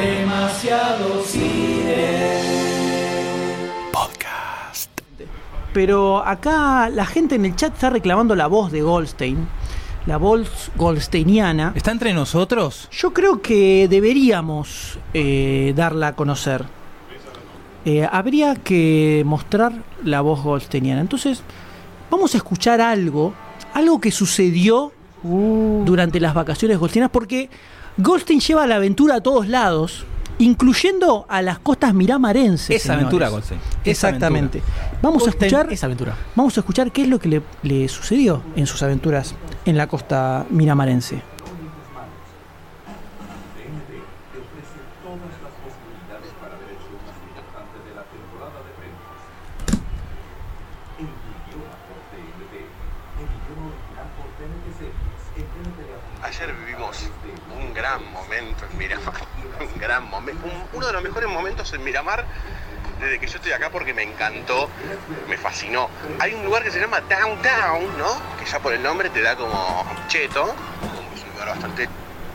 Demasiado cine. Podcast. Pero acá la gente en el chat está reclamando la voz de Goldstein, la voz goldsteiniana. ¿Está entre nosotros? Yo creo que deberíamos darla a conocer. Habría que mostrar la voz goldsteiniana. Entonces, vamos a escuchar algo que sucedió durante las vacaciones goldsteinianas, porque Goldstein lleva la aventura a todos lados, incluyendo a las costas miramarenses. Esa señores. aventura, Goldstein. Exactamente. Vamos a escuchar qué es lo que le sucedió en sus aventuras en la costa miramarense. Ayer vivimos un gran momento en Miramar, un gran momento, uno de los mejores momentos en Miramar desde que yo estoy acá, porque me encantó, me fascinó. Hay un lugar que se llama Downtown, ¿no? Que ya por el nombre te da como cheto, es un lugar bastante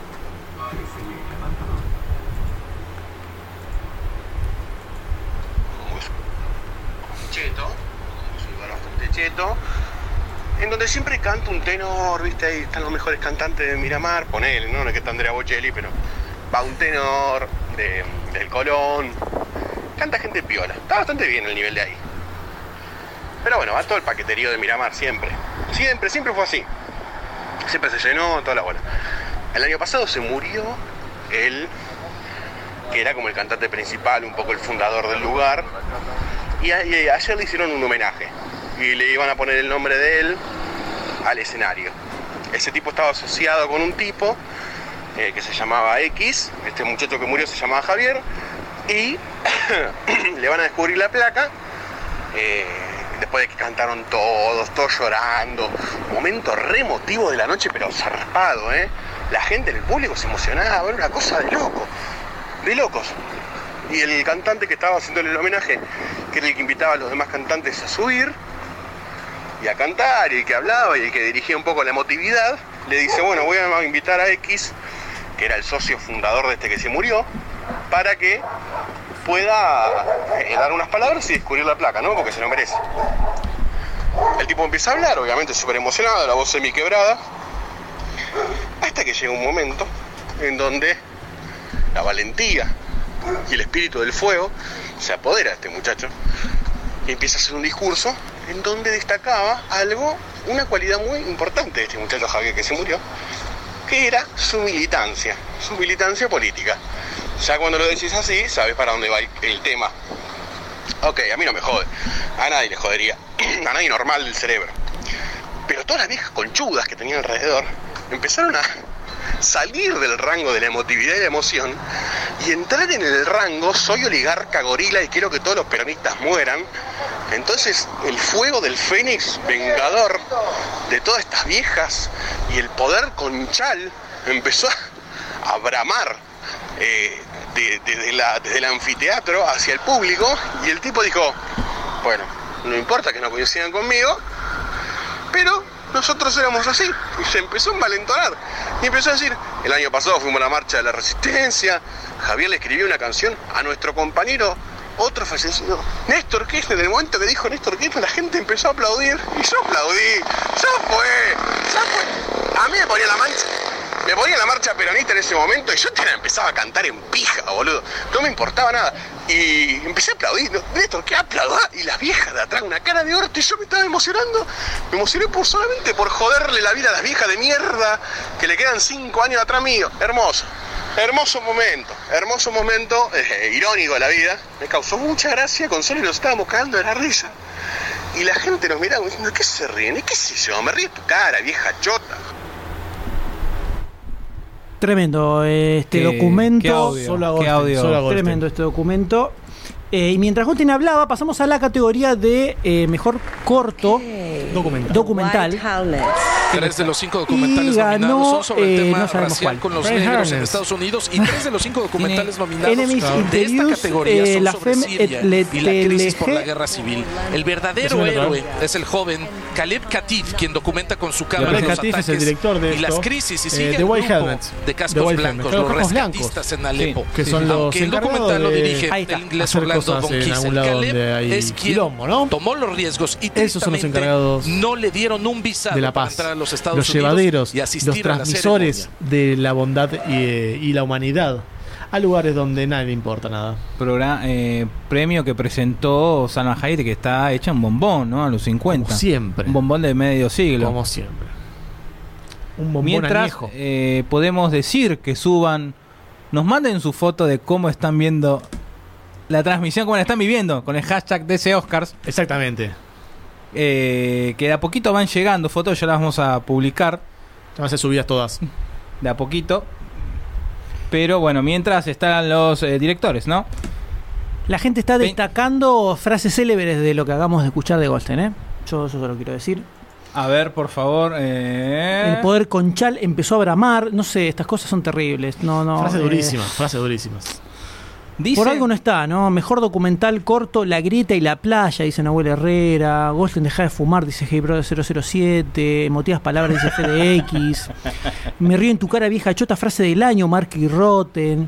cheto, en donde siempre canta un tenor, ¿viste? Ahí están los mejores cantantes de Miramar, ponele, no es que está Andrea Bocelli, pero va un tenor del Colón, canta gente piola, está bastante bien el nivel de ahí. Pero bueno, va todo el paqueterío de Miramar, siempre fue así, siempre se llenó, toda la bola. El año pasado se murió él, que era como el cantante principal, un poco el fundador del lugar, y ayer le hicieron un homenaje y le iban a poner el nombre de él al escenario. Ese tipo estaba asociado con un tipo que se llamaba X, este muchacho que murió se llamaba Javier, y le van a descubrir la placa después de que cantaron todos llorando, momento re emotivo de la noche, pero zarpado, la gente en el público se emocionaba, era una cosa de locos. Y el cantante que estaba haciéndole el homenaje, que era el que invitaba a los demás cantantes a subir y a cantar, y el que hablaba y el que dirigía un poco la emotividad, le dice, bueno, voy a invitar a X, que era el socio fundador de este que se murió, para que pueda dar unas palabras y descubrir la placa, ¿no? Porque se lo merece. El tipo empieza a hablar, obviamente súper emocionado, la voz semi-quebrada, hasta que llega un momento en donde la valentía y el espíritu del fuego se apodera de este muchacho y empieza a hacer un discurso en donde destacaba una cualidad muy importante de este muchacho Javier que se murió, que era su militancia política. Ya cuando lo decís así, sabes para dónde va el tema. Ok, a mí no me jode, a nadie le jodería, a nadie normal del cerebro. Pero todas las viejas conchudas que tenían alrededor empezaron a salir del rango de la emotividad y la emoción y entrar en el rango, soy oligarca gorila y quiero que todos los peronistas mueran. Entonces el fuego del Fénix vengador de todas estas viejas y el poder conchal empezó a bramar desde el anfiteatro hacia el público, y el tipo dijo, bueno, no importa que no coincidan conmigo, pero nosotros éramos así. Y se empezó a envalentonar y empezó a decir, el año pasado fuimos a la marcha de la resistencia, Javier le escribió una canción a nuestro compañero, otro fallecido, Néstor Kirchner. En el momento que dijo Néstor Kirchner, la gente empezó a aplaudir y yo aplaudí. Ya fue. A mí me ponía la marcha peronista en ese momento y yo empezaba a cantar en pija, boludo, no me importaba nada. Y empecé a aplaudir, Néstor, ¿qué aplaudá? Y las viejas de atrás, una cara de orto, y yo me estaba emocionando. Me emocioné solamente por joderle la vida a las viejas de mierda que le quedan 5 años atrás mío. Hermoso momento, irónico de la vida. Me causó mucha gracia, Consuelo, y nos estábamos cagando de la risa. Y la gente nos miraba diciendo, ¿qué se ríen? ¿Y qué sé yo? Me ríe tu cara, vieja chota. Tremendo documento. Qué audio. Tremendo este documento. Y mientras Goldstein hablaba, pasamos a la categoría de mejor corto documental. 3 de los 5 documentales nominados son sobre el tema racial con los negros en Estados Unidos, y 3 de los 5 documentales nominados de esta categoría son sobre Siria y la crisis por la guerra civil. El verdadero héroe es el joven Caleb Katif, quien documenta con su cámara los Katif ataques es el director de y las crisis, y sigue el White grupo Helmets, de cascos blancos, los rescatistas en Alepo. Que son los aunque el documental lo dirige el inglés Orlando Don en algún lado donde hay es quien quilombo, ¿no? tomó los riesgos y esos son los encargados no le dieron un visado de la paz, para entrar a los Estados los Unidos llevaderos, y asistir los transmisores de la bondad y la humanidad a lugares donde nadie le importa nada. Premio que presentó Salma Hayek, que está hecha un bombón, ¿no? A los 50. Como siempre. Un bombón de medio siglo. Como siempre. Un bombón Mientras, añejo. Podemos decir que nos manden su foto de cómo están viendo la transmisión, cómo la están viviendo, con el hashtag DC Oscars. Exactamente. Que de a poquito van llegando fotos, ya las vamos a publicar. Van a ser subidas todas. De a poquito. Pero bueno, mientras están los directores, ¿no? La gente está destacando frases célebres de lo que acabamos de escuchar de Goldstein, ¿eh? Yo eso se lo quiero decir. A ver, por favor. El poder conchal empezó a bramar. No sé, estas cosas son terribles. Frases durísimas. Por algo no está, ¿no? Mejor documental corto, La grieta y la playa, dice Nahuel Herrera. Goldstein deja de fumar, dice Hey Brother 007. Emotivas palabras, dice FedX. Me río en tu cara, vieja chota, frase del año, Marky Rotten.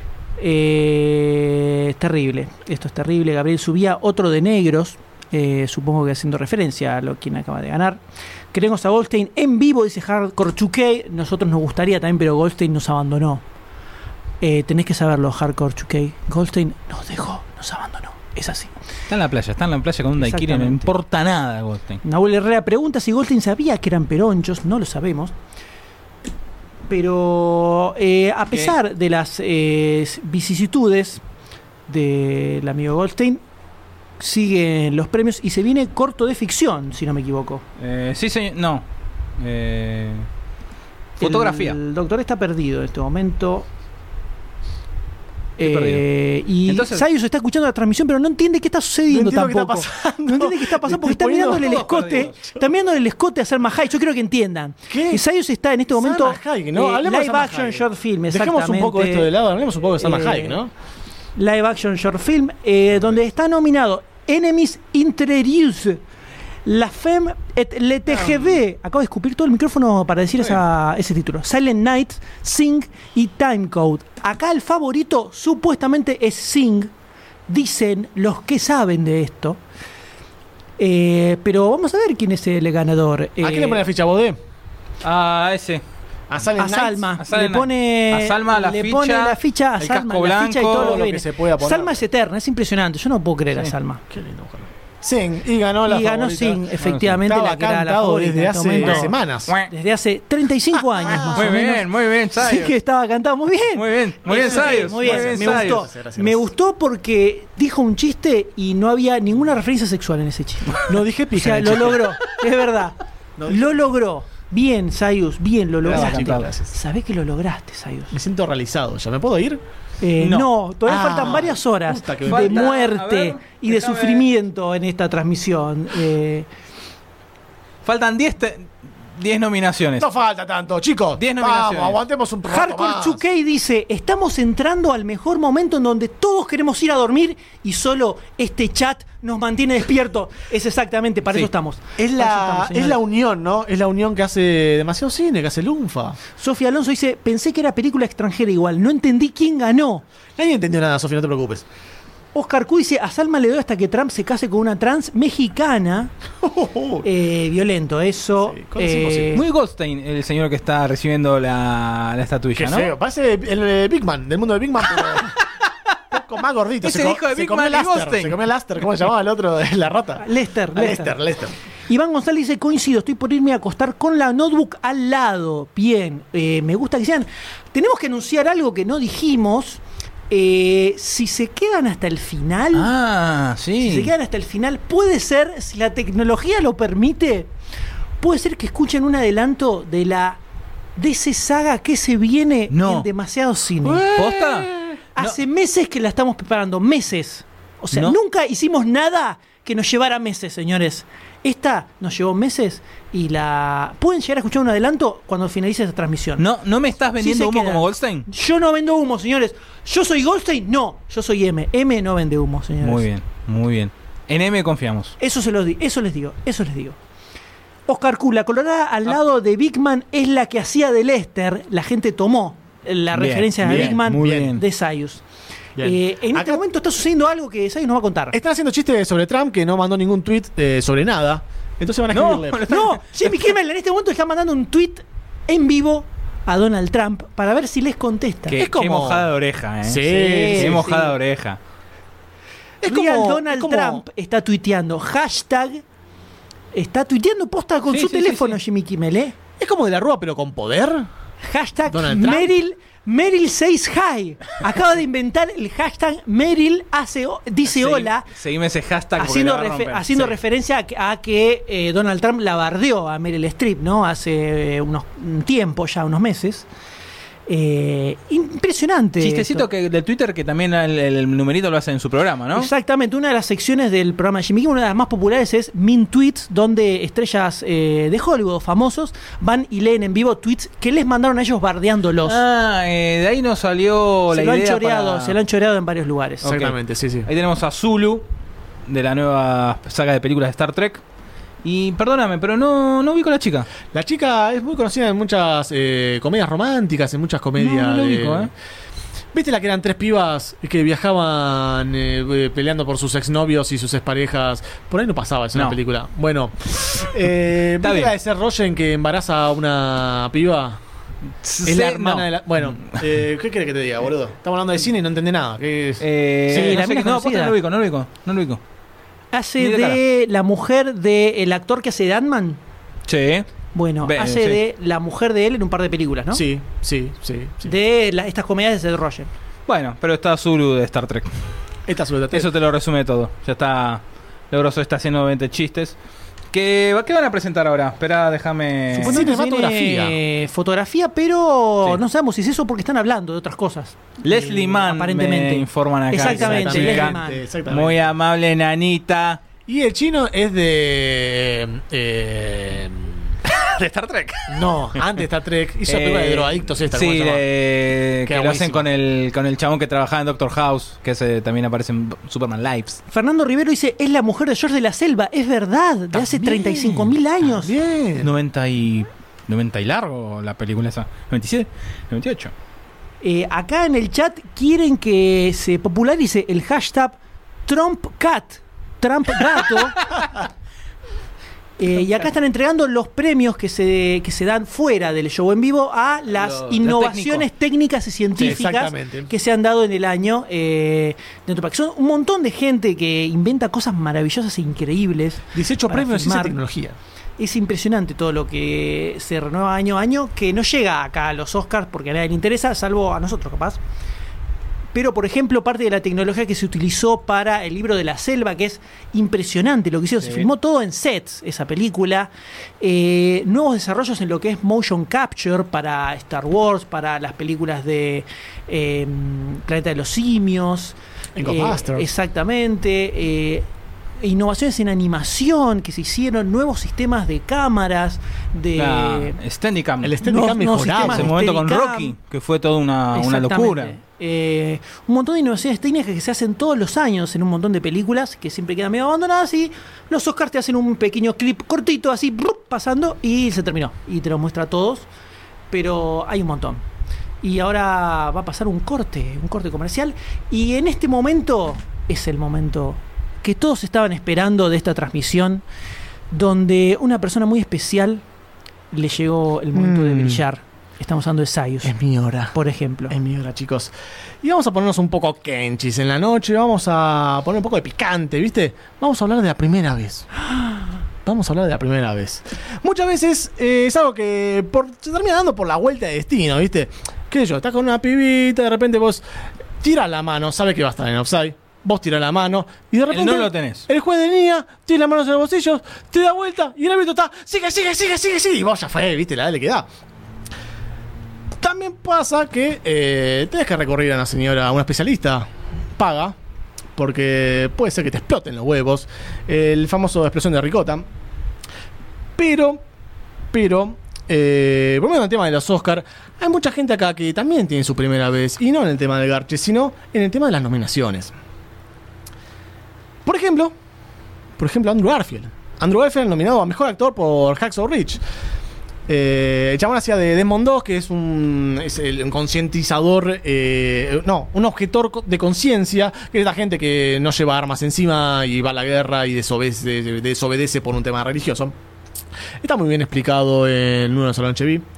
Es terrible, esto es terrible. Gabriel Subía, otro de negros. Supongo que haciendo referencia a quien acaba de ganar. Queremos a Goldstein en vivo, dice Hardcore 2K. Nosotros nos gustaría también, pero Goldstein nos abandonó. Tenés que saberlo, Hardcore 2K. Goldstein nos dejó, nos abandonó. Es así. Está en la playa con un daiquiri, no importa nada, Goldstein. Nahuel Herrera pregunta si Goldstein sabía que eran peronchos. No lo sabemos. Pero a pesar de las vicisitudes del amigo Goldstein, siguen los premios y se viene corto de ficción, si no me equivoco. Sí, señor. No. Fotografía. El doctor está perdido en este momento. Y entonces, Sayus está escuchando la transmisión, pero no entiende qué está sucediendo tampoco. No entiende qué está pasando porque está mirándole el escote. Está mirándole el escote a Salma Hayek. Yo creo que entiendan. ¿Qué? Sayus está en este momento Hayek, ¿no? Live action short film. Dejemos un poco esto de lado, hablemos un poco de Salma Hayek, ¿no? Live action short film, donde está nominado Enemies Introduce, La Femme et le TGV. Acabo de escupir todo el micrófono para decir ese título. Silent Night, Sing y Time Code. Acá el favorito supuestamente es Sing, dicen los que saben de esto. Pero vamos a ver quién es el ganador. ¿A quién le pone la ficha, Bodé? A ese. A Salma. Le pone a Salma la ficha a Salma, la ficha y todo lo que se pueda poner. Salma es eterna, es impresionante. Yo no puedo creer a Salma. Qué lindo, ojalá. Sing, y ganó la favorita. Ganó Sing, efectivamente, la que era la favorita desde hace semanas. Desde hace 35 años más o menos. Muy bien, Sayus. Sí que estaba cantado muy bien. Muy bien, Sayus. Muy bien, me gustó. Gracias. Me gustó porque dijo un chiste y no había ninguna referencia sexual en ese chiste. No dije pija. O sea, lo logró, es verdad. Lo logró. Bien, Sayus, bien, lo lograste. Gracias. Sabés que lo lograste, Sayus. Me siento realizado. ¿Ya me puedo ir? No, todavía faltan varias horas de muerte y de sufrimiento en esta transmisión. Faltan 10 nominaciones. No falta tanto, chicos. 10 nominaciones. Vamos, aguantemos un rato Hardcore más. 2K dice: estamos entrando al mejor momento en donde todos queremos ir a dormir y solo este chat nos mantiene despierto. Es exactamente, para eso estamos. Es la unión, ¿no? Es la unión que hace demasiado cine, que hace Lunfa. Sofía Alonso dice: pensé que era película extranjera igual, no entendí quién ganó. Nadie entendió nada, Sofía, no te preocupes. Oscar Q dice: a Salma le doy hasta que Trump se case con una trans mexicana. Violento eso. Sí, muy Goldstein, el señor que está recibiendo la estatuilla, qué ¿no? Feo. Parece el Big Man, del mundo de Big Man, pero un poco más gordito. Ese hijo de Big Man y Goldstein. Se comió el Aster. ¿Cómo se llamaba el otro de la rata? Lester. Iván González dice: coincido, estoy por irme a acostar con la notebook al lado. Bien, me gusta que sean. Tenemos que anunciar algo que no dijimos. Si se quedan hasta el final, sí. Si se quedan hasta el final, puede ser, si la tecnología lo permite, puede ser que escuchen un adelanto de la DC saga que se viene en Demasiado Cine. ¿Posta? Hace meses que la estamos preparando, meses. O sea, nunca hicimos nada que nos llevara meses, señores. Esta nos llevó meses y la pueden llegar a escuchar un adelanto cuando finalice esta transmisión. ¿No me estás vendiendo humo como Goldstein? Yo no vendo humo, señores. ¿Yo soy Goldstein? No, yo soy M. M no vende humo, señores. Muy bien. En M confiamos. Eso les digo. Oscar Q, la colorada al lado de Big Man es la que hacía de Lester. La gente tomó la referencia de Big Man de Zaius. En este momento está sucediendo algo que Zaius nos va a contar. Están haciendo chistes sobre Trump, que no mandó ningún tweet sobre nada. Entonces van a escribirle. No, Jimmy Kimmel en este momento está mandando un tweet en vivo a Donald Trump para ver si les contesta. Qué mojada de oreja, ¿eh? Sí, qué mojada de oreja. Es como Donald Trump está tuiteando hashtag. Está tuiteando posta con su teléfono, Jimmy Kimmel, ¿eh? Es como de la Rúa, pero con poder. Hashtag Meryl says hi. Acaba de inventar el hashtag Meryl dice hola. Seguime ese hashtag haciendo referencia a que Donald Trump la bardeó a Meryl Streep, ¿no? Hace un tiempo, ya unos meses. Impresionante. Chistecito del Twitter que también el numerito lo hace en su programa, ¿no? Exactamente. Una de las secciones del programa de Jimmy Kimmel, una de las más populares, es Mean Tweets, donde estrellas de Hollywood, famosos, van y leen en vivo tweets que les mandaron a ellos bardeándolos. De ahí nos salió la idea. Se lo han choreado en varios lugares. Exactamente, sí. Ahí tenemos a Zulu, de la nueva saga de películas de Star Trek. Y perdóname, pero no ubico a la chica. La chica es muy conocida en muchas comedias románticas, en muchas comedias. No ubico, ¿Viste la que eran 3 pibas que viajaban peleando por sus exnovios y sus exparejas? Por ahí no pasaba, es una película. Bueno, ¿viste la de Seth Rogen que embaraza a una piba? Es la hermana de la... Bueno, ¿qué querés que te diga, boludo? Estamos hablando de cine y no entendés nada. ¿Qué es? No lo ubico. Hace de la mujer del actor que hace de Ant-Man. Sí. Bueno, hace de la mujer de él en un par de películas, ¿no? Sí. De estas comedias de Seth Rogen. Bueno, pero está Zulu de Star Trek. Eso te lo resume todo. Ya está. Logroso está haciendo 20 chistes. ¿Qué van a presentar ahora? Espera, déjame... Fotografía, pero no sabemos si es eso porque están hablando de otras cosas. Leslie Mann, aparentemente. me informan acá. Exactamente, Leslie Mann. Muy amable, nanita. Y el chino es de Star Trek. No, antes de Star Trek. Hizo la película de drogadictos esta. Sí, que lo hacen con el chabón que trabajaba en Doctor House, que también aparece en Superman Lives. Fernando Rivero dice, es la mujer de George de la Selva. Es verdad, de hace 35.000 años. Bien. 90 y largo la película esa. 97, 98. Acá en el chat quieren que se popularice el hashtag TrumpCat. Trump gato. Y acá están entregando los premios que se dan fuera del show en vivo a las innovaciones técnicas y científicas que se han dado en el año dentro de son un montón de gente que inventa cosas maravillosas e increíbles. 18 premios de tecnología. Es impresionante todo lo que se renueva año a año, que no llega acá a los Oscars porque a nadie le interesa, salvo a nosotros capaz. Pero, por ejemplo, parte de la tecnología que se utilizó para el libro de la selva, que es impresionante lo que hicieron. Se filmó todo en sets, esa película. Nuevos desarrollos en lo que es motion capture para Star Wars, para las películas de Planeta de los Simios. Exactamente. Innovaciones en animación que se hicieron, nuevos sistemas de cámaras, de Steadicam. El Steadicam mejorado. Ese momento con Rocky, que fue toda una locura. Un montón de innovaciones técnicas que se hacen todos los años en un montón de películas que siempre quedan medio abandonadas y los Oscars te hacen un pequeño clip cortito así pasando y se terminó y te lo muestra a todos, pero hay un montón. Y ahora va a pasar un corte comercial y en este momento es el momento que todos estaban esperando de esta transmisión, donde una persona muy especial le llegó el momento de brillar. Estamos hablando de Zaius. Es mi hora. Por ejemplo. Es mi hora, chicos. Y vamos a ponernos un poco kenchis en la noche. Vamos a poner un poco de picante, ¿viste? Vamos a hablar de la primera vez. Muchas veces es algo que se termina dando por la vuelta de destino, ¿viste? ¿Qué sé yo? Estás con una pibita, de repente vos tirás la mano, sabes que va a estar en offside. Vos tirás la mano y de repente no lo tenés. El juez de línea tira las manos en los bolsillos, te da vuelta y el árbitro está sigue. Y vos ya fue, ¿viste? La dale que da. También pasa que tenés que recurrir a una especialista paga, porque puede ser que te exploten los huevos, el famoso explosión de ricota. Pero volviendo al tema de los Oscars, hay mucha gente acá que también tiene su primera vez, y no en el tema del garche, sino en el tema de las nominaciones. Por ejemplo, Andrew Garfield. Andrew Garfield nominado a Mejor Actor por Hacksaw Ridge. El chabón hacía de Desmond 2, que es un concientizador, un objetor de conciencia, que es la gente que no lleva armas encima y va a la guerra y desobedece por un tema religioso. Está muy bien explicado en Una sola noche vi.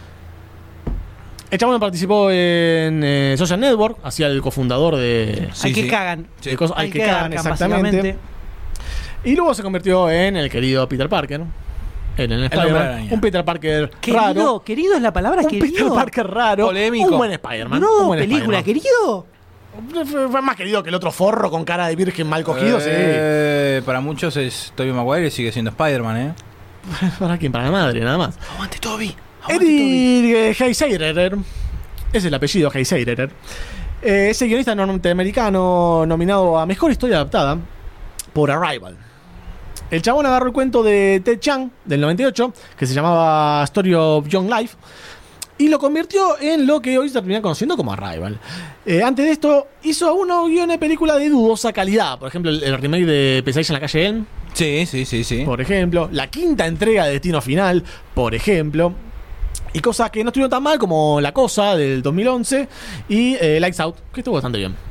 El chabón participó en Social Network, hacía el cofundador de... Hay que cagan. Hay que cagan, exactamente. Y luego se convirtió en el querido Peter Parker. En el Spider-Man. Un Peter Parker raro. ¿Querido es la palabra? Un Peter Parker raro. Polémico. Un buen Spider-Man. No, un buen película, Spider-Man. ¿querido? Fue más querido que el otro forro con cara de virgen mal cogido, sí. Para muchos es Tobey Maguire y sigue siendo Spider-Man, ¿Para quién? Para la madre, nada más. Aguante Tobey. Eric Heiseirer. Es el apellido Heiseirer. Ese guionista norteamericano nominado a Mejor Historia Adaptada por Arrival. El chabón agarró el cuento de Ted Chiang del 98, que se llamaba Story of Young Life, y lo convirtió en lo que hoy se termina conociendo como Arrival. Antes de esto, hizo unos guiones de película de dudosa calidad. Por ejemplo, el remake de Pesadilla en la calle Elm. Sí. Por ejemplo, la quinta entrega de Destino Final, por ejemplo. Y cosas que no estuvieron tan mal como La Cosa del 2011 y Lights Out, que estuvo bastante bien.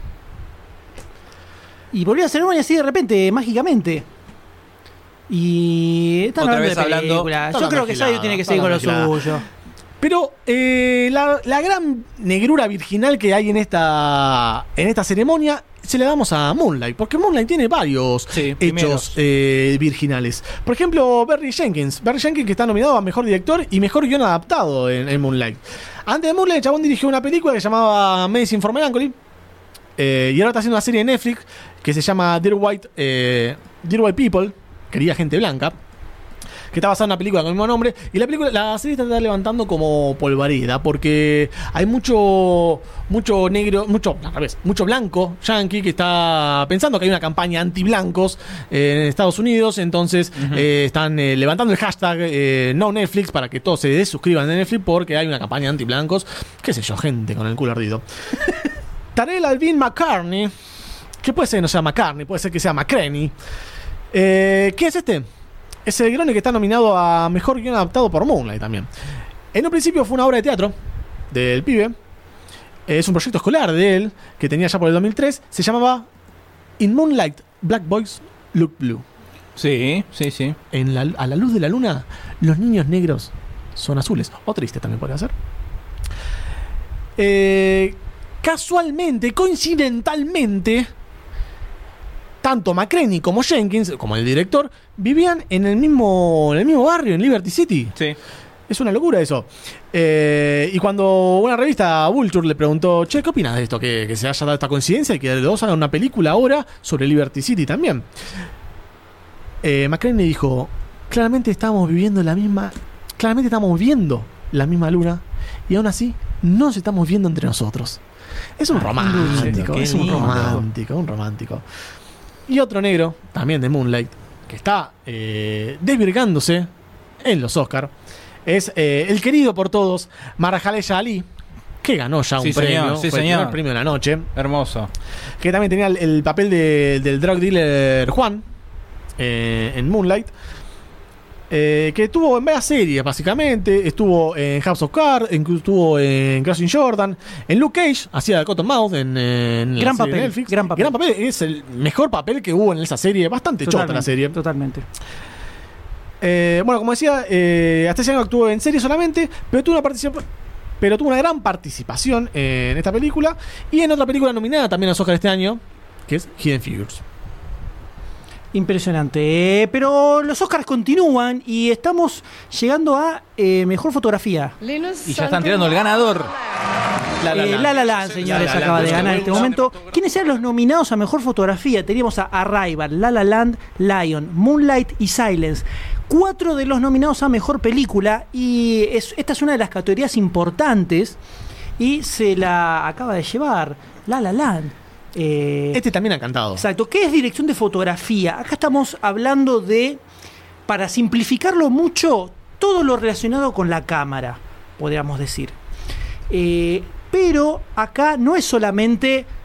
Y volvió a ser así de repente, mágicamente. Y están otra vez hablando de películas. Yo creo que Sayo tiene que seguir con lo suyo. Pero la gran negrura virginal que hay en esta ceremonia se la damos a Moonlight, porque Moonlight tiene varios hechos virginales. Por ejemplo, Barry Jenkins, que está nominado a Mejor Director y Mejor Guión Adaptado en Moonlight. Antes de Moonlight, el chabón dirigió una película que se llamaba Medicine for Melancholy, y ahora está haciendo una serie de Netflix que se llama Dear White People, querida gente blanca, que está basada en una película con el mismo nombre. Y la serie está levantando como polvareda, porque hay mucho negro, mucho blanco yankee que está pensando que hay una campaña anti-blancos en Estados Unidos. Entonces están levantando el hashtag no Netflix para que todos se desuscriban de Netflix, porque hay una campaña anti-blancos. Qué sé yo, gente con el culo ardido. Tarell Alvin McCartney, que puede ser que no sea McCartney, puede ser que sea McCraney. ¿Qué es este? Es el Grone que está nominado a Mejor Guión Adaptado por Moonlight también. En un principio fue una obra de teatro del pibe. Es un proyecto escolar de él que tenía ya por el 2003. Se llamaba In Moonlight, Black Boys Look Blue. Sí. A la luz de la luna, los niños negros son azules. O tristes también podría ser. Casualmente, coincidentalmente, tanto McCraney como Jenkins, como el director, vivían en el mismo barrio, en Liberty City. Sí. Es una locura eso. Y cuando una revista, Vulture, le preguntó, che, ¿qué opinas de esto? Que se haya dado esta coincidencia y que los dos hagan una película ahora sobre Liberty City también. McCraney dijo, claramente estamos viendo la misma luna y aún así no nos estamos viendo entre nosotros. Es un romántico, un romántico. Y otro negro, también de Moonlight, que está desvirgándose en los Oscars, es el querido por todos Mahershala Ali, que ganó ya un premio. Sí, fue señor. El premio de la noche. Hermoso. Que también tenía el papel del drug dealer Juan en Moonlight. Que estuvo en varias series, básicamente. Estuvo en House of Cards, estuvo en Crossing Jordan, en Luke Cage, hacía de Cottonmouth en gran papel, Netflix. Gran papel. Es el mejor papel que hubo en esa serie. Bastante chota la serie. Totalmente. Bueno, como decía, hasta ese año actuó en serie solamente, pero tuvo una gran participación en esta película y en otra película nominada también a los Oscars este año, que es Hidden Figures. Impresionante. Pero los Oscars continúan y estamos llegando a Mejor Fotografía. Y ya están tirando el ganador. La La Land, señores, acaba de ganar en este momento. ¿Quiénes eran los nominados a Mejor Fotografía? Teníamos a Arrival, La La Land, Lion, Moonlight y Silence. 4 de los nominados a Mejor Película. Y esta es una de las categorías importantes. Y se la acaba de llevar La La Land. Este también ha cantado. Exacto. ¿Qué es dirección de fotografía? Acá estamos hablando de, para simplificarlo mucho, todo lo relacionado con la cámara, podríamos decir. Pero acá no es solamente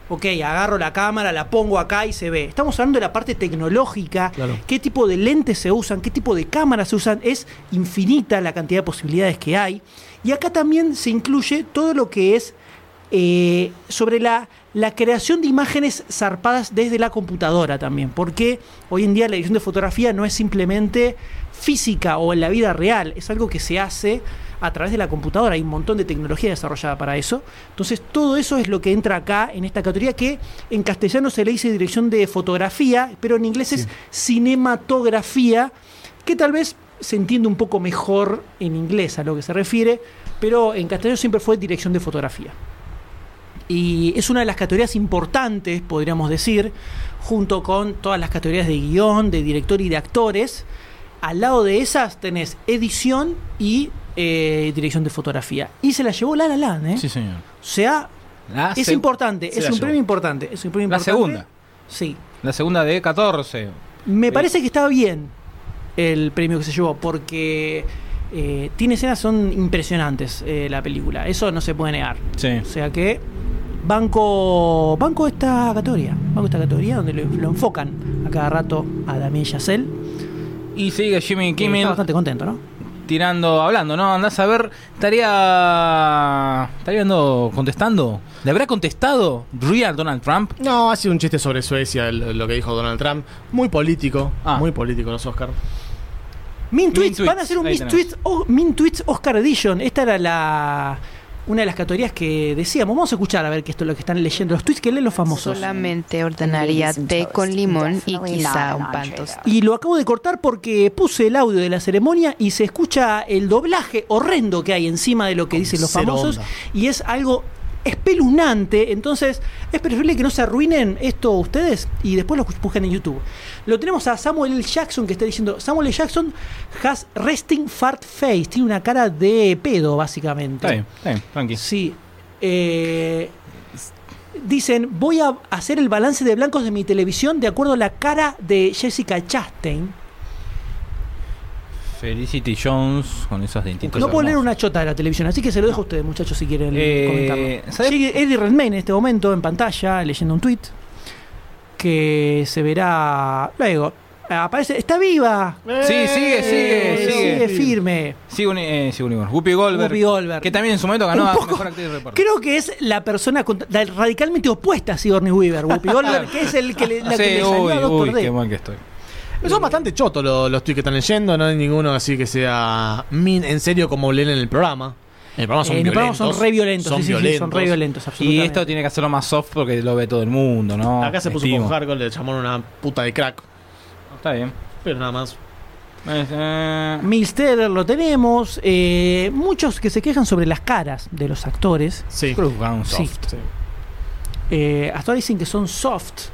ok, agarro la cámara, la pongo acá y se ve. Estamos hablando de la parte tecnológica, claro. Qué tipo de lentes se usan, qué tipo de cámaras se usan. Es infinita la cantidad de posibilidades que hay. Y acá también se incluye todo lo que es sobre la creación de imágenes zarpadas desde la computadora también. Porque hoy en día la edición de fotografía no es simplemente física o en la vida real, es algo que se hace a través de la computadora. Hay un montón de tecnología desarrollada para eso. Entonces todo eso es lo que entra acá en esta categoría, que en castellano se le dice dirección de fotografía, pero en inglés es cinematografía, que tal vez se entiende un poco mejor en inglés a lo que se refiere, pero en castellano siempre fue dirección de fotografía. Y es una de las categorías importantes, podríamos decir, junto con todas las categorías de guión, de director y de actores. Al lado de esas tenés edición y dirección de fotografía. Y se la llevó La La Land, ¿eh? Sí, señor. O sea, es importante, es un premio importante. La segunda. Sí. La segunda de 14. Me parece que estaba bien el premio que se llevó, porque tiene escenas, son impresionantes la película. Eso no se puede negar. Sí. O sea que banco esta categoría. Banco esta categoría donde lo enfocan a cada rato a Damien Chazelle. Y sigue Jimmy Kimmel. Está bastante contento, ¿no? Hablando, ¿no? Andás a ver, estaría contestando. ¿Le habrá contestado Real Donald Trump? No, ha sido un chiste sobre Suecia, lo que dijo Donald Trump. Muy político los Oscars. Mean Tweets, van a hacer un Mean Tweets Oscar Edition. Esta era una de las categorías que decíamos. Vamos a escuchar a ver qué esto es lo que están leyendo, los tweets que leen los famosos. Solamente ordenaría té con limón y quizá un pan tostado. Y lo acabo de cortar porque puse el audio de la ceremonia y se escucha el doblaje horrendo que hay encima de lo que dicen los famosos. Y es algo espeluznante. Entonces es preferible que no se arruinen esto ustedes y después lo busquen en YouTube. Lo tenemos a Samuel L. Jackson, que está diciendo: Samuel L. Jackson has resting fart face. Tiene una cara de pedo, básicamente. Está bien, tranqui. Sí. Dicen: voy a hacer el balance de blancos de mi televisión de acuerdo a la cara de Jessica Chastain. Felicity Jones con esos dientitos. No puedo leer una chota de la televisión, así que se lo dejo a ustedes, muchachos, si quieren comentarlo. Sigue Eddie Redmayne en este momento en pantalla leyendo un tweet que se verá luego. Aparece, está viva. Sí, sigue firme. Sigue Whoopi Goldberg, que también en su momento ganó a mejor actriz de reparto. Creo que es la persona radicalmente opuesta a Sigourney Weaver, Whoopi Goldberg, que es el que le salió a Doctor D. Qué mal que estoy. Son bastante chotos los tweets que están leyendo. No hay ninguno así que sea en serio como leen en el programa. En el programa son re violentos. Son re violentos, absolutamente. Y esto tiene que hacerlo más soft porque lo ve todo el mundo, ¿no? Acá se puso con hardcore, le llamaron una puta de crack. Está bien. Pero nada más. Milsteller lo tenemos. Muchos que se quejan sobre las caras de los actores. Sí. Soft. Hasta ahora dicen que son soft.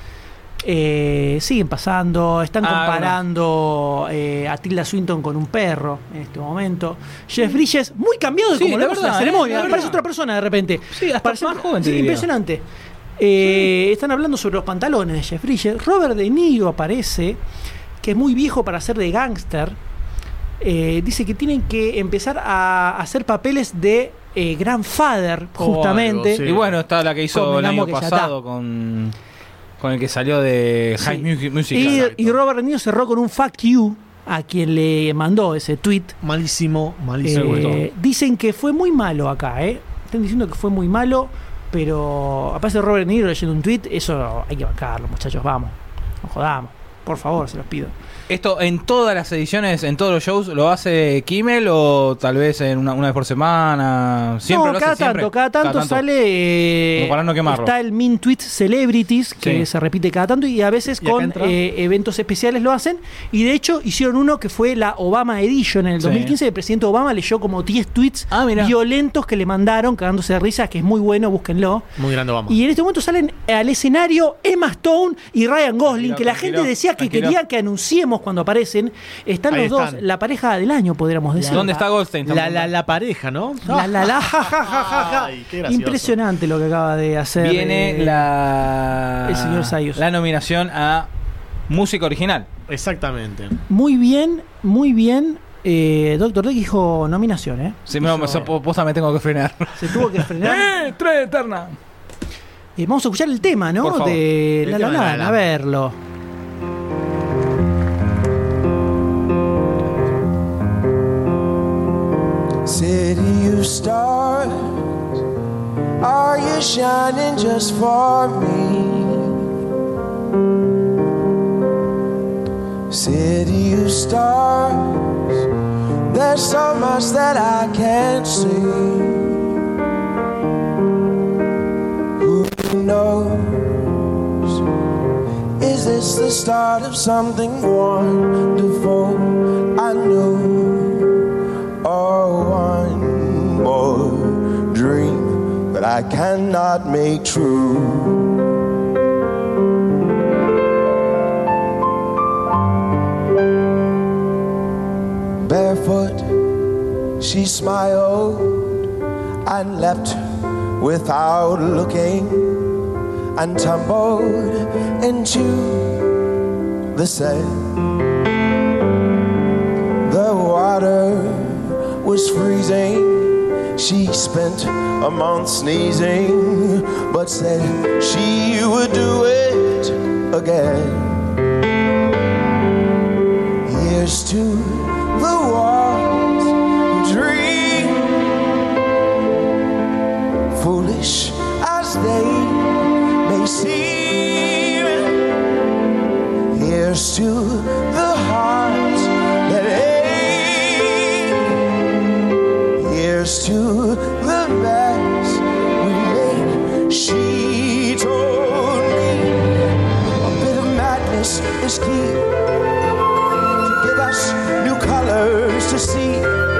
Siguen pasando, están comparando a Tilda Swinton con un perro en este momento. Jeff Bridges, muy cambiado de como lo vemos en la ceremonia, parece otra persona de repente. Sí, hasta más joven. Sí, impresionante. Están hablando sobre los pantalones de Jeff Bridges. Robert De Niro aparece, que es muy viejo para ser de gángster. Dice que tienen que empezar a hacer papeles de Grandfather, justamente. Algo, sí. Y bueno, está la que hizo el año pasado con el que salió de High Music. Y Robert De Niro cerró con un fuck you a quien le mandó ese tweet. Malísimo. Dicen que fue muy malo acá, Están diciendo que fue muy malo, pero aparece Robert De Niro leyendo un tweet. Eso hay que bancarlo, muchachos, vamos. No jodamos, por favor, se los pido. ¿Esto en todas las ediciones, en todos los shows, lo hace Kimmel o tal vez en una vez por semana? ¿Siempre lo hace? Cada tanto sale. Como para no quemarlo. Está el Mean Tweets Celebrities, que se repite cada tanto, y a veces con eventos especiales lo hacen. Y de hecho hicieron uno que fue la Obama Edition en el 2015. El presidente Obama leyó como 10 tweets violentos que le mandaron, cagándose de risa, que es muy bueno, búsquenlo. Muy grande Obama. Y en este momento salen al escenario Emma Stone y Ryan Gosling, que la gente decía que quería que anunciemos cuando aparecen. Están los dos, la pareja del año, podríamos decir. ¿Dónde está Goldstein? La pareja, ¿no? Ay, impresionante lo que acaba de hacer. Viene el señor Sayus. La nominación a música original. Exactamente. Muy bien. Doctor D dijo nominación, Sí, posta me tengo que frenar. Se tuvo que frenar. ¡Tres eterna! Vamos a escuchar el tema, ¿no? De La La Land, a verlo. City of stars, are you shining just for me? City of stars, there's so much that I can't see. Who knows? Is this the start of something wonderful? I know. Or one more dream that I cannot make true. Barefoot, she smiled and leapt without looking and tumbled into the sand. The water was freezing. She spent a month sneezing, but said she would do it again. Here's to the ones who dream, foolish as they may seem. Here's to the hearts that to the best we make. She told me a bit of madness is key to give us new colors to see.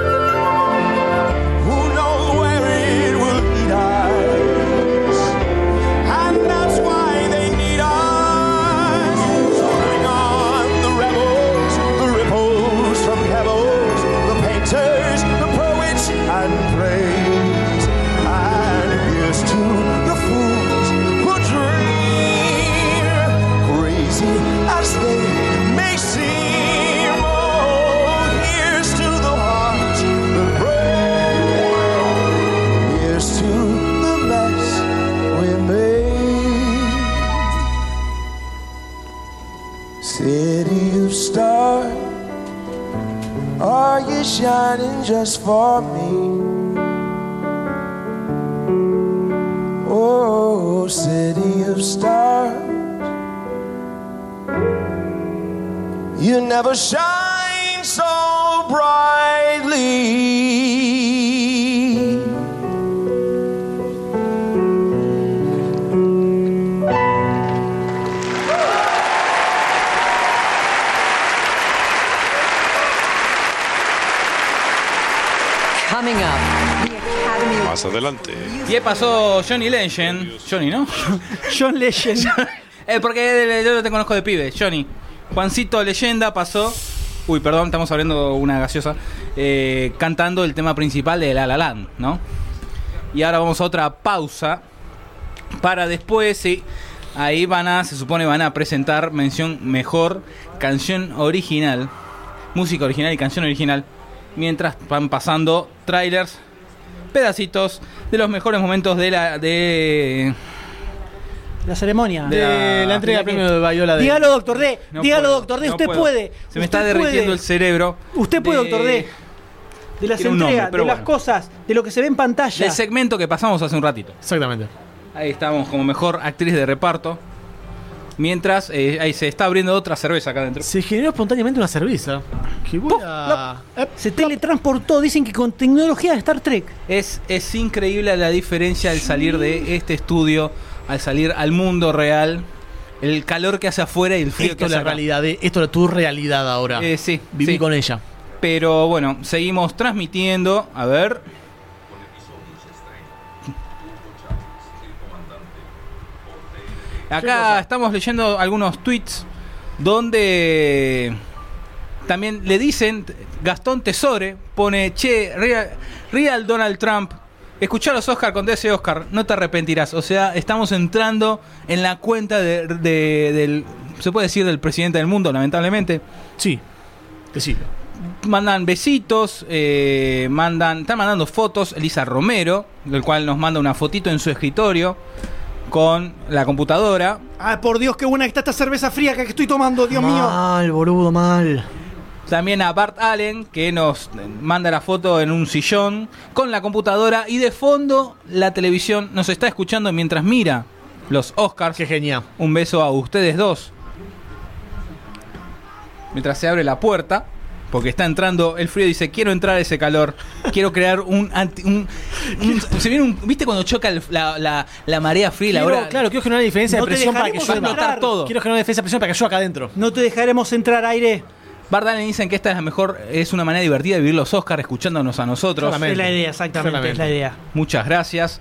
Who knows where it will lead us, and that's why they need us. So bring on the rebels, the ripples from pebbles, the painters, the poets, and praise. And here's to the fools who dream, crazy as they may seem. Oh, here's to the hearts that break. Here's to the mess we made. City of stars, are you shining just for me? Oh, city of stars, you never shine so brightly. Coming up, the Academy. Más adelante. Y ahí pasó Johnny Legend. Johnny, ¿no? John Legend. Porque yo te conozco de pibe, Johnny. Juancito Leyenda pasó. Uy, perdón, estamos abriendo una gaseosa. Cantando el tema principal de La La Land, ¿no? Y ahora vamos a otra pausa. Para después, sí. Ahí se supone van a presentar mención mejor canción original. Música original y canción original. Mientras van pasando trailers, pedacitos de los mejores momentos de la ceremonia. De la entrega del premio de Viola. Dígalo, doctor D. Dígalo, doctor D. Usted puede. Se me está derritiendo el cerebro. Usted puede, doctor D. De las entregas, de las cosas, de lo que se ve en pantalla. Del segmento que pasamos hace un ratito. Exactamente. Ahí estamos como mejor actriz de reparto. Mientras ahí se está abriendo otra cerveza acá adentro. Se generó espontáneamente una cerveza. Que se teletransportó, dicen que con tecnología de Star Trek. Es increíble la diferencia al salir de este estudio, al salir al mundo real, el calor que hace afuera y el frío que hace acá. Esto es tu realidad ahora. Sí. Viví con ella. Pero bueno, seguimos transmitiendo. A ver. Acá estamos leyendo algunos tweets donde también le dicen, Gastón Tesore pone, che, real Donald Trump, escuchá los Oscar con ese Oscar, no te arrepentirás. O sea, estamos entrando en la cuenta del, se puede decir, del presidente del mundo, lamentablemente. Sí, sí. Mandan besitos, están mandando fotos. Elisa Romero, del cual nos manda una fotito en su escritorio. con la computadora. Ay, por Dios, qué buena que está esta cerveza fría que estoy tomando, Dios mío. Mal, boludo, mal. También a Bart Allen, que nos manda la foto en un sillón con la computadora y de fondo la televisión nos está escuchando mientras mira los Oscars. Qué genial. Un beso a ustedes dos. Mientras se abre la puerta, porque está entrando el frío, dice, quiero entrar a ese calor, quiero crear se viene un, ¿viste cuando choca la marea fría? Claro, quiero generar una diferencia de presión para que yo explotar todo. Quiero generar una diferencia de presión para que yo acá adentro. No te dejaremos entrar, aire. Bart Allen dicen que esta es una manera divertida de vivir los Oscars escuchándonos a nosotros. Solamente. Es la idea, exactamente, es la idea. Muchas gracias.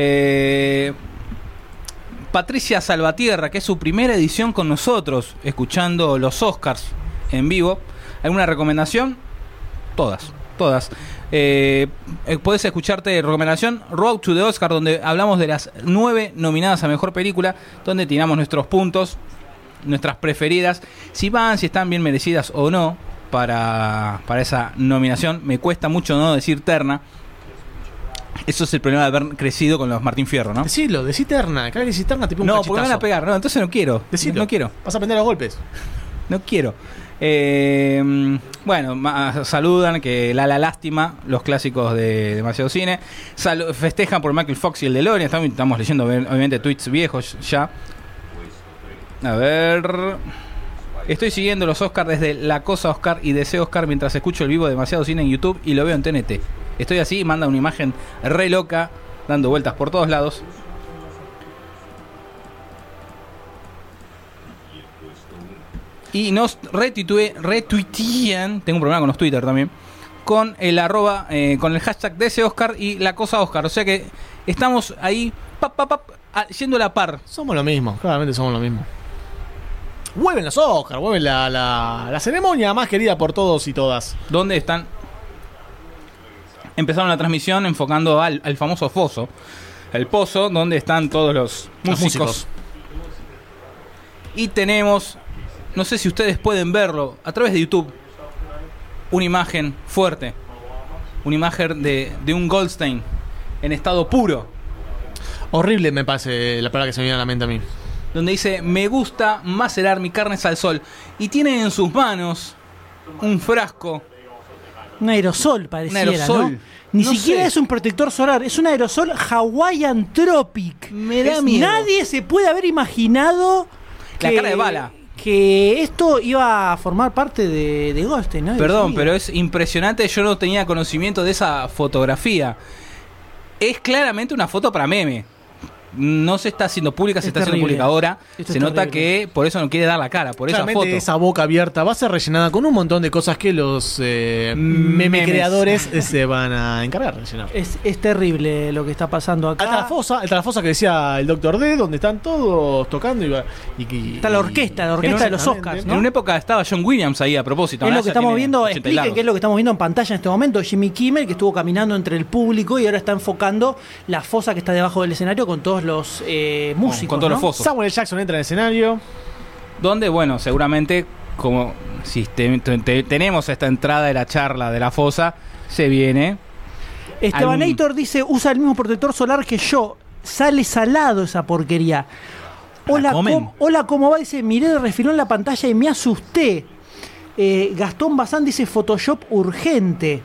Patricia Salvatierra, que es su primera edición con nosotros, escuchando los Oscars en vivo. ¿Alguna recomendación? Todas. Podés escucharte recomendación Road to the Oscar, donde hablamos de las 9 nominadas a Mejor Película, donde tiramos nuestros puntos, nuestras preferidas, si están bien merecidas o no para esa nominación. Me cuesta mucho no decir terna. Eso es el problema de haber crecido con los Martín Fierro, ¿no? Decí terna. Cada vez que decís terna te pongo un cachetazo. No, porque me van a pegar. No, entonces no quiero. Decilo. No quiero. Vas a aprender los golpes. No quiero. Bueno, saludan que La Lástima, los clásicos de Demasiado Cine. Festejan por Michael Fox y el DeLorean. Estamos leyendo obviamente tweets viejos ya. A ver. Estoy siguiendo los Oscars desde La Cosa Oscar y Deseo Oscar mientras escucho el vivo de Demasiado Cine en YouTube y lo veo en TNT. Estoy así y manda una imagen re loca, dando vueltas por todos lados. Y nos retuitean, tengo un problema con los Twitter también, con el con el hashtag Deseo Oscar y La Cosa Oscar. O sea que estamos ahí, yendo a la par. Somos lo mismo, claramente somos lo mismo. Vuelven los Oscars, vuelven la ceremonia más querida por todos y todas. ¿Dónde están? Empezaron la transmisión enfocando al famoso foso, el pozo, donde están todos los músicos. Y tenemos, no sé si ustedes pueden verlo a través de YouTube, una imagen fuerte, una imagen de un Goldstein en estado puro. Horrible me parece la palabra que se me viene a la mente a mí. Donde dice, me gusta macerar mi carne al sol. Y tiene en sus manos un frasco. Un aerosol pareciera, ¿no? Ni siquiera es un protector solar, es un aerosol Hawaiian Tropic. Me da miedo. Nadie se puede haber imaginado la cara de bala. Que esto iba a formar parte de Goldstein, ¿no? Perdón, pero es impresionante. Yo no tenía conocimiento de esa fotografía. Es claramente una foto para meme. No se está haciendo pública, se está haciendo pública ahora. Se nota que por eso no quiere dar la cara, por esa foto. Esa boca abierta va a ser rellenada con un montón de cosas que los meme creadores se van a encargar de rellenar. Es terrible lo que está pasando acá. Está la fosa que decía el Dr. D, donde están todos tocando y está la orquesta de los Oscars, ¿no? En una época estaba John Williams ahí a propósito. Es lo que estamos viendo, expliquen qué es lo que estamos viendo en pantalla en este momento. Jimmy Kimmel, que estuvo caminando entre el público y ahora está enfocando la fosa que está debajo del escenario con todos los músicos, con todos los fosos. Samuel Jackson entra en el escenario, donde, bueno, seguramente como si tenemos esta entrada de la charla de la fosa, se viene Estebanator dice, usa el mismo protector solar que yo, sale salado esa porquería. Hola, ¿cómo va? Dice, miré de refilón la pantalla y me asusté. Gastón Bazán dice, Photoshop urgente.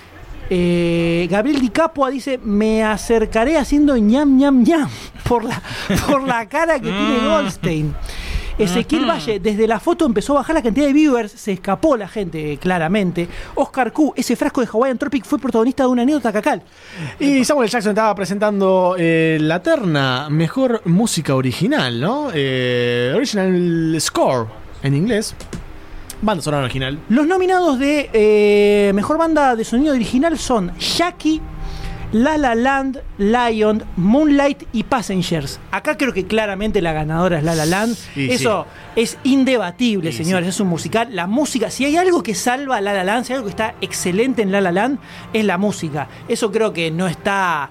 Gabriel Di Capua dice, me acercaré haciendo ñam ñam ñam por la cara que tiene Goldstein. Ezequiel Valle, desde la foto empezó a bajar la cantidad de viewers, se escapó la gente claramente. Oscar Q, ese frasco de Hawaiian Tropic fue protagonista de una anécdota cacal. Y Samuel Jackson estaba presentando la terna mejor música original, ¿no? Original Score en inglés. Banda sonora original. Los nominados de mejor banda de sonido original son Jackie, La La Land, Lion, Moonlight y Passengers. Acá creo que claramente la ganadora es La La Land. Eso es indebatible, señores. Es un musical. La música, si hay algo que salva a La La Land, si hay algo que está excelente en La La Land, es la música. Eso creo que no está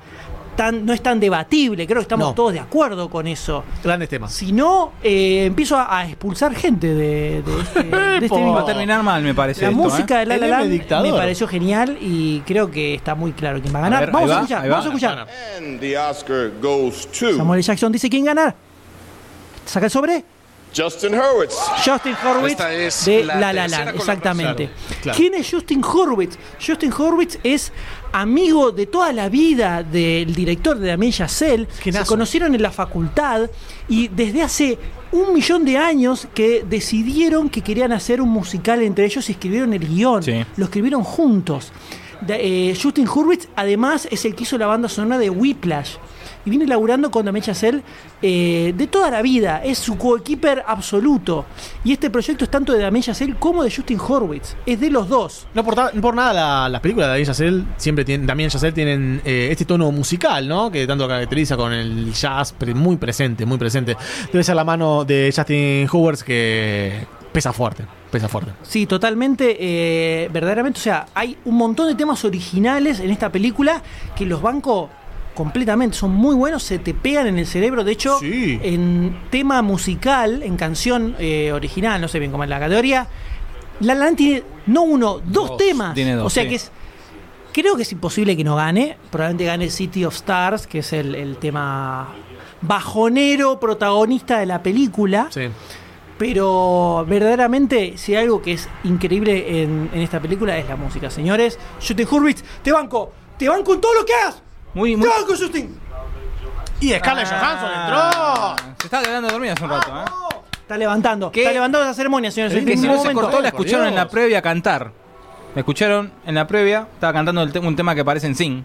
no es tan debatible, creo que estamos todos de acuerdo con eso. Grandes temas. Si no, empiezo a expulsar gente de este va a terminar mal, me parece. La música de La La Land dictador. me pareció genial y creo que está muy claro quién va a ganar. ver, vamos a ahí escuchar. And the Oscar goes to Samuel L. Jackson dice quién gana. Saca el sobre. Justin Hurwitz. Justin Hurwitz Esta es de la La La tercera Land, exactamente. Claro. ¿Quién es Justin Hurwitz? Justin Hurwitz es amigo de toda la vida del director de Damien Chazelle. Se conocieron en la facultad y desde hace 1.000.000 de años que decidieron que querían hacer un musical entre ellos y escribieron el guión. Sí. Lo escribieron juntos. Justin Hurwitz además es el que hizo la banda sonora de Whiplash. Y viene laburando con Damien Chazelle de toda la vida. Es su coequiper absoluto. Y este proyecto es tanto de Damien Chazelle como de Justin Hurwitz. Es de los dos. No por nada las películas de Damien Chazelle siempre tienen este tono musical, ¿no? Que tanto caracteriza con el jazz, muy presente, muy presente. Debe ser la mano de Justin Hurwitz que pesa fuerte. Sí, totalmente, verdaderamente. O sea, hay un montón de temas originales en esta película que los bancos completamente son muy buenos, se te pegan en el cerebro. De hecho, en tema musical, en canción original, no sé bien cómo es la categoría, La La Land tiene no uno, dos temas. Tiene dos, o sea sí. que creo que es imposible que no gane. Probablemente gane City of Stars, que es el tema bajonero protagonista de la película. Sí. Pero verdaderamente, si hay algo que es increíble en esta película es la música, señores. Justin Hurwitz, te banco en todo lo que hagas. Muy. Te banco, Justin. Y Scarlett Johansson entró. Se estaba quedando dormida hace un rato, Está levantando la ceremonia, señores. Que si no se cortó, la por escucharon en Dios. la previa cantar. La escucharon en la previa, estaba cantando un tema que parece en Sing.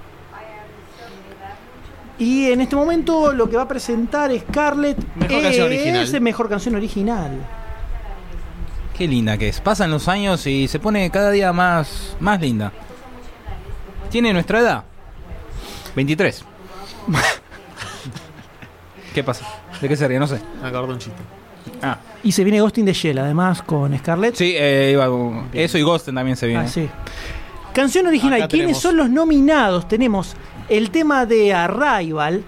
Y en este momento lo que va a presentar Scarlett Mejor canción original. es mejor canción original. Qué linda que es. Pasan los años y se pone cada día más linda. ¿Tiene nuestra edad? 23. ¿Qué pasa? ¿De qué se ríe? No sé. Me acordé un chiste. Ah, Y se viene Ghost in the Shell, además, con Scarlett. sí, eso y Ghosten también se viene. Ah, sí. Canción original. Acá ¿Quiénes tenemos. son los nominados? Tenemos el tema de Arrival.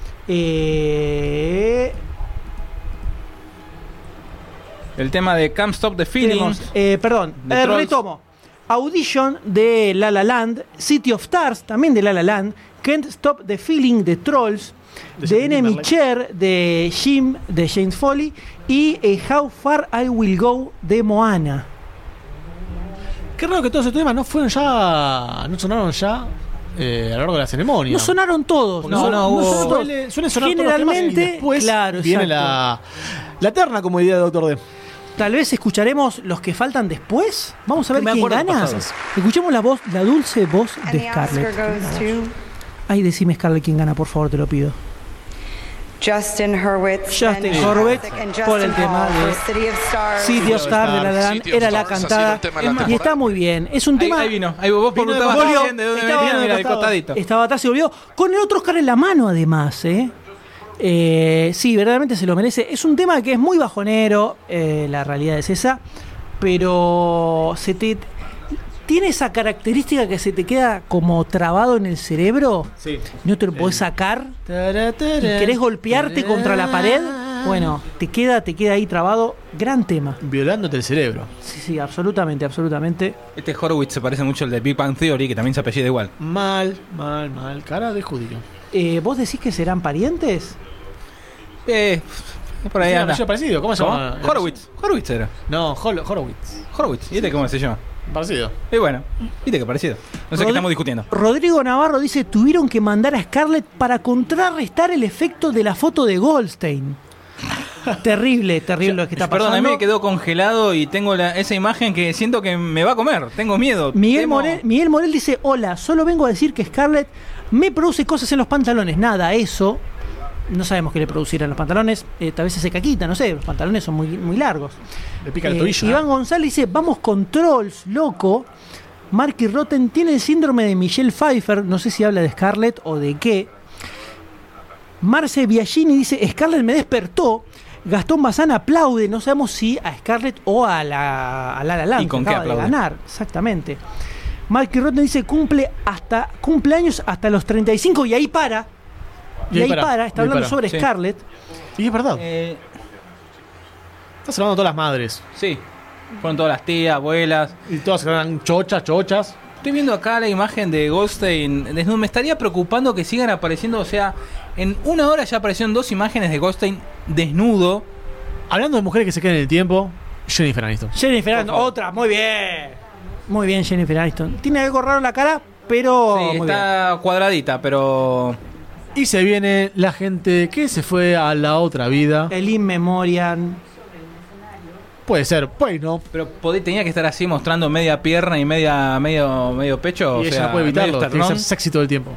El tema de Can't Stop the Feeling. Tenemos, de Trolls. retomo. Audition de La La Land. City of Stars, también de La La Land. Can't Stop the Feeling de Trolls. De The Enemy Timberlake. Chair de James Foley. Y How Far I Will Go de Moana. Qué raro que todos estos temas no sonaron ya a lo largo de la ceremonia. No sonaron todos. Porque No sonaron todos. suelen sonar todos los temas Generalmente, y después claro, viene exacto. la terna comodidad de Doctor D. Tal vez escucharemos los que faltan después. Vamos a ver Me quién acuerdo gana. pasados. Escuchemos la dulce voz de Scarlett. Ay, decime, Scarlett, quién gana, por favor, te lo pido. Justin Hurwitz por el tema de City of Stars de La La Land. City of Era la Stars ha sido cantada el tema de la y temporada. está muy bien. Es un tema. Ahí vino. Ahí vos preguntabas volvió. bien de dónde Estaba venía, mira, de costado. costadito. Estaba atrás y volvió. Con el otro Oscar en la mano, además. Sí, verdaderamente se lo merece. Es un tema que es muy bajonero. La realidad es esa. Pero tiene esa característica que se te queda como trabado en el cerebro. Sí. No te lo podés sacar. Y querés golpearte contra la pared. Bueno, te queda ahí trabado. Gran tema. Violándote el cerebro. Sí, absolutamente. Este Horowitz se parece mucho al de Big Bang Theory, que también se apellida igual. Mal. Cara de judío. ¿Vos decís que serán parientes? Por ahí ¿Tiene un anda. apellido parecido? ¿Cómo se llama? Horowitz era. No, Horowitz. Horowitz. ¿Y este cómo se llama? Parecido. Y bueno, viste que parecido. No sé qué estamos discutiendo. Rodrigo Navarro dice: tuvieron que mandar a Scarlett para contrarrestar el efecto de la foto de Goldstein. Terrible lo que está pasando. Perdón, a mí me quedó congelado y tengo esa imagen que siento que me va a comer. Tengo miedo. Miguel Morel dice: hola, solo vengo a decir que Scarlett me produce cosas en los pantalones. Nada, eso. No sabemos qué le producirán los pantalones. Tal vez se caquita, no sé. Los pantalones son muy largos. Le pica el tobillo. Iván González dice: vamos con Trolls, loco. Marky Rotten tiene el síndrome de Michelle Pfeiffer. No sé si habla de Scarlett o de qué. Marce Biagini dice: Scarlett me despertó. Gastón Bazán aplaude. No sabemos si a Scarlett o a La La Land. ¿Y con que qué acaba de aplaude? ganar. Exactamente. Mikey Rotten dice cumpleaños hasta los 35 y ahí para. Y ahí para. Está hablando sobre Scarlett. Y es verdad. Estás hablando de todas las madres. Sí. Fueron todas las tías, abuelas. Y todas eran chochas. Estoy viendo acá la imagen de Goldstein desnudo. Me estaría preocupando que sigan apareciendo. O sea, en una hora ya aparecieron 2 imágenes de Goldstein desnudo. Hablando de mujeres que se quedan en el tiempo, Jennifer Aniston. Otra, muy bien. Muy bien, Jennifer Aniston. Tiene algo raro en la cara, pero. Sí, está cuadradita, pero. Y se viene la gente que se fue a la otra vida. El In Memoriam. Puede ser, pues no. Pero tenía que estar así mostrando media pierna y medio pecho. Y ella no puede evitarlo, tiene que ser sexy todo el tiempo.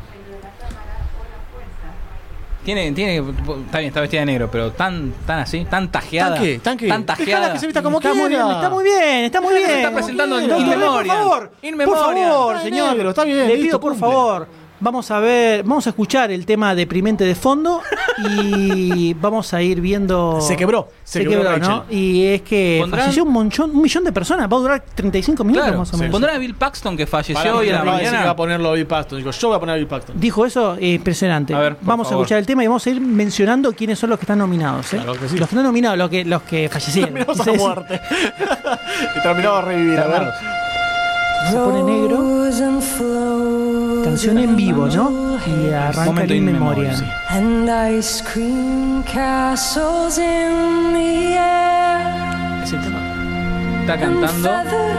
Está bien, está vestida de negro, pero tan así, tan tajeada. Tanque. Tan tajeada. Que se vista como está muy bien. Se está presentando In Memoriam. Por favor, señor. Negro, está bien. Le pido, por favor. Vamos a escuchar el tema deprimente de fondo y vamos a ir viendo. Se quebró, ¿no? Y es que falleció un millón de personas. Va a durar 35 minutos, claro, más o menos. Pondrán a Bill Paxton, que falleció hoy en la mañana. Va a ponerlo a Bill Paxton. Digo, yo voy a poner a Bill Paxton. Dijo eso, impresionante. A ver, vamos a escuchar el tema y vamos a ir mencionando quiénes son los que están nominados. Claro que sí. Los que están nominados, los que fallecieron. Terminados a muerte. Y terminados a revivir. A ver. Se pone negro. Canción en vivo, ¿no? Y arranca el In Memoriam. Sí. Es el tema. Está cantando.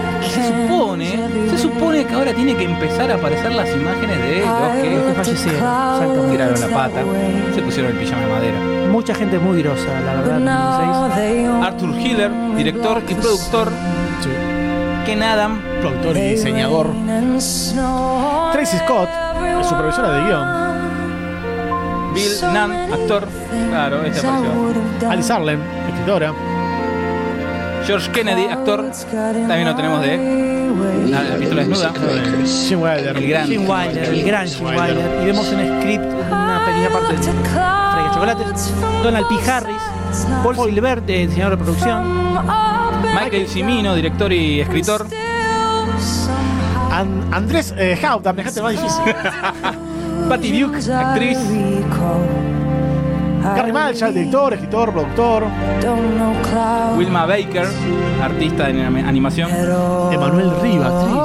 Se supone que ahora tiene que empezar a aparecer las imágenes de los que fallecieron. Tiraron la pata, se pusieron el pijama de madera. Mucha gente muy grosa, la verdad. 2016. Arthur Hiller, director y productor. Sí. Ken Adam, productor y diseñador. Tracy Scott, supervisora de guión. Bill Nunn, actor. Claro, este apareció. Alice Arlen, escritora. George Kennedy, actor. También lo tenemos de La pistola desnuda. Jim Wilder. El gran Jim Wilder. Y vemos en script una pequeña parte de Fresca Chocolate. Donald P. Harris. Paul Silver, diseñador de producción. Michael Cimino, director y escritor. Andrés Haupt, dejate más difícil. Patty Duke, actriz. Gary Marshall, director, escritor, productor. Wilma Baker, artista de animación. Emanuel Riva, actriz.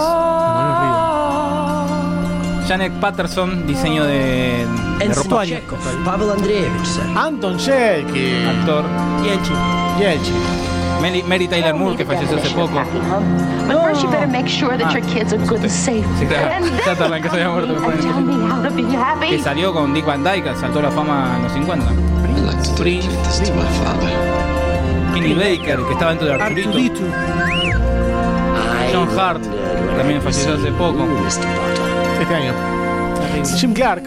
Janet Patterson, diseño de ropa. Pavel Andreevich. Anton Shelky, actor. Yelchi. Mary Tyler Moore, que falleció hace poco. But first you better make sure that your kids are good and safe. Sí, claro. Sutherland, que se había muerto. Tell me how to be happy. Que salió con Dick Van Dyke, saltó a la fama en los 50. Prince. Kenny Baker, que estaba dentro de Arturito. John Hart, también falleció hace poco. Este año. Jim Clark.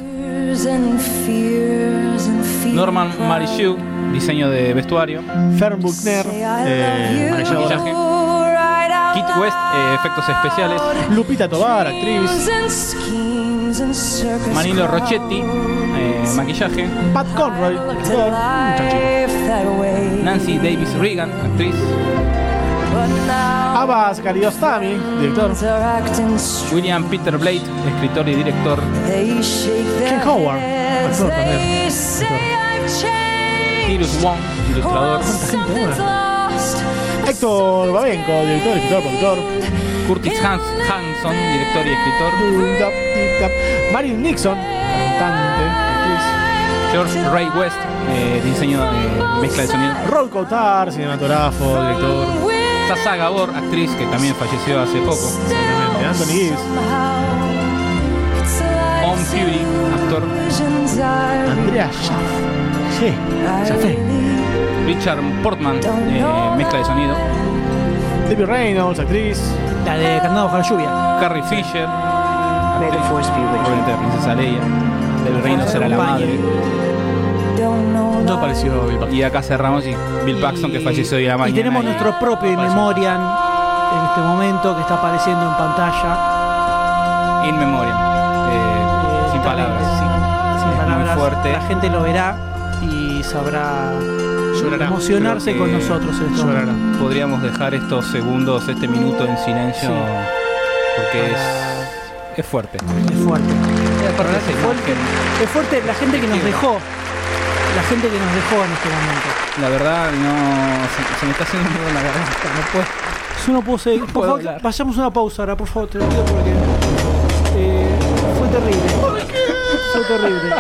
Norman Maricheau, diseño de vestuario. Fern Buckner, maquillaje. Kit West, efectos especiales. Lupita Tovar, actriz. Manilo Rocchetti, maquillaje. Pat Conroy, actor. Nancy Davis Reagan, actriz. Abbas Kiarostami, director. William Peter Blade, escritor y director. Ken Howard, actor también. Tyrus Wong, ilustrador. Héctor Babenco, director, escritor, productor. Curtis Hanson, director y escritor. Marilyn Nixon, cantante, actriz. George Ray West, diseño de mezcla de sonido. Roll Coutar, cinematógrafo, director. Sasa Gabor, actriz, que también falleció hace poco. Exactamente. Anthony Gibbs. Owen Fury, actor. Andrea Jaffe. Richard Portman, mezcla de sonido. Debbie Reynolds, actriz. La de Cantando bajo la lluvia. Carrie Fisher, actriz. Obviamente la princesa Leia. Debbie Reynolds era la madre. No apareció Bill Paxton. Y acá cerramos y Bill Paxton, que falleció hoy a la mañana. Y tenemos nuestro propio In Memoriam en este momento que está apareciendo en pantalla. In Memoriam. Sin palabras. Sin palabras. Muy fuerte. La gente lo verá y sabrá emocionarse con nosotros. Podríamos dejar estos segundos, este minuto en silencio, porque Es fuerte. Es fuerte. Es fuerte la gente que nos dejó. La gente que nos dejó en este momento. La verdad, no. Se me está haciendo un nudo en la garganta. No puedo. Yo no puedo seguir. Por favor, vayamos a una pausa ahora, por favor, te lo pido porque. Fue terrible. Fue terrible.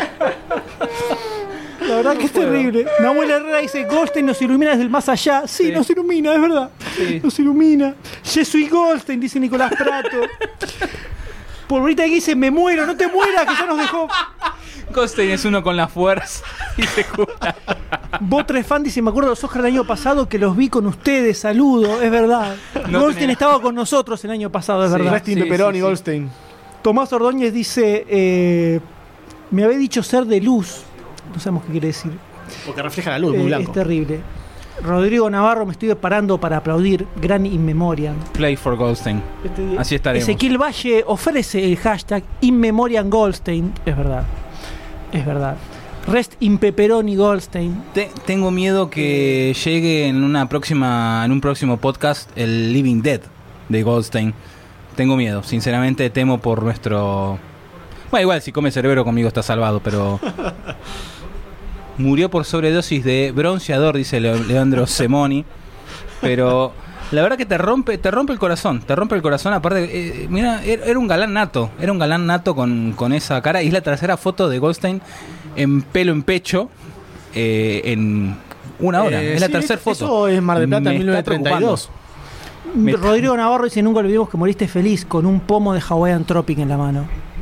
La verdad que es terrible. Nahuel Herrera dice: Goldstein nos ilumina desde el más allá. Sí, nos ilumina, es verdad. Sí. Nos ilumina. Jesús y Goldstein, dice Nicolás Prato. Polvorita que dice: me muero, no te mueras, que ya nos dejó. Goldstein es uno con la fuerza y se cura. Botres Fan dice: me acuerdo de los Oscars del año pasado que los vi con ustedes, saludo, es verdad. No Goldstein estaba con nosotros el año pasado, es verdad. Resting Pepperoni, Goldstein. Tomás Ordóñez dice: me había dicho ser de luz. No sabemos qué quiere decir. Porque refleja la luz, muy blanco. Es terrible. Rodrigo Navarro, me estoy parando para aplaudir. Gran in memoriam. Play for Goldstein. Así estaremos. Ezequiel Valle ofrece el hashtag in memoriam Goldstein. Es verdad. Es verdad. Rest in Pepperoni Goldstein. Tengo miedo que llegue en un próximo podcast el Living Dead de Goldstein. Tengo miedo, sinceramente temo por nuestro... Bueno, igual si come cerebro conmigo está salvado, pero... Murió por sobredosis de bronceador, dice Leandro Semoni. Pero la verdad que te rompe el corazón. Te rompe el corazón, aparte... mira, era un galán nato. Era un galán nato con esa cara. Y es la tercera foto de Goldstein en pelo en pecho en una hora. Es la tercera foto. Eso es Mar del Plata en 1932. Rodrigo Navarro dice: nunca olvidemos que moriste feliz con un pomo de Hawaiian Tropic en la mano.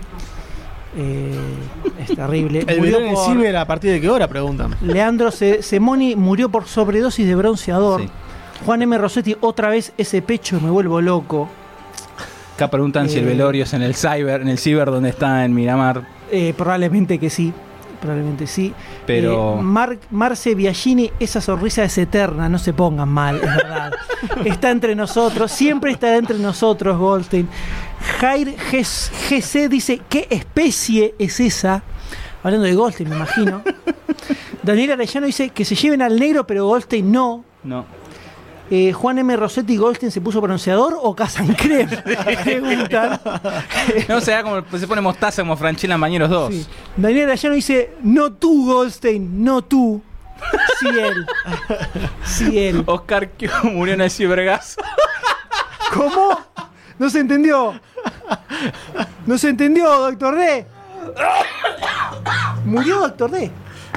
Es terrible. ¿El video en el ciber a partir de qué hora? Preguntan. Leandro Semoni murió por sobredosis de bronceador. Sí. Juan M. Rossetti: otra vez ese pecho, me vuelvo loco. Acá preguntan si el velorio es en el ciber donde está en Miramar. Probablemente que sí. Probablemente sí. Pero Marce Biagini: esa sonrisa es eterna, no se pongan mal, es verdad. Está entre nosotros, siempre estará entre nosotros, Goldstein. Jair GC dice: ¿qué especie es esa? Hablando de Goldstein, me imagino. Daniel Arellano dice: que se lleven al negro, pero Goldstein no. No. Juan M. Rossetti: ¿Goldstein se puso bronceador o Casancrem? Preguntan. No, se da como se pone mostaza como Franchella Bañeros 2. Sí. Daniel Arellano dice: no tú, Goldstein, no tú. Sí, él. Sí, él. Oscar Q murió en el cibergazo. ¿Cómo? No se entendió. No se entendió, Doctor D. Murió Doctor D.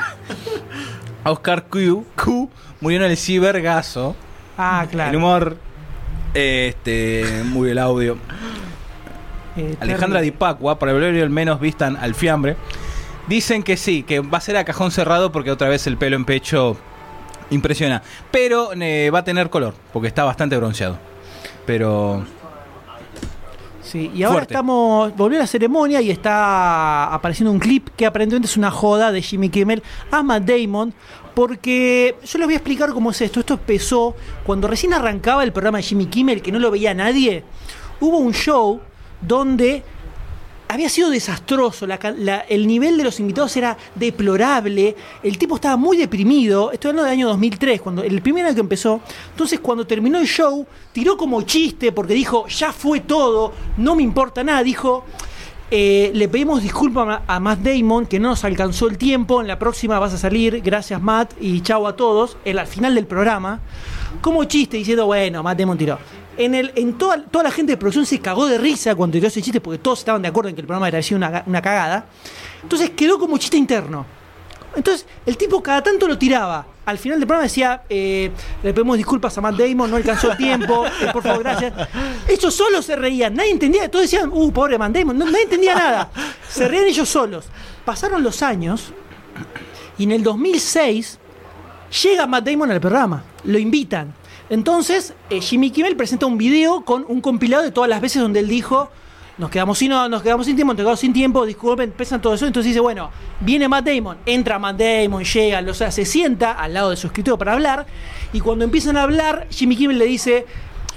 Oscar Q murió en el cibergazo. Ah, claro. El humor. Murió el audio. Alejandra Di Pacua, para el velorio al menos vistan al fiambre. Dicen que sí, que va a ser a cajón cerrado porque otra vez el pelo en pecho impresiona. Pero va a tener color, porque está bastante bronceado. Pero... Sí, y ahora volvió a la ceremonia y está apareciendo un clip que aparentemente es una joda de Jimmy Kimmel a Matt Damon, porque yo les voy a explicar cómo es esto. Esto empezó cuando recién arrancaba el programa de Jimmy Kimmel, que no lo veía nadie. Hubo un show donde había sido desastroso, el nivel de los invitados era deplorable, el tipo estaba muy deprimido. Estoy hablando del año 2003, cuando el primer año que empezó. Entonces, cuando terminó el show, tiró como chiste porque dijo: ya fue todo, no me importa nada. Dijo: le pedimos disculpas a Matt Damon, que no nos alcanzó el tiempo, en la próxima vas a salir, gracias Matt, y chau a todos, al final del programa, como chiste, diciendo: bueno, Matt Damon tiró. Toda la gente de producción se cagó de risa cuando tiró ese chiste, porque todos estaban de acuerdo en que el programa era sido una cagada. Entonces quedó como chiste interno. Entonces el tipo cada tanto lo tiraba. Al final del programa decía: le pedimos disculpas a Matt Damon, no alcanzó el tiempo, por favor, gracias. Ellos solos se reían, nadie entendía. Todos decían: pobre Matt Damon, nadie entendía nada. Se reían ellos solos. Pasaron los años y en el 2006 llega Matt Damon al programa, lo invitan. Entonces, Jimmy Kimmel presenta un video con un compilado de todas las veces donde él dijo: nos quedamos sin tiempo, disculpen, pesan todo eso. Entonces dice: bueno, viene Matt Damon, entra Matt Damon, llega, se sienta al lado de su escritorio para hablar. Y cuando empiezan a hablar, Jimmy Kimmel le dice: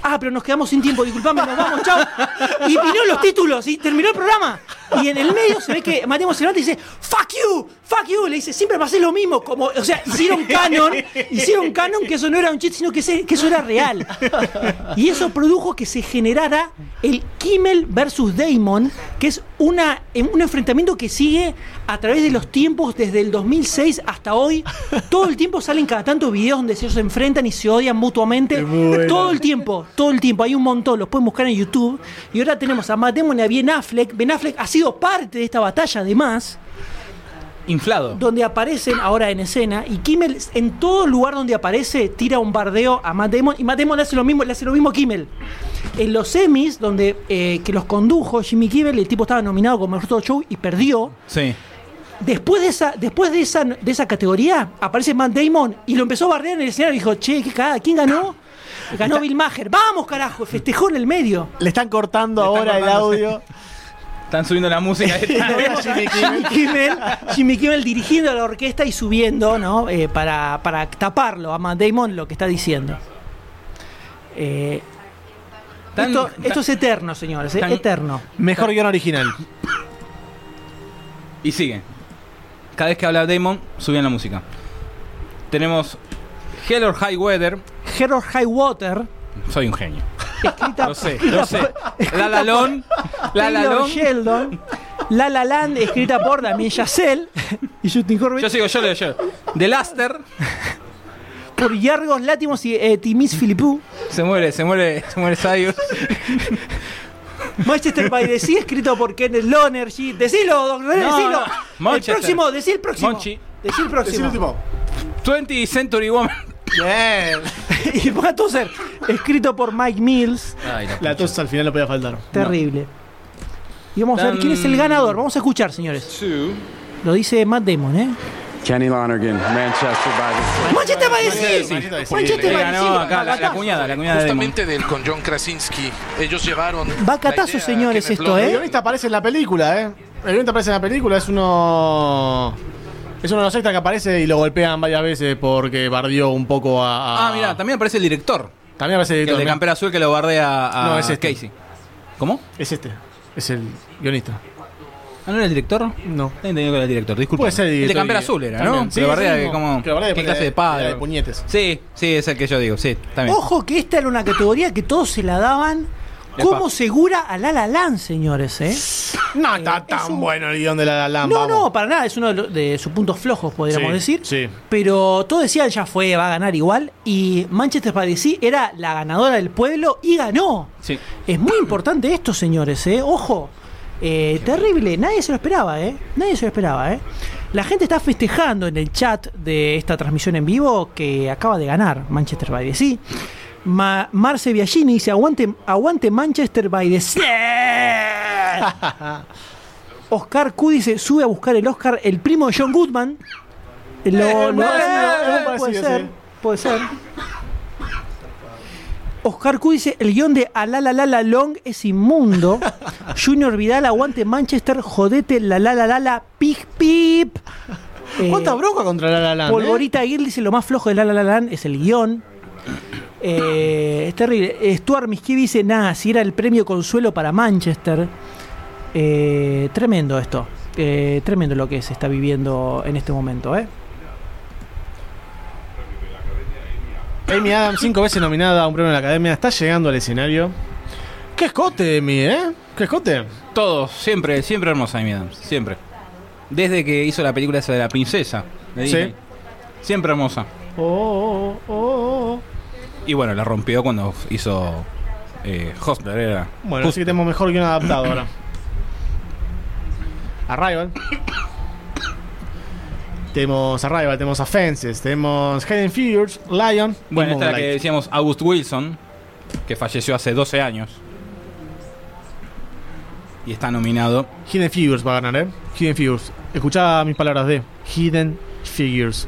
pero nos quedamos sin tiempo, disculpame, nos vamos, chao. Y vinieron los títulos y terminó el programa. Y en el medio se ve que Matt Damon se levanta y dice, fuck you, le dice, siempre me haces lo mismo. Como, o sea, hicieron canon que eso no era un chiste, sino que eso era real. Y eso produjo que se generara el Kimmel versus Damon, que es un enfrentamiento que sigue a través de los tiempos desde el 2006 hasta hoy. Todo el tiempo salen cada tanto videos donde ellos se enfrentan y se odian mutuamente. Bueno. Todo el tiempo. Hay un montón, los pueden buscar en YouTube. Y ahora tenemos a Matt Damon y a Ben Affleck. Ben Affleck ha sido parte de esta batalla, además. Inflado. Donde aparecen ahora en escena. Y Kimmel, en todo lugar donde aparece, tira un bardeo a Matt Damon. Y Matt Damon le hace lo mismo a Kimmel. En los Emmys, donde que los condujo Jimmy Kimmel, el tipo estaba nominado como mejor show y perdió. Sí. Después de esa categoría, aparece Matt Damon y lo empezó a bardear en el escenario y dijo, che, ¿qué cagada? ¿Quién ganó? Ganó Bill Maher. ¡Vamos, carajo! Festejó en el medio. Le están cortando ahora el audio. Están subiendo la música. Jimmy Kimmel dirigiendo a la orquesta y subiendo, ¿no? Para taparlo a Matt Damon lo que está diciendo. Esto es eterno, señores. Eterno. Mejor guión original. Y sigue. Cada vez que habla Damon, subían la música. Tenemos Hell or High Weather. Hell or High Water. Soy un genio. Lo sé. La La Sheldon. La La Land, escrita por Damien Chazelle y Justin Corbett. Yo leo. The Luster. Por Yargos Látimos y Timis Philippou. Se muere Sayus. Manchester by the Sea, escrito por Kenneth Lonergy. Decilo, doctor, decilo. Decí el próximo. Monchi. Decí el próximo. 20th Century Woman. Bien. Y va a toser. Escrito por Mike Mills. Ay, la tos al final no podía faltar. Terrible. No. Y vamos a ver quién es el ganador. Vamos a escuchar, señores. Lo dice Matt Damon, Kenny Lonergan, Manchester by the Sea. Manchester by the Sea. La cuñada justamente del con John Krasinski. Ellos llevaron. Bacatazo, señores, esto, El guionista aparece en la película, El guionista aparece en la película, es uno de los extras que aparece y lo golpean varias veces porque bardeó un poco a... mira, también aparece el director. También aparece el director. El de campera azul que lo bardea a no, es este. Casey. ¿Cómo? Es el guionista. ¿No era el director? No. He entendido que era el director, disculpa. Puede ser el de campera azul era, ¿no? Sí, que bardea ¿qué clase de padre? De puñetes. Sí, es el que yo digo, sí, también. Ojo que esta era una categoría que todos se la daban como segura a La La Land, señores. No está tan bueno el guión de La La Land. No, para nada, es uno de sus puntos flojos, podríamos decir. Sí. Pero todos decían, ya fue, va a ganar igual. Y Manchester by the Sea era la ganadora del pueblo y ganó. Sí. Es muy importante esto, señores, Ojo. Terrible, nadie se lo esperaba, La gente está festejando en el chat de esta transmisión en vivo que acaba de ganar Manchester by the Sea. Marce Biagini dice, aguante Manchester by the Sea. Oscar Q dice, sube a buscar el Oscar el primo de John Goodman. Puede ser. Oscar Q dice, el guión de A La La La La Long es inmundo. Junior Vidal, aguante Manchester, jodete La La La La La Pig Pip. ¿Cuánta bronca contra La La Land? Polvorita Aguirre dice, lo más flojo de La La La Land es el guión. Es terrible. Stuart Miski dice, nada, si era el premio consuelo para Manchester. Tremendo esto. Tremendo lo que se está viviendo en este momento, Amy Adams, 5 veces nominada a un premio de la Academia, está llegando al escenario. ¡Qué escote, Amy, ¡Qué escote! Todos, siempre hermosa Amy Adams, siempre. Desde que hizo la película esa de la princesa de Disney. Sí. Siempre hermosa. Y bueno, la rompió cuando hizo Hostler, era. Bueno, así que tenemos mejor guión adaptado ahora. Arrival. Tenemos Arrival, tenemos Offenses, tenemos Hidden Figures, Lion. Bueno, esta es la que decíamos August Wilson, que falleció hace 12 años. Y está nominado. Hidden Figures va a ganar, Hidden Figures. Escuchá mis palabras de Hidden Figures.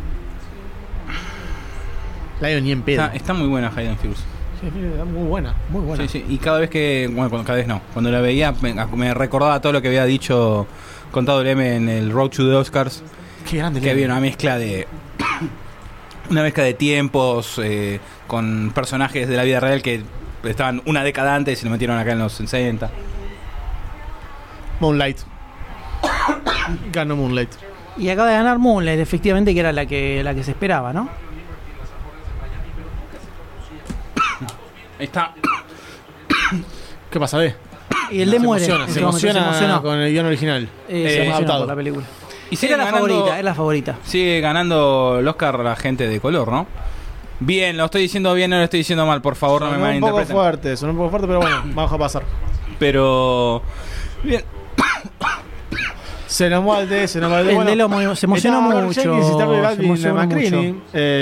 Lion ni en pedo. Está muy buena Hidden Figures. Sí, muy buena. Sí. Y cada vez que... Bueno, cada vez no. Cuando la veía me recordaba todo lo que había dicho contado el M en el Road to the Oscars. Qué grande. Que había una mezcla de tiempos con personajes de la vida real que estaban una década antes y se lo metieron acá en los 60. Moonlight. Ganó Moonlight. Y acaba de ganar Moonlight, efectivamente, que era la que se esperaba, ¿no? Ahí está. ¿Qué pasa, D? Y el D muere. Se emociona con el guión original. Se emociona por la película. Y sigue ganando, es la favorita. Sigue ganando el Oscar la gente de color, ¿no? Bien, lo estoy diciendo bien, no lo estoy diciendo mal, por favor, no me malinterpreten. Son un poco fuerte, pero bueno, vamos a pasar. Pero... Bien. Se enamoró el D, se emocionó mucho.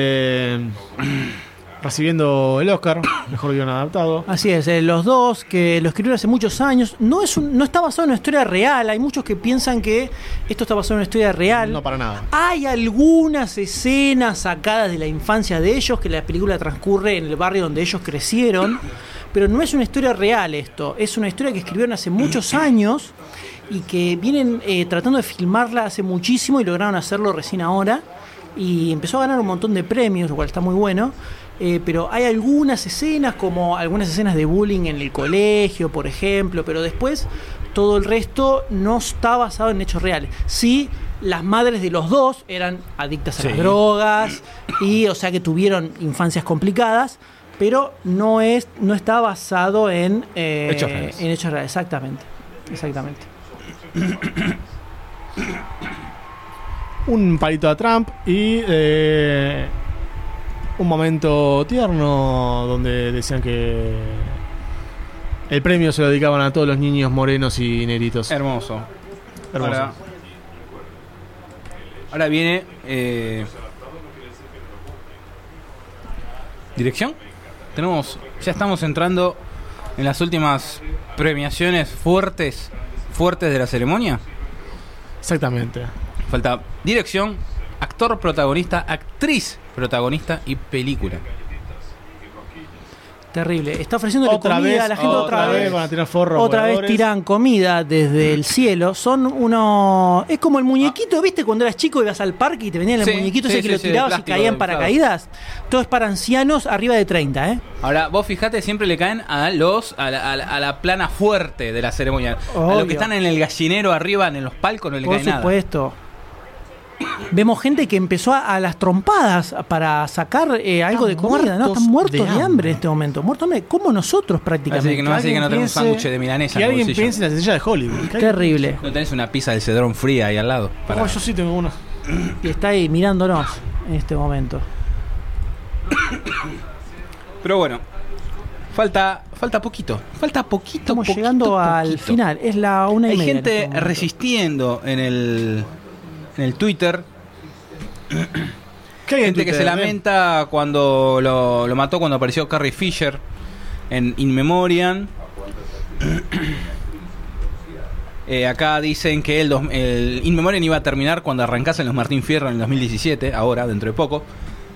Recibiendo el Oscar, mejor guión adaptado. Así es, los dos que lo escribieron hace muchos años. No está basado en una historia real. Hay muchos que piensan que esto está basado en una historia real. No, para nada. Hay algunas escenas sacadas de la infancia de ellos, que la película transcurre en el barrio donde ellos crecieron. Pero no es una historia real esto. Es una historia que escribieron hace muchos años y que vienen tratando de filmarla hace muchísimo y lograron hacerlo recién ahora. Y empezó a ganar un montón de premios, lo cual está muy bueno. Pero hay algunas escenas, como algunas escenas de bullying en el colegio, por ejemplo, pero después todo el resto no está basado en hechos reales. Sí, las madres de los dos eran adictas a las drogas y, o sea, que tuvieron infancias complicadas, pero no está basado en hechos reales. En hechos reales, exactamente. Un palito a Trump y un momento tierno donde decían que el premio se lo dedicaban a todos los niños morenos y negritos. Hermoso. Ahora viene dirección. Ya estamos entrando en las últimas premiaciones fuertes de la ceremonia. Exactamente. Falta dirección, actor protagonista, actriz protagonista y película. Terrible. Está ofreciéndole comida a la gente otra vez. Van a tirar forro. Otra vez tiran comida desde el cielo. Son unos... Es como el muñequito, ¿viste? Cuando eras chico ibas al parque y te venían el muñequito ese que lo tirabas y caían paracaídas. Todo es para ancianos arriba de 30, ¿eh? Ahora, vos fijate, siempre le caen a la plana fuerte de la ceremonia. Obvio. A los que están en el gallinero arriba, en los palcos, no le cae nada. Por supuesto. Vemos gente que empezó a las trompadas para sacar algo de comida, ¿no? Están muertos de hambre en este momento. Muertos de hambre, como nosotros prácticamente. Así que no tenemos un sándwich de milanesa. Que alguien piense en la estrella de Hollywood. Terrible. No tenés una pizza del Cedrón fría ahí al lado. Yo sí tengo una. Y está ahí mirándonos en este momento. Pero bueno, falta poquito. Estamos llegando al final. Es la 1:30. Hay gente resistiendo en el Twitter. ¿Qué hay en gente Twitter, que se lamenta cuando lo mató cuando apareció Carrie Fisher en In Memoriam. Acá dicen que el In Memoriam iba a terminar cuando arrancasen los Martín Fierro en el 2017, ahora, dentro de poco.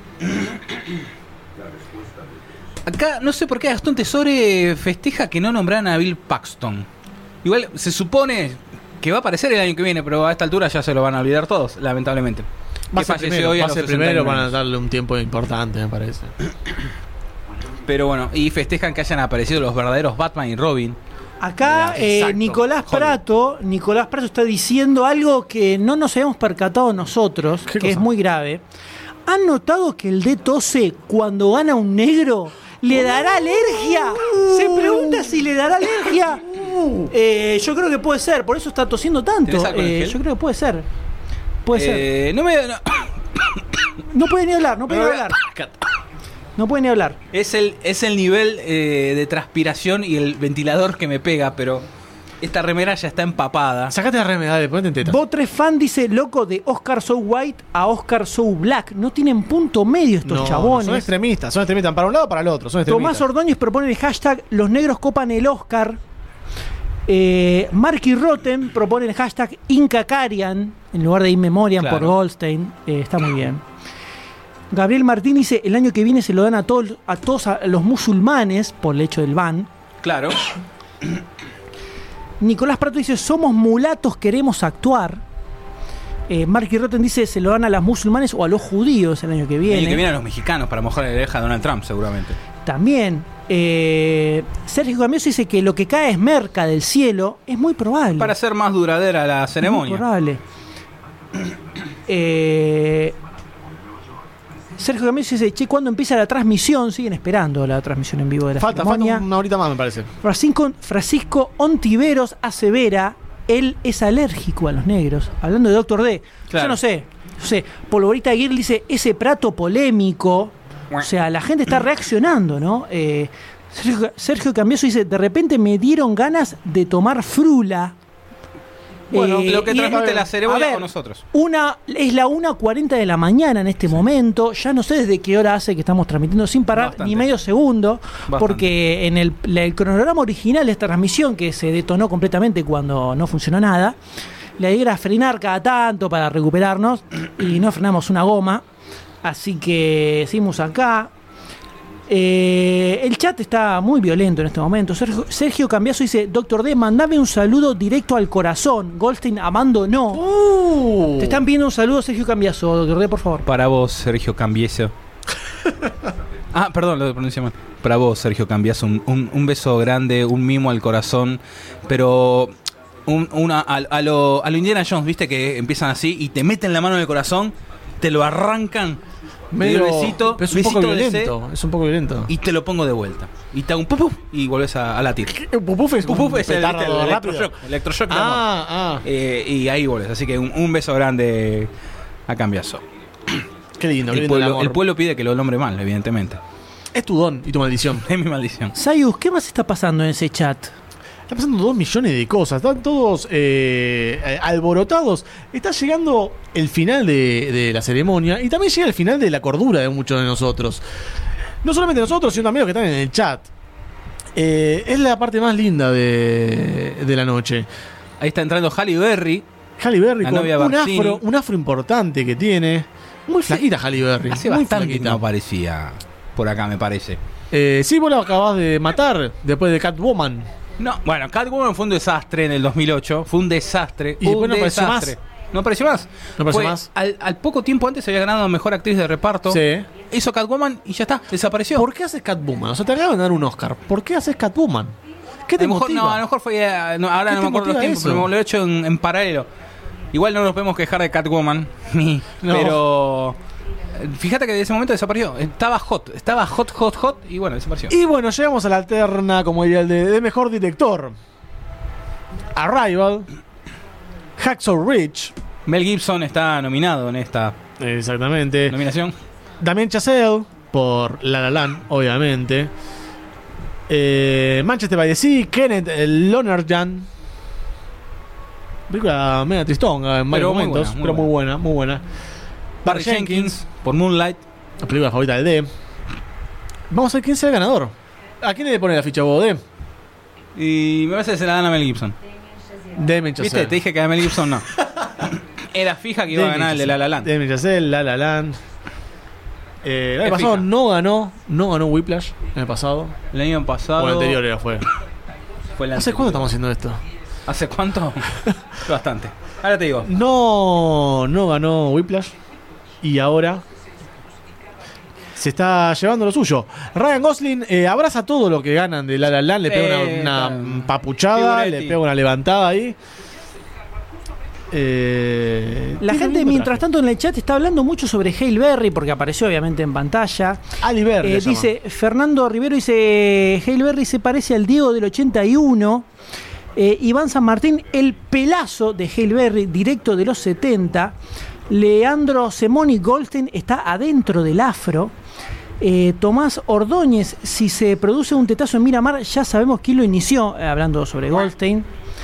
Acá no sé por qué Gastón Tesore festeja que no nombraran a Bill Paxton. Igual se supone que va a aparecer el año que viene, pero a esta altura ya se lo van a olvidar todos, lamentablemente. Va a ser primero, van a darle un tiempo importante, me parece. Pero bueno, y festejan que hayan aparecido los verdaderos Batman y Robin. Acá Nicolás Prato está diciendo algo que no nos habíamos percatado nosotros, que es muy grave. ¿Han notado que el D tose cuando gana un negro? ¿Le dará alergia? Se pregunta si le dará alergia. Yo creo que puede ser, por eso está tosiendo tanto. Yo creo que puede ser. No puede ni hablar. No puede ni hablar. Es el nivel de transpiración y el ventilador que me pega, pero esta remera ya está empapada. Sacate la remera, dale, ponete en tetas. Botre Fan dice, loco, de Oscar So White a Oscar So Black. No tienen punto medio estos chabones. Son extremistas para un lado o para el otro. Tomás Ordóñez propone el hashtag Los negros copan el Oscar. Marky Rotten propone el hashtag Incacarian en lugar de In Memoriam, por Goldstein. Está muy bien. Gabriel Martín dice, el año que viene se lo dan a todos los musulmanes por el hecho del ban. Claro. Nicolás Prato dice, somos mulatos, queremos actuar. Marky Rotten dice, se lo dan a los musulmanes o a los judíos el año que viene. El año que viene a los mexicanos para mojar la oreja a Donald Trump, seguramente. También. Sergio Cambiaso dice que lo que cae es merca del cielo. Es muy probable. Para hacer más duradera la ceremonia. Es muy probable. Sergio Cambiaso dice, che, ¿cuándo empieza la transmisión? Siguen esperando la transmisión en vivo de la ceremonia. Falta una horita más, me parece. Francisco Ontiveros asevera, él es alérgico a los negros. Hablando de Dr. D. Claro. Yo no sé. Polvorita Aguirre dice, ese prato polémico. O sea, la gente está reaccionando, ¿no? Sergio Cambiaso dice, de repente me dieron ganas de tomar frula. Bueno, lo que transmite la ceremonia con nosotros. Es la 1:40 de la mañana en este momento. Ya no sé desde qué hora hace que estamos transmitiendo sin parar ni medio segundo. Porque en el cronograma original de esta transmisión, que se detonó completamente cuando no funcionó nada, la idea era frenar cada tanto para recuperarnos y no frenamos una goma. Así que seguimos acá. El chat está muy violento en este momento. Sergio Cambiaso dice, Dr. D, mandame un saludo directo al corazón. Goldstein abandonó. Te están pidiendo un saludo, Sergio Cambiaso, Dr. D, por favor. Para vos, Sergio Cambiaso. Perdón, lo pronuncié mal. Para vos, Sergio Cambiaso, un beso grande, un mimo al corazón. Pero a lo Indiana Jones, viste, que empiezan así y te meten la mano en el corazón, te lo arrancan. Medio besito, es un poco violento. Es un poco violento. Y te lo pongo de vuelta. Y te hago un pupuf y volvés a latir. Pupuf es el electroshock. Y ahí volvés. Así que un beso grande a Cambiaso. Qué lindo. El pueblo pide que lo nombre mal, evidentemente. Es tu don y tu maldición. Es mi maldición. Sayus, ¿qué más está pasando en ese chat? Está pasando 2 millones de cosas. Están todos alborotados. Está llegando el final de la ceremonia. Y también llega el final de la cordura de muchos de nosotros. No solamente nosotros, sino también los que están en el chat. Es la parte más linda de la noche. Ahí está entrando Halle Berry. Halle Berry con un afro importante que tiene. Muy flaquita Halle Berry. Hace muy bastante flaquita. No aparecía por acá, me parece. Sí, vos la acabás de matar después de Catwoman. No, bueno, Catwoman fue un desastre en el 2008. Fue un desastre. Y después no apareció más. ¿No apareció más? No apareció más. Al poco tiempo antes había ganado Mejor Actriz de Reparto. Sí. Hizo Catwoman y ya está, desapareció. ¿Por qué haces Catwoman? O sea, te acaban de dar un Oscar. ¿Por qué haces Catwoman? ¿Qué te motiva? No, a lo mejor fue... ahora no me acuerdo los tiempos, pero lo he hecho en paralelo. Igual no nos podemos quejar de Catwoman. Pero... Fíjate que de ese momento desapareció. Estaba hot y bueno, desapareció. Y bueno, llegamos a la terna, como diría el de mejor director. Arrival, Hacksaw Ridge. Mel Gibson está nominado en esta nominación. Damien Chazelle por La La Land, obviamente. Manchester by the Sea, Kenneth Lonergan. Película media tristonga en varios momentos, pero muy buena. Barry Jenkins por Moonlight, la película favorita del D. Vamos a ver quién sea el ganador. ¿A quién le pone la ficha vos, D? Y me parece que se la dan a Mel Gibson. Damien Chazelle. ¿Viste? Te dije que a Mel Gibson no. Era fija que iba a ganar el de La La Land. Damien Chazelle, La La Land. El año pasado no ganó Whiplash en el pasado. El año pasado. O el anterior fue. ¿Hace cuánto estamos haciendo esto? ¿Hace cuánto? Bastante. Ahora te digo. No ganó Whiplash. Y ahora se está llevando lo suyo. Ryan Gosling abraza todo lo que ganan de La La Land. Le pega una papuchada, le pega una levantada ahí. La gente mientras tanto en el chat está hablando mucho sobre Halle Berry, porque apareció obviamente en pantalla. Halle Berry dice Fernando Rivero, dice Halle Berry se parece al Diego del 81. Iván San Martín, el pelazo de Halle Berry, directo de los 70. Leandro Semoni Goldstein está adentro del afro. Tomás Ordóñez, si se produce un tetazo en Miramar, ya sabemos quién lo inició, hablando sobre Goldstein.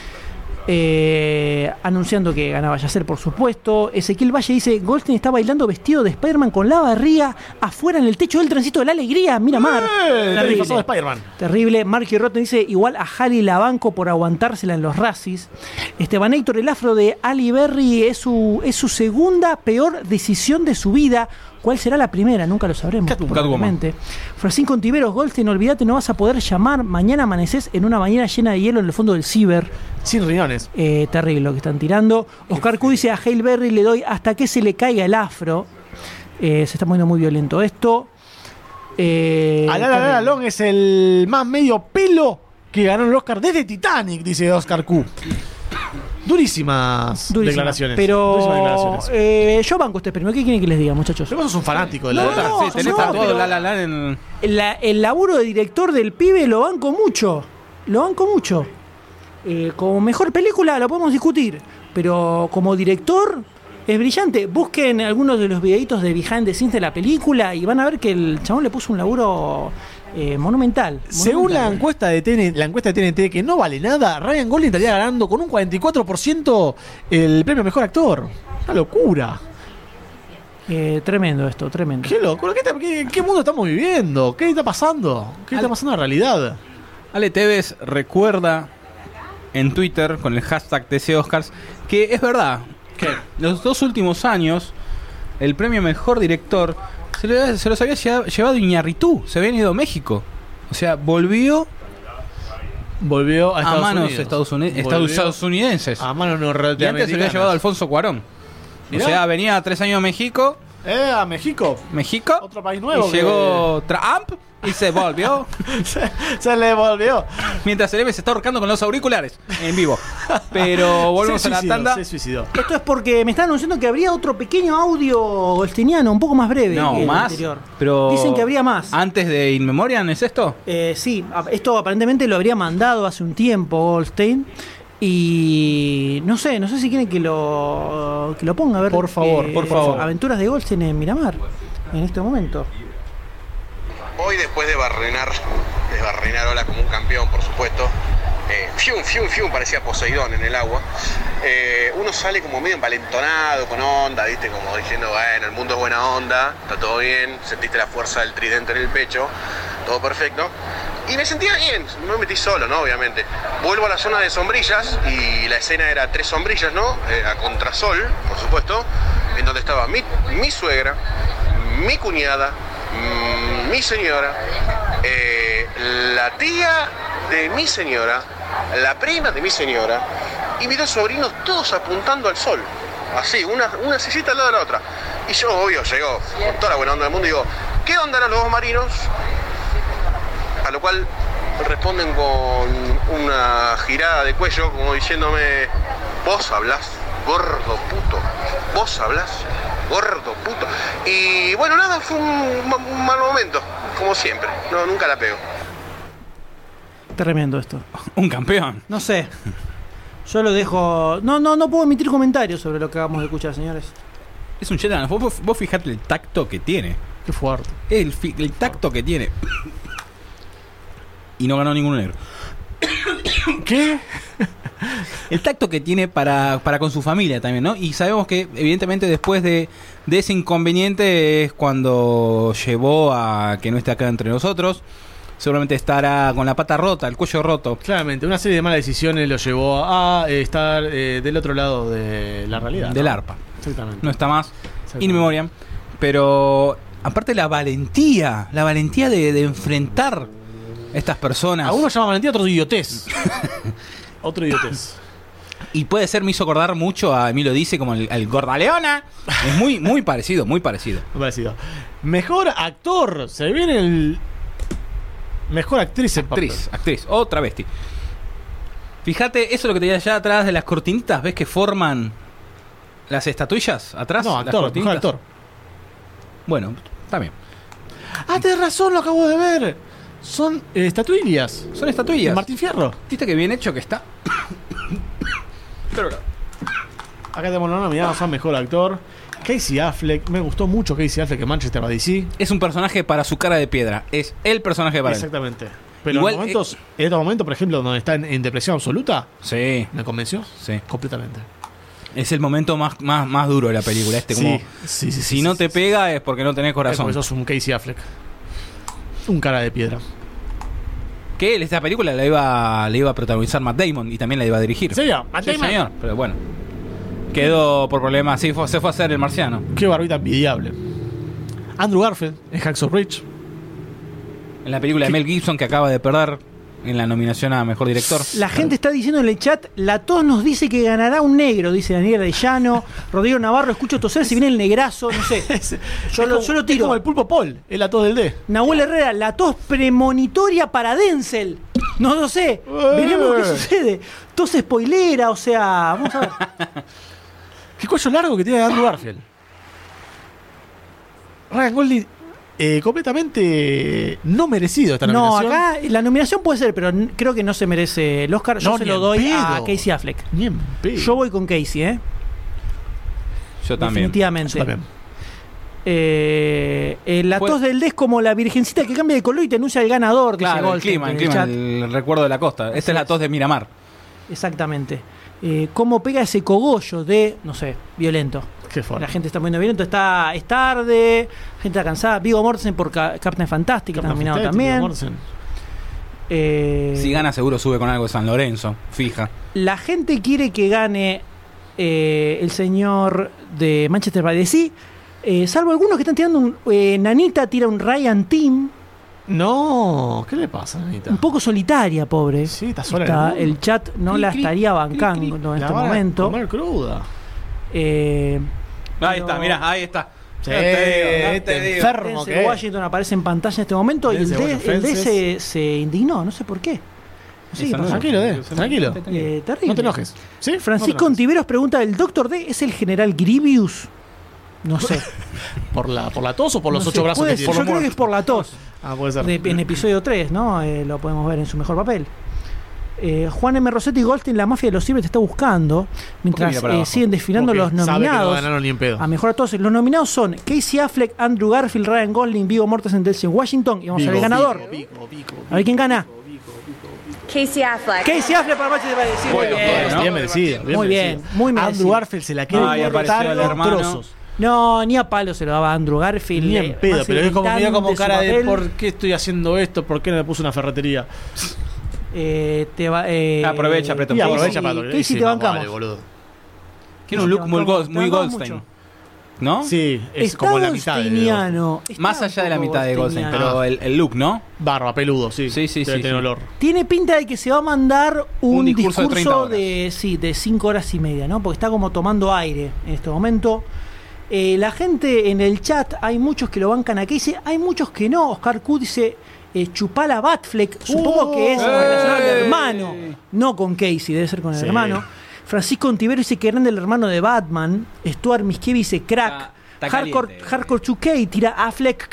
Anunciando que ganaba Yacer, por supuesto. Ezequiel Valle dice: Goldstein está bailando vestido de Spider-Man con la barriga afuera en el techo del trencito de la alegría. Miramar. Terrible. De Spider-Man. Terrible. Marky Rotten dice: igual a Halle la banco por aguantársela en los Razzies. Esteban Héctor, el afro de Halle Berry es su segunda peor decisión de su vida. ¿Cuál será la primera? Nunca lo sabremos. Probablemente. Francisco Ontiveros, Goldstein, olvídate, no vas a poder llamar. Mañana amaneces en una bañera llena de hielo en el fondo del ciber. Sin riñones. Terrible lo que están tirando. Oscar Q dice: a Halle Berry le doy hasta que se le caiga el afro. Se está poniendo muy violento esto. Alain Delon es el más medio pelo que ganó el Oscar desde Titanic, dice Oscar Q. Durísimas declaraciones. Pero durísimas declaraciones. Yo banco este premio. ¿Qué quieren que les diga, muchachos? Vos sos un fanático de la Sí, tenés tatuado La La Land en... El laburo de director del pibe lo banco mucho. Como mejor película lo podemos discutir, pero como director es brillante. Busquen algunos de los videitos de behind the scenes de la película y van a ver que el chabón le puso un laburo monumental. Según la encuesta de TNT, que no vale nada, Ryan Gosling estaría ganando con un 44% el premio Mejor Actor. Una locura. Tremendo esto, tremendo. Qué locura. ¿Qué mundo estamos viviendo? ¿Qué está pasando? ¿Qué está pasando en la realidad? Ale Tevez recuerda en Twitter con el hashtag TC Oscars que es verdad que los 2 últimos años el premio Mejor Director se los había llevado Iñárritu, se habían ido a México. O sea, volvió a manos estadounidenses. A manos norteamericanas. Y antes se lo había llevado Alfonso Cuarón. Mirá. O sea, venía 3 años a México. A México. Otro país nuevo. Y llegó Trump y se volvió. se le volvió. Mientras el M se está ahorcando con los auriculares en vivo. Pero volvemos a la tanda. Se suicidó. Esto es porque me están anunciando que habría otro pequeño audio golstiniano, un poco más breve. No, que más. El anterior. Pero dicen que habría más. ¿Antes de In Memoriam es esto? Sí, esto aparentemente lo habría mandado hace un tiempo Goldstein. Y no sé si quieren que lo ponga a ver. Por favor. Aventuras de Goldstein en Miramar en este momento. Hoy, después de barrenar ola como un campeón, por supuesto, parecía Poseidón en el agua, uno sale como medio envalentonado, con onda, ¿viste? Como diciendo, bueno, el mundo es buena onda, está todo bien, sentiste la fuerza del tridente en el pecho, todo perfecto. Y me sentía bien, no me metí solo, ¿no? Obviamente. Vuelvo a la zona de sombrillas y la escena era 3 sombrillas, ¿no? A contrasol, por supuesto, en donde estaba mi suegra, mi cuñada, mi señora, la tía de mi señora, la prima de mi señora y mis 2 sobrinos, todos apuntando al sol. Así, una sillita al lado de la otra. Y yo, obvio, llego con toda la buena onda del mundo y digo, ¿qué onda eran los 2 marinos? A lo cual responden con una girada de cuello, como diciéndome, vos hablás, gordo puto, vos hablás, gordo puto. Y bueno, nada, fue un mal momento, como siempre, no, nunca la pego. Tremendo esto. Un campeón. No sé. Yo lo dejo. No puedo emitir comentarios sobre lo que acabamos de escuchar, señores. Es un chetano. Vos fijate el tacto que tiene. Qué fuerte. El tacto que tiene. Y no ganó ningún negro. ¿Qué? El tacto que tiene para con su familia también, ¿no? Y sabemos que, evidentemente, después de ese inconveniente es cuando llevó a que no esté acá entre nosotros. Seguramente estará con la pata rota, el cuello roto. Claramente, una serie de malas decisiones lo llevó a estar del otro lado de la realidad. Del arpa. Exactamente. No está más. In memoriam. Pero, aparte, la valentía de enfrentar a estas personas. A uno llama valentía, otro idiotez. Otro idiotez. Y me hizo acordar mucho a Emilio Dice como el Gordaleona. Es muy parecido, muy parecido. Muy parecido. Mejor actor. Se viene el... Mejor actriz. Actriz. Otra bestia. Fíjate, eso es lo que tenía allá atrás de las cortinitas. ¿Ves que forman las estatuillas atrás? No, actor, mejor actor. Bueno, también. Tenés razón, lo acabo de ver. Son estatuillas. Son estatuillas. De Martín Fierro. ¿Viste que bien hecho que está? Pero acá tenemos una nominada a mejor actor. Casey Affleck, me gustó mucho Casey Affleck en Manchester by DC. Es un personaje para su cara de piedra. Es el personaje para él. Exactamente. Pero igual, en estos momentos, por ejemplo, donde está en depresión absoluta, sí. ¿Me convenció? Sí. Completamente. Es el momento más duro de la película. Si no te pega es porque no tenés corazón. Es porque sos un Casey Affleck. Un cara de piedra. Que esta película la iba a protagonizar Matt Damon y también la iba a dirigir. ¿Sí, Matt Damon? Señor, pero bueno. Quedó por problemas. Sí, se fue a hacer El Marciano. Qué barbita envidiable. Andrew Garfield en Hacksaw Ridge. En la película de Mel Gibson que acaba de perder en la nominación a Mejor Director. La gente está diciendo en el chat, la tos nos dice que ganará un negro, dice Daniel Arellano. Rodrigo Navarro, escucho toser, si viene el negrazo, no sé. Yo lo tiro. Es como el Pulpo Paul, es la tos del D. Nahuel Herrera, la tos premonitoria para Denzel. No lo sé, veremos qué sucede. Tos spoilera, o sea, vamos a ver. Qué cuello largo que tiene Andrew Garfield. Ryan Gosling, completamente no merecido esta nominación. No, acá la nominación puede ser, pero creo que no se merece el Oscar. Yo se lo doy a Casey Affleck. Ni en pedo. Yo voy con Casey, Yo también. Definitivamente. Yo también. La tos del D es como la virgencita que cambia de color y te anuncia el ganador. Claro, el clima, el recuerdo de la costa. Esta es la tos de Miramar. Exactamente. Cómo pega ese cogollo de, no sé, violento. Qué forma. La gente está poniendo violento, es tarde, la gente está cansada. Viggo Mortensen por Captain Fantastic, está nominado también. Si gana seguro sube con algo de San Lorenzo, fija. La gente quiere que gane el señor de Manchester by the Sea. Salvo algunos que están tirando Nanita tira un Ryan Team. No, ¿qué le pasa, Nanita? Un poco solitaria, pobre. Sí, está sola. El chat no la estaría bancando en este momento. Comer cruda. Ahí está, mirá, ahí está. Sí, enfermo que Washington aparece en pantalla en este momento y el D se indignó, no sé por qué. Sí, tranquilo, tranquilo. Terrible. No te enojes. ¿Sí? Francisco Ontiveros pregunta, ¿el Dr. D es el general Grievous? No sé. ¿Por la tos o por los 8 brazos que tiene? Yo creo que es por la tos. Puede ser. En episodio 3, ¿no? Lo podemos ver en su mejor papel. Juan M. Rossetti Goldstein, la mafia de los ciber te está buscando. Mientras siguen desfilando los nominados. No ni en pedo. A mejor a todos. Los nominados son Casey Affleck, Andrew Garfield, Ryan Gosling, Viggo Mortensen, Denzel Washington. Y vamos a ver el ganador. A ver quién gana. Casey Affleck. Casey Affleck para Manchester by the Sea. Bueno, bien merecido. Muy bien, muy merecido. Andrew Garfield se la quiere cortar en trozos. No, ni a palo se lo daba a Andrew Garfield. Ni en pedo, pero es como mira como cara de ¿por qué estoy haciendo esto? ¿Por qué no me puse una ferretería? Aprovecha, Preto. Aprovecha para Casey te bancamos. Tiene un look muy Goldstein. ¿No? Sí, es como la mitad de más allá de la mitad de Goldstein, pero el look, ¿no? Barba, peludo, sí. Sí. Tiene olor. Tiene pinta de que se va a mandar un discurso de 5 horas y media, ¿no? Porque está como tomando aire en este momento. La gente en el chat, hay muchos que lo bancan a Casey, hay muchos que no. Oscar Q dice Chupala Batfleck, supongo que es relacionado al hermano, no con Casey, debe ser con el hermano. Francisco Ontivero dice que grande el hermano de Batman. Stuart Miskevi dice crack. Hardcore 2K tira Affleck.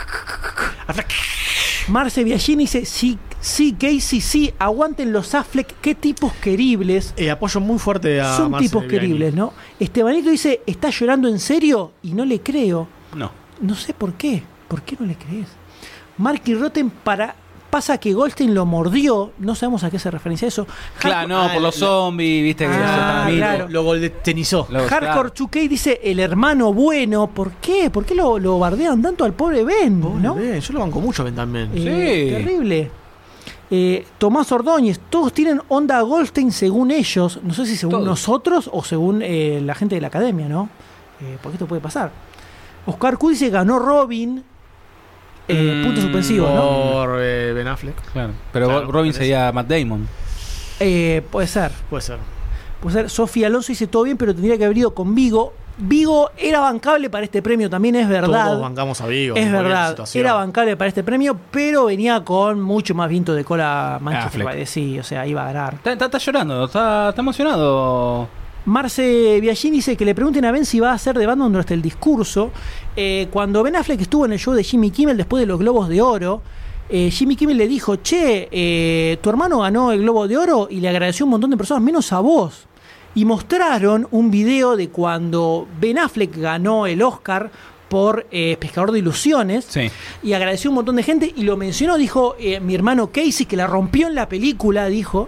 Marce Biagini dice sí, Casey, sí, aguanten los Affleck, qué tipos queribles. Apoyo muy fuerte a Son Marce tipos Biagini. queribles, ¿no? Estebanito dice, ¿está llorando en serio? Y no le creo. No sé por qué. ¿Por qué no le crees? Marky Rotten pasa que Goldstein lo mordió, no sabemos a qué se referencia eso. Claro, por los zombies, viste que claro. Lo goldenizó. Hardcore 2K dice el hermano bueno. ¿Por qué? ¿Por qué lo bardean tanto al pobre Ben? ¿No? Ben, yo lo banco mucho a Ben también. Terrible. Tomás Ordóñez, todos tienen onda Goldstein según ellos, no sé si según nosotros o según la gente de la academia, ¿no? Porque esto puede pasar. Oscar Q dice ganó Robin. Punto suspensivo, ¿no? Por Ben Affleck. Claro. Pero Robin sería Matt Damon. Puede ser. Puede ser. Sofía Alonso dice todo bien, pero tendría que haber ido con Viggo. Viggo era bancable para este premio, también es verdad. Todos bancamos a Viggo. Es verdad, era bancable para este premio, pero venía con mucho más viento de cola Manchester by the Sea, o sea, iba a ganar. Está llorando, está emocionado. Marce Biagini dice que le pregunten a Ben si va a hacer de Batman durante el discurso. Cuando Ben Affleck estuvo en el show de Jimmy Kimmel después de los Globos de Oro, Jimmy Kimmel le dijo, tu hermano ganó el Globo de Oro, y le agradeció a un montón de personas, menos a vos. Y mostraron un video de cuando Ben Affleck ganó el Oscar por Pescador de Ilusiones, y agradeció a un montón de gente, y lo mencionó, dijo, mi hermano Casey, que la rompió en la película, dijo.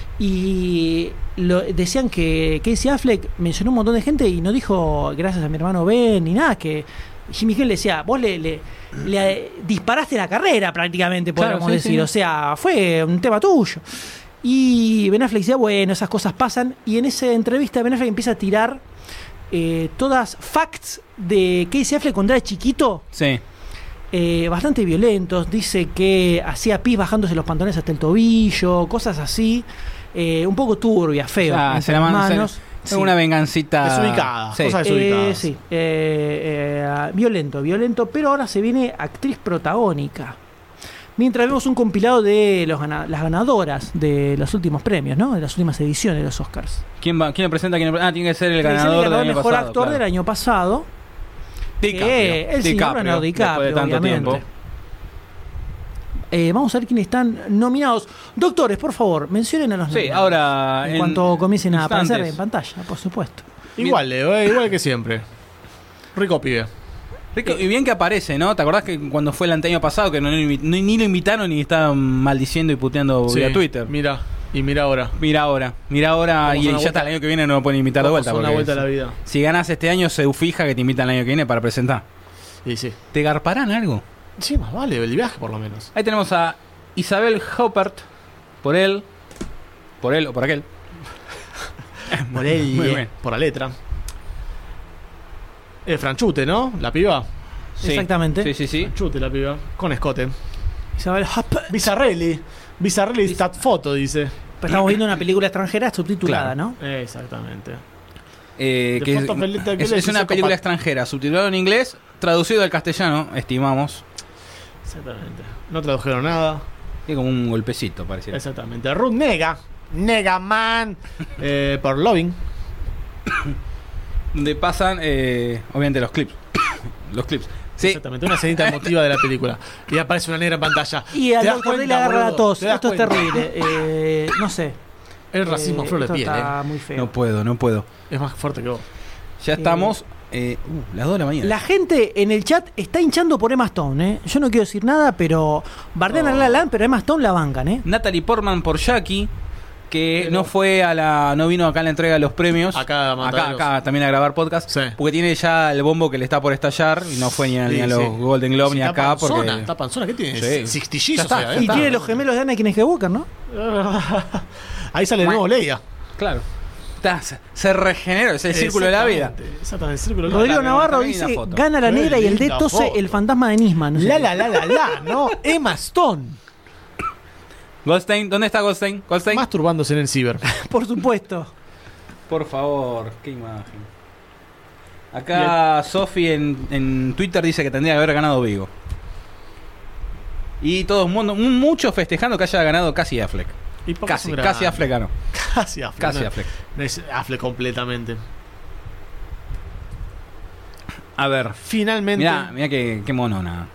Y decían que Casey Affleck mencionó un montón de gente y no dijo gracias a mi hermano Ben ni nada, que Jimmy Kimmel le decía, vos le disparaste la carrera prácticamente, podríamos decir. O sea, fue un tema tuyo. Y Ben Affleck decía, bueno, esas cosas pasan. Y en esa entrevista Ben Affleck empieza a tirar todas facts de Casey Affleck cuando era chiquito. bastante violentos. Dice que hacía pis bajándose los pantalones hasta el tobillo, cosas así. Un poco turbia, feo. Se la manos. Sí. Una vengancita desubicada. Cosas desubicadas. Sí. Violento. Pero ahora se viene actriz protagónica. Mientras vemos un compilado de las ganadoras de los últimos premios, ¿no? De las últimas ediciones de los Oscars. ¿Quién lo presenta? Tiene que ser el ganador del mejor pasado, actor del año pasado. El señor Leonardo DiCaprio, de tanto obviamente. Vamos a ver quiénes están nominados. Doctores, por favor, mencionen a los nominados. Sí, ahora. En cuanto comiencen a aparecer en pantalla, por supuesto. Igual, Leo, igual que siempre. Rico pibe. Rico, y bien que aparece, ¿no? ¿Te acordás que cuando fue el año pasado que ni lo invitaron ni estaban maldiciendo y puteando vía Twitter? Mira ahora. Mira ahora y ya está, el año que viene no lo pueden invitar de vuelta. Una vuelta a la vida. Si ganas este año, se fija que te invitan el año que viene para presentar. Y sí. ¿Te garparán algo? Sí, más vale, el viaje por lo menos. Ahí tenemos a Isabel Huppert, por él o por aquel. Por él, muy bien. Por la letra. Franchute, ¿no? La piba. Sí. Exactamente. Sí. Franchute, la piba. Con escote. Isabel Huppert. Bizarrelli, stat foto, dice. Pero estamos viendo una película extranjera subtitulada, claro. ¿no? Exactamente. Es una película extranjera, subtitulada en inglés, traducido al castellano, estimamos. Exactamente. No tradujeron nada. Es como un golpecito, pareciera. Exactamente. Ruth Negaman, por Loving. Donde pasan, obviamente, los clips. Sí. Exactamente, una escenita emotiva de la película. Y aparece una negra en pantalla. Y al doctor le agarra la tos. Esto es terrible. No sé. Es racismo a flor de piel. Está muy feo. No puedo. Es más fuerte que vos. Ya estamos. Las 2 de la mañana. La gente en el chat está hinchando por Emma Stone, ¿eh? Yo no quiero decir nada, pero bardean a La La Land, pero Emma Stone la bancan, ¿eh? Natalie Portman por Jackie, que no vino acá a la entrega de los premios. Acá también a grabar podcast. Sí. Porque tiene ya el bombo que le está por estallar. Y no fue ni a los Golden Globe ni acá. Está panzona, ¿qué tiene? Sixtillizos. Y tiene los gemelos de Anakin Skywalker, ¿no? Ahí sale el nuevo Leia. Claro. Se regenera, es el círculo de la vida. Exactamente, el círculo de la vida. Rodrigo Navarro dice: gana la negra y el D tose el fantasma de Nisman. ¿no? Emma Stone. Goldstein, ¿dónde está Goldstein? Masturbándose en el ciber. Por supuedo. Por favor, qué imagen. Acá Sofi en Twitter dice que tendría que haber ganado Vigo. Y todo el mundo, mucho festejando que haya ganado Cassie Affleck. Casi Affleck ganó. Casi Affleck. No es Affleck completamente. A ver. Finalmente. Mirá qué monona.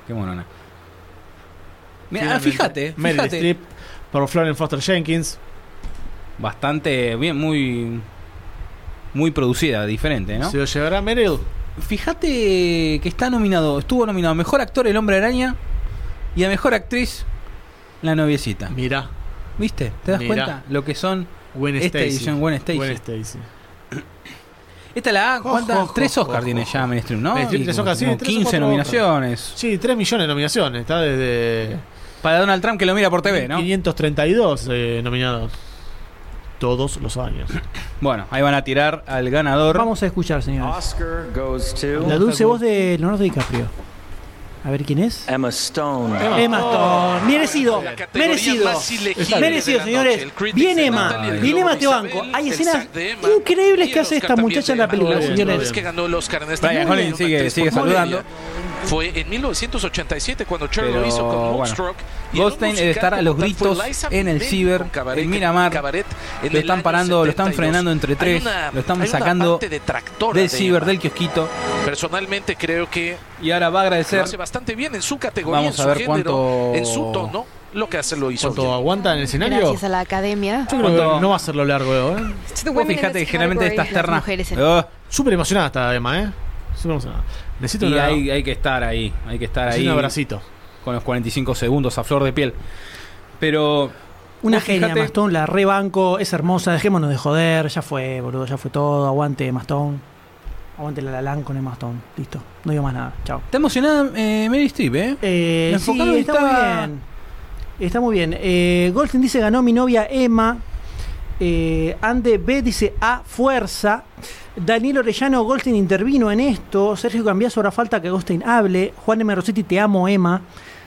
Mirá, fíjate. Meryl Streep por Florence Foster Jenkins. Bastante bien, muy producida, diferente, ¿no? ¿Se lo llevará Meryl? Fíjate que estuvo nominado a Mejor Actor el Hombre Araña y a Mejor Actriz la noviecita. Mira. ¿Viste? ¿Te das cuenta? Lo que son esta edición Gwen Stacy. Esta la A, ¿cuántas? 3 Oscars tiene ya Meryl Streep, ¿no? 3 Oscars, sí, 15 nominaciones. Oscars. Sí, 3 millones de nominaciones. Está desde... Para Donald Trump, que lo mira por TV, ¿no? 532 nominados. Todos los años. Bueno, ahí van a tirar al ganador. Vamos a escuchar, señores. La dulce voz de Leonardo DiCaprio. A ver quién es. Emma Stone. Merecido, señores. Bien Emma te banco. Hay escenas increíbles que hace esta muchacha en la película, señores. Que ganó el Oscar en Brian Holland sigue saludando. Fue en 1987 cuando Cherry lo hizo con Moonstruck. Goldstein debe estar a los gritos en el ciber, en Miramar. Lo están parando, lo están frenando entre 3. Lo están sacando del ciber, del kiosquito. Personalmente creo que. Y ahora va a agradecer. Lo hace bastante bien en su categoría, Vamos a ver género, en su tono. Lo que hace lo hizo. ¿Cuánto aguanta en el escenario? Gracias a la academia. Yo creo que no va a ser lo largo, ¿eh? Vos fíjate que generalmente estas ternas. Súper emocionada está Emma, ¿eh? Súper emocionada. Hay que estar ahí. Un abracito. Con los 45 segundos a flor de piel. Pero. Una genia, Emma Stone, la rebanco, es hermosa, dejémonos de joder, ya fue, boludo, ya fue todo, aguante Emma Stone. Aguante La La Land con Emma Stone, listo, no digo más nada, chao. Está emocionada Meryl Streep, ¿eh? Sí, está muy bien. Está muy bien. Goldstein dice, ganó mi novia Emma. Ande B dice a fuerza. Daniel Orellano, Goldstein intervino en esto. Sergio Cambiaso, ahora falta que Goldstein hable. Juan M. Rossetti, te amo, Emma.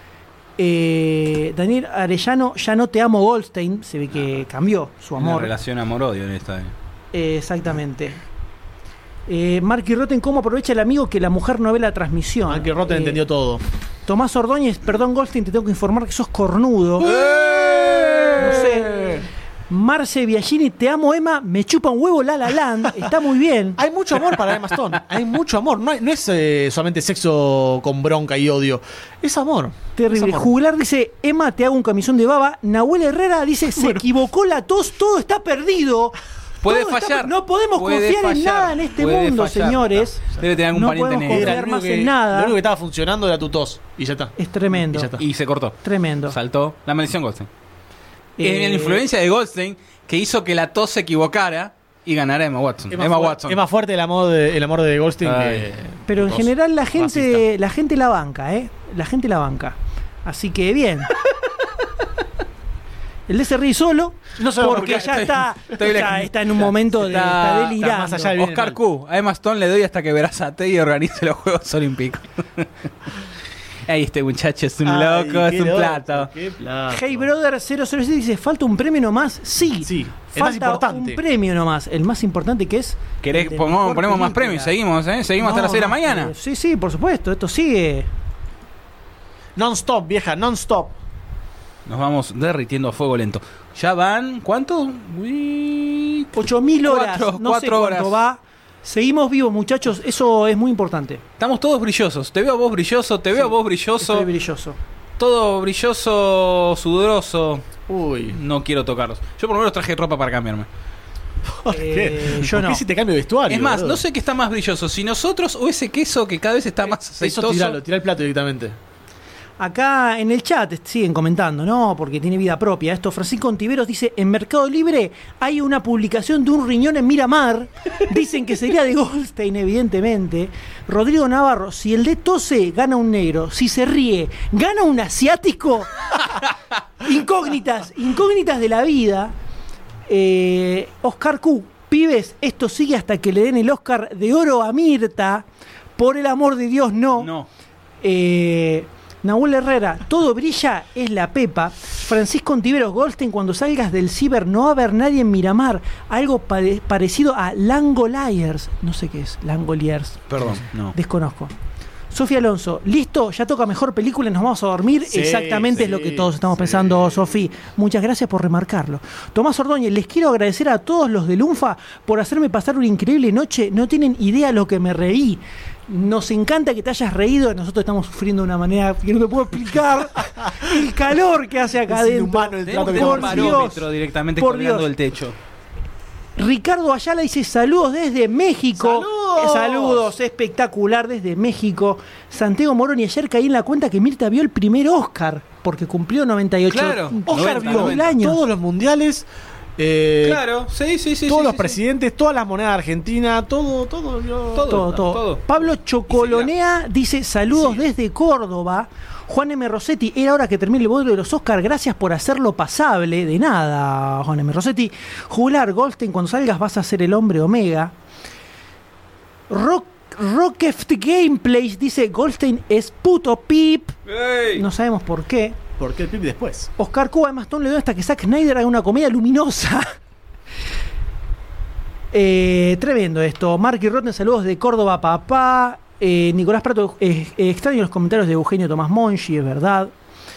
Daniel Arellano, ya no te amo, Goldstein. Se ve que cambió su amor. Una relación amor-odio en esta. Exactamente. Marky Rotten, ¿cómo aprovecha el amigo que la mujer no ve la transmisión? Marky Rotten entendió todo. Tomás Ordóñez, perdón Goldstein, te tengo que informar que sos cornudo. No sé. Marce Biagini, te amo, Emma, me chupa un huevo La La Land. Está muy bien. Hay mucho amor para Emma Stone. Hay mucho amor. No es solamente sexo con bronca y odio. Es amor. Terrible. Es amor. Jugular dice, Emma, te hago un camisón de baba. Nahuel Herrera dice, se equivocó la tos, todo está perdido. Puede fallar. No podemos confiar en nada en este mundo, señores. Debe tener algún pariente negro. No podemos confiar más en nada. Lo único que estaba funcionando era tu tos. Y ya está. Es tremendo. Y se cortó. Tremendo. Saltó. La maldición Goldstein. La influencia de Goldstein que hizo que la tos se equivocara y ganara Emma Watson. Es más fuerte el amor de Goldstein que... Pero en general la gente la banca, ¿eh? La gente la banca. Así que bien. El de se ríe solo, no porque ya está en un momento de está delirando. Más allá de Oscar Q. A Emma Stone le doy hasta que Verazate y organice los Juegos Olímpicos. Ay, este muchacho es un loco, es un plato. Hey Brother 007 dice, ¿falta un premio nomás? Sí, el más importante. Un premio nomás. El más importante que es... ¿Querés ponemos más premios? Seguimos, ¿eh? Seguimos hasta las 6 de la mañana. Sí, por supuesto. Esto sigue. Non-stop, vieja, non-stop. Nos vamos derritiendo a fuego lento. Ya van, ¿cuánto? 8.000 horas. No sé cuánto va. Seguimos vivos, muchachos. Eso es muy importante. Estamos todos brillosos. Te veo a vos brilloso, te veo a vos brilloso. Estoy brilloso. Todo brilloso, sudoroso. Uy. No quiero tocarlos. Yo por lo menos traje ropa para cambiarme. ¿Qué? Yo no. ¿Por qué si te cambio de vestuario? Es más, boludo? no sé qué está más brilloso, si nosotros o ese queso que cada vez está más aceitoso. Eso tirá el plato directamente. Acá en el chat siguen comentando, ¿no? Porque tiene vida propia. Esto, Francisco Ontiveros dice, en Mercado Libre hay una publicación de un riñón en Miramar. Dicen que sería de Goldstein, evidentemente. Rodrigo Navarro, si el de tose, gana un negro. Si se ríe, gana un asiático. Incógnitas de la vida. Oscar Q, pibes, esto sigue hasta que le den el Oscar de oro a Mirta. Por el amor de Dios, no. No. Nahuel Herrera, todo brilla, es la pepa. Francisco Ontiveros, Goldstein, cuando salgas del ciber no va a haber nadie en Miramar. Algo parecido a Langoliers. No sé qué es, Langoliers. Perdón, no. Desconozco. Sofía Alonso, listo, ya toca mejor película y nos vamos a dormir. Sí, exactamente es lo que todos estamos pensando, Sofía. Muchas gracias por remarcarlo. Tomás Ordóñez, les quiero agradecer a todos los de Lunfa por hacerme pasar una increíble noche. No tienen idea lo que me reí. Nos encanta que te hayas reído. Nosotros estamos sufriendo de una manera que no te puedo explicar. El calor que hace acá adentro. Por parómetro directamente colgando del techo. Ricardo Ayala dice saludos desde México. Saludos, espectacular desde México. Santiago Moroni, ayer caí en la cuenta que Mirta vio el primer Oscar porque cumplió 98. Claro, Oscar vio el año. Todos los mundiales. Claro, sí. Todos los presidentes, todas las monedas argentinas, todo. Pablo Chocolonea dice saludos desde Córdoba. Juan M. Rossetti, era hora que termine el bodrio de los Oscars. Gracias por hacerlo pasable. De nada, Juan M. Rossetti. Jugular, Goldstein, cuando salgas vas a ser el hombre Omega. Rockeft Gameplays dice Goldstein es puto pip. Hey. No sabemos por qué. ¿Por qué el pip después? Oscar Cuba de Mastón le dio hasta que Zack Snyder haga una comedia luminosa. Tremendo esto. Marky Rotten, saludos de Córdoba, papá. Nicolás Prato, extraño los comentarios de Eugenio Tomás Monchi, es verdad.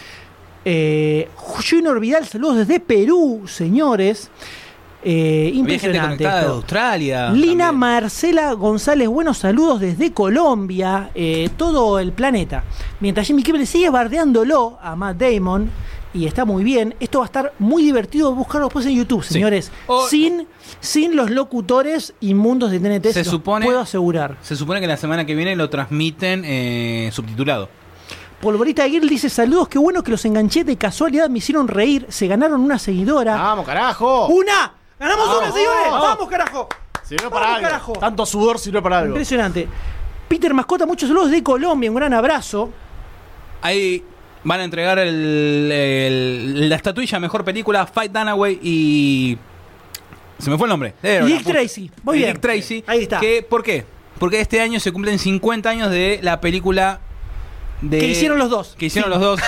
Junior Vidal, saludos desde Perú, señores. Impresionante esto. De Australia. Lina también. Marcela González, buenos saludos desde Colombia. Todo el planeta. Mientras Jimmy Kimmel sigue bardeándolo a Matt Damon, y está muy bien. Esto va a estar muy divertido buscarlo después en YouTube, señores. Sí. Sin los locutores inmundos de TNT, se supone, puedo asegurar. Se supone que la semana que viene lo transmiten subtitulado. Polvorita Aguirre dice saludos, qué bueno que los enganché de casualidad, me hicieron reír, se ganaron una seguidora. ¡Vamos, carajo! ¡Una! ¡Ganamos una, señores! ¡Vamos, carajo! Sirvió para algo. Carajo. Tanto sudor sirvió para algo. Impresionante. Peter Mascota, muchos saludos de Colombia, un gran abrazo. Ahí van a entregar la estatuilla Mejor Película, Fight Dunaway y Se me fue el nombre. Dick Tracy. Muy bien. Dick Tracy. Ahí está. ¿Por qué? Porque este año se cumplen 50 años de la película de... Que hicieron los dos. Que hicieron los dos.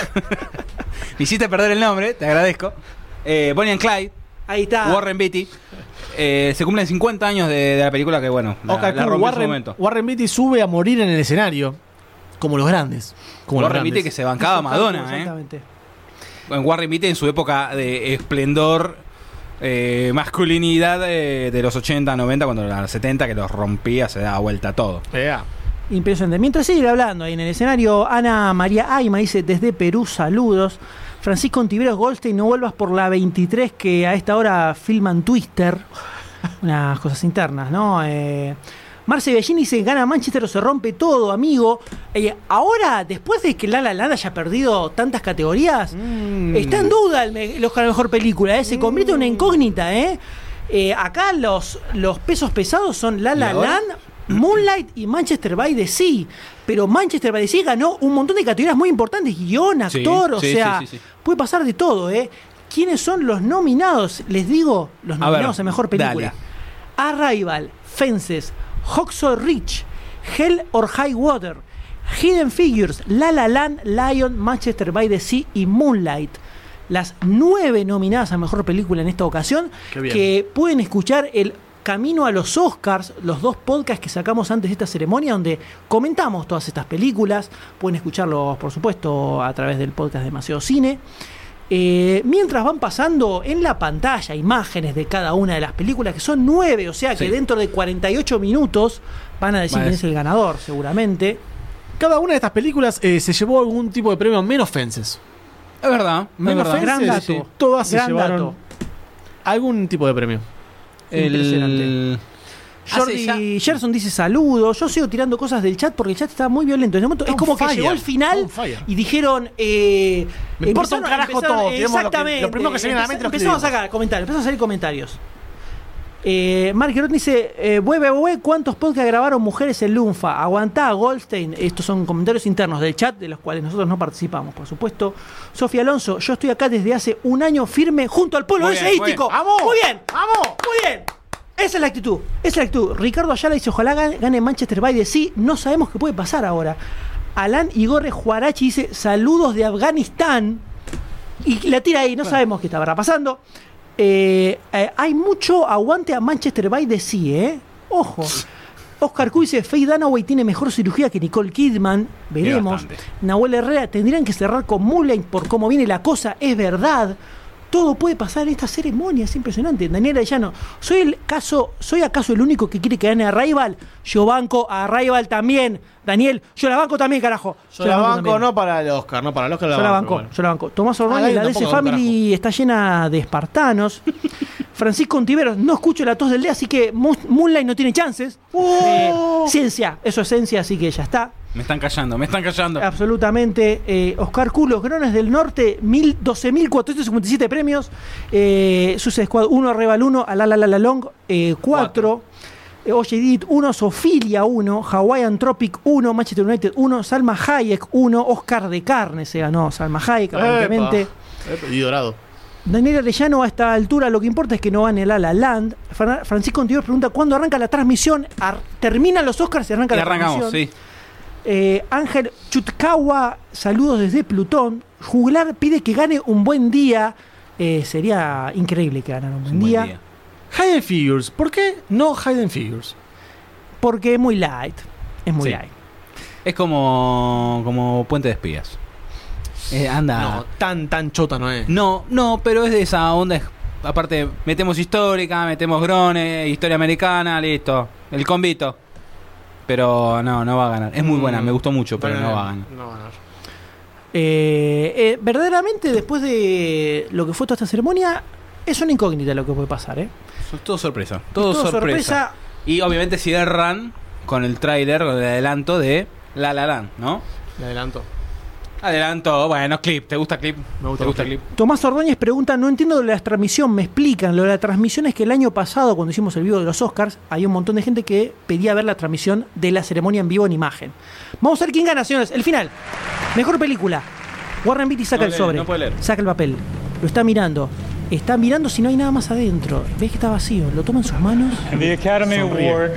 Me hiciste perder el nombre, te agradezco. Bonnie and Clyde. Ahí está. Warren Beatty. Se cumplen 50 años de la película que, bueno, la rompió en su momento. Warren Beatty sube a morir en el escenario. Como los grandes. Como Warren Beatty que se bancaba a Madonna, exactamente. En Warren Beatty en su época de esplendor, masculinidad de los 80, 90, cuando era los 70, que los rompía, se daba vuelta todo. Impresionante. Mientras sigue hablando ahí en el escenario, Ana María Ayma dice: desde Perú, saludos. Francisco Ontiveros Goldstein, no vuelvas por la 23 que a esta hora filman Twister. Unas cosas internas, ¿no? Marce Bellini dice: gana Manchester o se rompe todo, amigo. Ahora, después de que La La Land haya perdido tantas categorías, está en duda el Oscar a la mejor película, se convierte en una incógnita, acá los pesos pesados son La La Land, Moonlight y Manchester by the Sea. Pero Manchester by the Sea ganó un montón de categorías muy importantes: guión, actor, sí. Puede pasar de todo, ¿Quiénes son los nominados? Les digo, los nominados a mejor película: Arrival, Fences, Hacksaw Ridge, Hell or High Water, Hidden Figures, La La Land, Lion, Manchester by the Sea y Moonlight. Las 9 nominadas a mejor película en esta ocasión, que pueden escuchar el Camino a los Oscars, los 2 podcasts que sacamos antes de esta ceremonia, donde comentamos todas estas películas. Pueden escucharlos, por supuesto, a través del podcast Demasiado Cine. Mientras van pasando en la pantalla imágenes de cada una de las películas, que son 9, o sea que dentro de 48 minutos van a decir quién es el ganador, seguramente. Cada una de estas películas se llevó algún tipo de premio, menos Fences. Es verdad. Menos Fences, gran dato. Todas se llevaron algún tipo de premio. Impresionante. Jordi Gerson dice saludos. Yo sigo tirando cosas del chat porque el chat está muy violento. En el momento es como que llegó el final y dijeron me importa un carajo todo. Exactamente. Lo primero que se viene a la mente. Empezamos a sacar comentarios. Empezaron a salir comentarios. Mark Gerot dice: ¿cuántos podcasts grabaron mujeres en Lunfa? Aguantá, Goldstein. Estos son comentarios internos del chat, de los cuales nosotros no participamos, por supuesto. Sofía Alonso: yo estoy acá desde hace un año firme junto al pueblo eseístico. Muy bien, vamos, muy bien. Esa es la actitud, Ricardo Ayala dice: ojalá gane Manchester by the Sea. No sabemos qué puede pasar ahora. Alan Igorre Juarachi dice: saludos de Afganistán. Y la tira ahí, no sabemos qué estará pasando. Hay mucho aguante a Manchester by the Sea, Ojo. Oscar Q dice: Faye Dunaway tiene mejor cirugía que Nicole Kidman. Veremos. Nahuel Herrera: tendrían que cerrar con Moonlight por cómo viene la cosa. Es verdad. Todo puede pasar en esta ceremonia, es impresionante. Daniel Arellano: ¿Soy acaso el único que quiere que gane Arrival? Yo banco a Arrival también. Daniel, yo la banco también, carajo. Yo la banco también. No para el Oscar, no para el Oscar. Yo la banco. Tomás Ordóñez: la DC Family está llena de espartanos. Francisco Ontiveros: no escucho la tos del día, así que Moonlight no tiene chances. Ciencia, eso es ciencia, así que ya está. Me están callando. Absolutamente. Oscar Q: Los Grones del Norte, 12.457 premios. Suicide Squad 1, Rebel 1, a La Long 4. Oye Did 1, Sofilia 1, Hawaiian Tropic 1, Manchester United 1, Salma Hayek 1, Oscar de Carne se ganó Salma Hayek, aparentemente. Y dorado. Daniel Arellano: a esta altura lo que importa es que no gane La La Land. Francisco Ontiveros pregunta: ¿cuándo arranca la transmisión? Terminan los Oscars y arranca la transmisión. Sí. Ángel Chutkawa: saludos desde Plutón. Juglar pide que gane Un Buen Día. Sería increíble que ganara Un Buen Día. Hidden Figures. ¿Por qué no Hidden Figures? Porque es muy light. Light. Es como Puente de Espías. No, tan chota no es. No, pero es de esa onda. Aparte, metemos histórica, metemos grones, historia americana, listo. El convito. Pero no va a ganar. Es muy buena, me gustó mucho, pero no va a ganar. No va a ganar. Verdaderamente, después de lo que fue toda esta ceremonia, es una incógnita lo que puede pasar, Todo sorpresa. Todo sorpresa. Y obviamente cierran con el tráiler, con el adelanto de La La Land, ¿no? El Adelanto, bueno, clip. ¿Te gusta clip? Me gusta clip. Tomás Ordóñez pregunta: no entiendo lo de la transmisión, me explican. Lo de la transmisión es que el año pasado, cuando hicimos el vivo de los Oscars, había un montón de gente que pedía ver la transmisión de la ceremonia en vivo en imagen. Vamos a ver quién gana, señores. El final. Mejor película. Warren Beatty saca el sobre. No puede leer. Saca el papel. Lo está mirando. está mirando si no hay nada más adentro. Ves que está vacío, lo toma en sus manos. The Academy Award.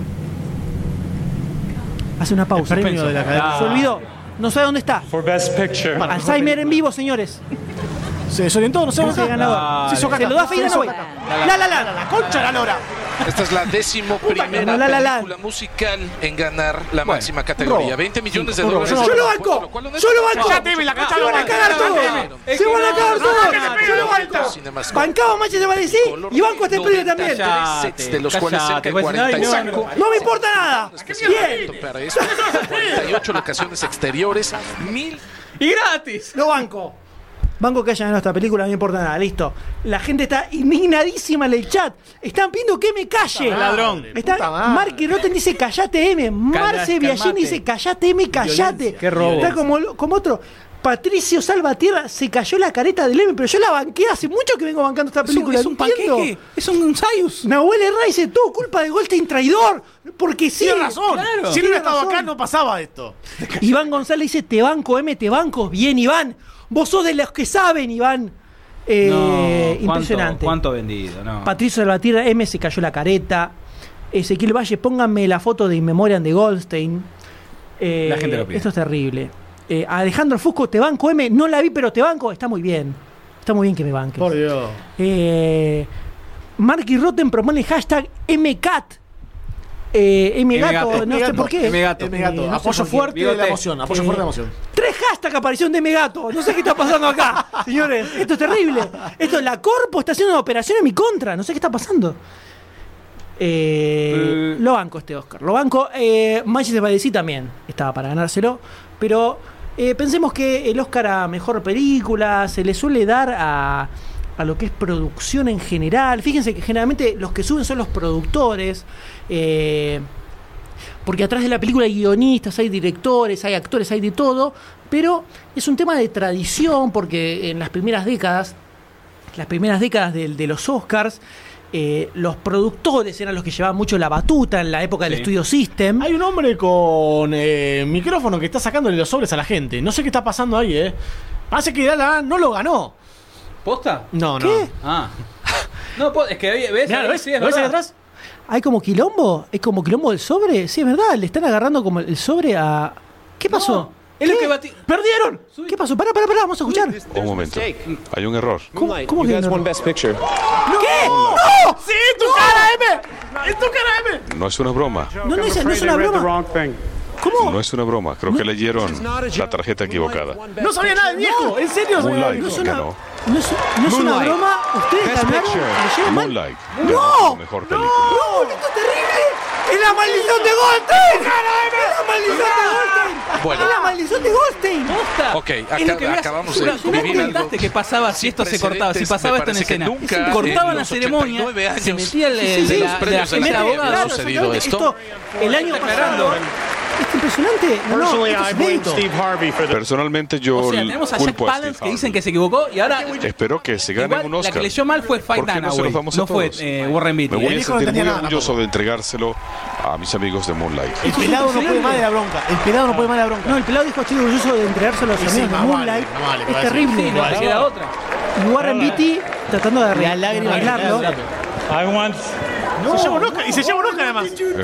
Hace una pausa. El premio de la Academia. Se olvidó. No sabe dónde está. For Best Picture. Alzheimer en vivo, señores. Se desorientó, no sé dónde ganador. Se lo da Feira, no voy. La concha la lora. Esta es la 11ª película musical en ganar la máxima categoría. 20 millones de dólares. ¡Yo lo banco! ¡Yo lo banco! ¡Se van a cagar todos! ¡Se van a cagar todos! ¡Yo lo banco! Bancaba Manchester by the Sea y banco este premio también. 93 sets, de los cuales cerca de 45. ¡No me importa nada! ¡Bien! Para eso, 48 locaciones exteriores, 1000. ¡Y gratis! ¡Lo banco! Banco que haya ganado esta película, no me importa nada, listo. La gente está indignadísima en el chat. Están pidiendo que me calle. Ladrón. Marky Rotten dice callate M. Marce Biagini dice callate M, callate. Qué robo. Está como otro. Patricio Salvatierra se cayó la careta del M, pero yo la banqué hace mucho que vengo bancando esta película. Es un panqueque, es un Sayus. Nahuel Herrera dice todo culpa de Goldstein traidor. Porque sí. Tiene razón. Claro. Si no hubiera estado acá no pasaba esto. Iván González dice te banco M, te banco. Bien, Iván. Vos sos de los que saben, Iván. Impresionante. ¿Cuánto vendido? No. Patricio Salvatierra, M se cayó la careta. Ezequiel Valle, pónganme la foto de In Memoriam de Goldstein. La gente lo pide. Esto es terrible. Alejandro Fusco, te banco M. No la vi, pero te banco. Está muy bien. Está muy bien que me banques. Por Dios. Marky Rotten propone hashtag MCAT. M-Gato, no sé por qué. M-Gato. Apoyo fuerte de la emoción. Apoyo fuerte de la emoción. 3 hashtags aparición de M-Gato. No sé qué está pasando acá, señores. Esto es terrible. La Corpo está haciendo una operación en mi contra. No sé qué está pasando. Lo banco este Oscar. Lo banco. Manchester by the Sea también estaba para ganárselo. Pero pensemos que el Oscar a mejor película se le suele dar a lo que es producción en general. Fíjense que generalmente los que suben son los productores. Porque atrás de la película hay guionistas, hay directores, hay actores, hay de todo, pero es un tema de tradición porque en las primeras décadas de los Oscars, los productores eran los que llevaban mucho la batuta en la época del Studio System. Hay un hombre con micrófono que está sacándole los sobres a la gente. No sé qué está pasando ahí, Parece que La La Land no lo ganó. ¿Posta? No. ¿Qué? No, es que ves, mirá, ¿ves? Sí, es ¿Lo ves ahí verdad. atrás? ¿Hay como quilombo? ¿Es como quilombo del sobre? Sí, es verdad, le están agarrando como el sobre a... ¿Qué pasó? No, es lo que ¡Perdieron! ¿Qué pasó? Pará, vamos a escuchar. Un momento, hay un error. ¿Cómo que un error? Best Picture. ¿Qué? ¡No! ¡Sí, tu cara, M! ¡Es tu cara, M! No es una broma. No es una broma. ¿Cómo? No es una broma. Creo que leyeron la tarjeta equivocada. No sabía nada, viejo. ¿En serio? Moonlight No es ganó. una broma. Ustedes ganaron. ¿Leyeron mal? Moonlight. ¡No! Mejor película. ¡No! ¡Esto es terrible! ¡Es la maldición de Goldstein! ¡Es la maldición de Goldstein! Bueno. ¡Es la maldición de Goldstein! Ok, acabamos de vivir algo. ¿Qué pasaba si esto se cortaba? Si pasaba esto en escena. Cortaban la ceremonia, se metía el la gente abogado. ha sucedido esto. El año pasado. Es impresionante. Personalmente yo O sea, tenemos a Jack culpo a Palance Steve que dicen Harvey. que se equivocó y ahora Espero que se gane igual, un Oscar. la que leyó mal fue Fight ¿Por qué no se Dunaway, los damos a no fue todos? Warren Beatty. Me voy a hijo no sentir tenía muy nada orgulloso tampoco. de entregárselo a mis amigos de Moonlight. El pelado no puede más de la bronca. El pelado no puede más de la bronca. No, el pelado dijo estoy orgulloso de entregárselo a los Sí, amigos de más Moonlight. vale, más vale, Es parece. terrible. Sí, no, queda otra. Y Warren Beatty tratando de La lágrima que le da el arreglarlo. gato. I want. Se lleva un Oscar. Y se lleva un Oscar además.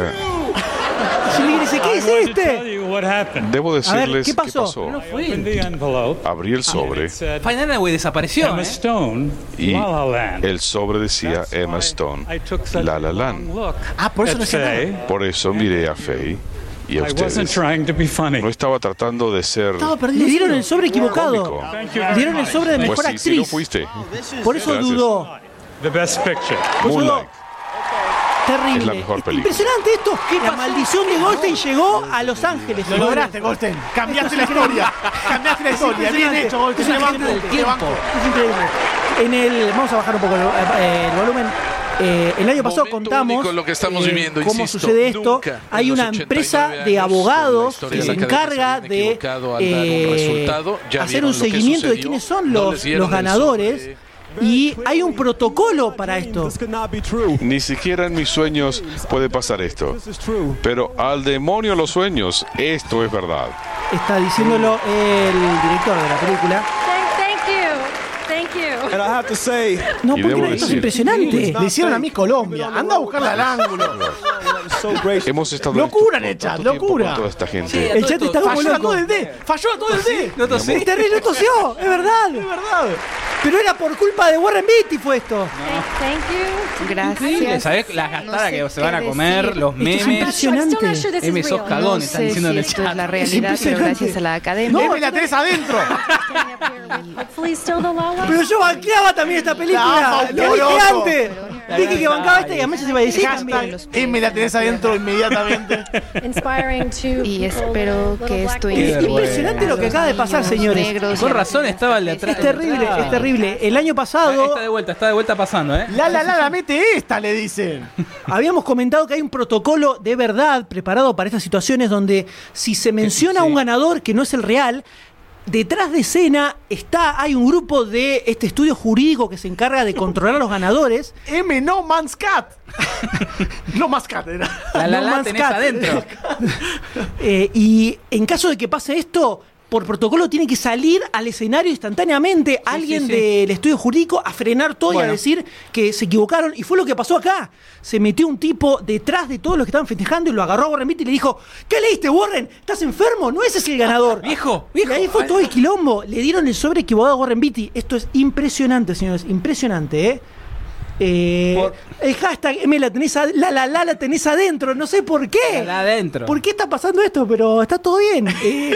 Y le dice, ¿qué I es want to tell este? you what happened. Debo decirles ¿qué pasó? No fue. Opened the envelope. Abrí el sobre It said Fight Dunaway desapareció. Emma Stone, y La La Land. el sobre decía That's Emma why Stone, I took such La a La long Land. look Por eso at no decía nada. Faye. Por eso miré a Faye y a I wasn't ustedes. trying to be funny. No estaba tratando de ser Estaba perdido. Le dieron el sobre equivocado. cómico. Le dieron el sobre de mejor Pues sí, si no actriz. fuiste. Por eso Gracias. dudó. The Best Picture. Moonlight. Terrible. Es la mejor película. Impresionante esto. La maldición de Goldstein llegó a Los Ángeles. Lo lograste, Goldstein. Cambiaste la historia. Cambiaste la historia. Bien hecho, Goldstein. Es una gente del tiempo. Es increíble. Vamos a bajar un poco el volumen. El año pasado Momento contamos único lo que estamos viviendo, cómo insisto, sucede esto. nunca Hay en los una 89 empresa años de abogados de la que historia se de la academia encarga se habían de equivocado al dar un resultado. Ya hacer vieron un lo que seguimiento de sucedió. quiénes son No los les dieron el ganadores. sobre. Y hay un protocolo para esto. Ni siquiera en mis sueños puede pasar esto. Pero al demonio los sueños, esto es verdad. Está diciéndolo el director de la película. Thank you. And I No, Y porque debo esto es decir- impresionante. Le hicieron a mí Colombia. Anda a buscarla al ángulo. Hemos estado Locura en en el esto chat, por tanto tiempo locura. con toda esta gente. El chat está como Falló a loco. todo el D. Falló a todo el D. No tosí. Es terrible, no tosió, es verdad. Es verdad. Pero era por culpa de Warren Beatty fue esto. Thank you. Gracias. ¿Sabés las gastadas No sé que se van a qué comer? decir. Los Esto es memes. impresionante. M sos No cagones, están sé diciendo si en el esto es chat. la realidad, pero impresionante. gracias a la academia. No, Deme la tenés adentro. Hopefully still the Lala. Pero yo banqueaba también esta película. No, Lo dije loco. antes. Dije que bancaba esta y además se iba a decir también. Hashtag me la tenés adentro inmediatamente. Inspiring to Y espero que esto Es inspire impresionante lo que acaba de pasar, a los señores. negros Con y a razón estaba el de atrás. Es terrible, es terrible. El año pasado Está de vuelta pasando, ¿eh? La, mete esta, le dicen. habíamos comentado que hay un protocolo de verdad preparado para estas situaciones donde si se menciona a un ganador que no es el real, detrás de escena hay un grupo de este estudio jurídico que se encarga de controlar a los ganadores. M no man's cat. No man's cat era. La No man's tenés cat. adentro. Y en caso de que pase esto, por protocolo tiene que salir al escenario instantáneamente alguien sí. del estudio jurídico a frenar todo y a Bueno. decir que se equivocaron. Y fue lo que pasó acá. Se metió un tipo detrás de todos los que estaban festejando y lo agarró a Warren Beatty y le dijo: ¿qué leíste, Warren? ¿Estás enfermo? No, ese es el ganador. Viejo. Y ahí fue todo el quilombo. Le dieron el sobre equivocado a Warren Beatty. Esto es impresionante, señores. Impresionante, ¿eh? El hashtag la tenés adentro. No sé por qué. La adentro. ¿Por qué está pasando esto? Pero está todo bien.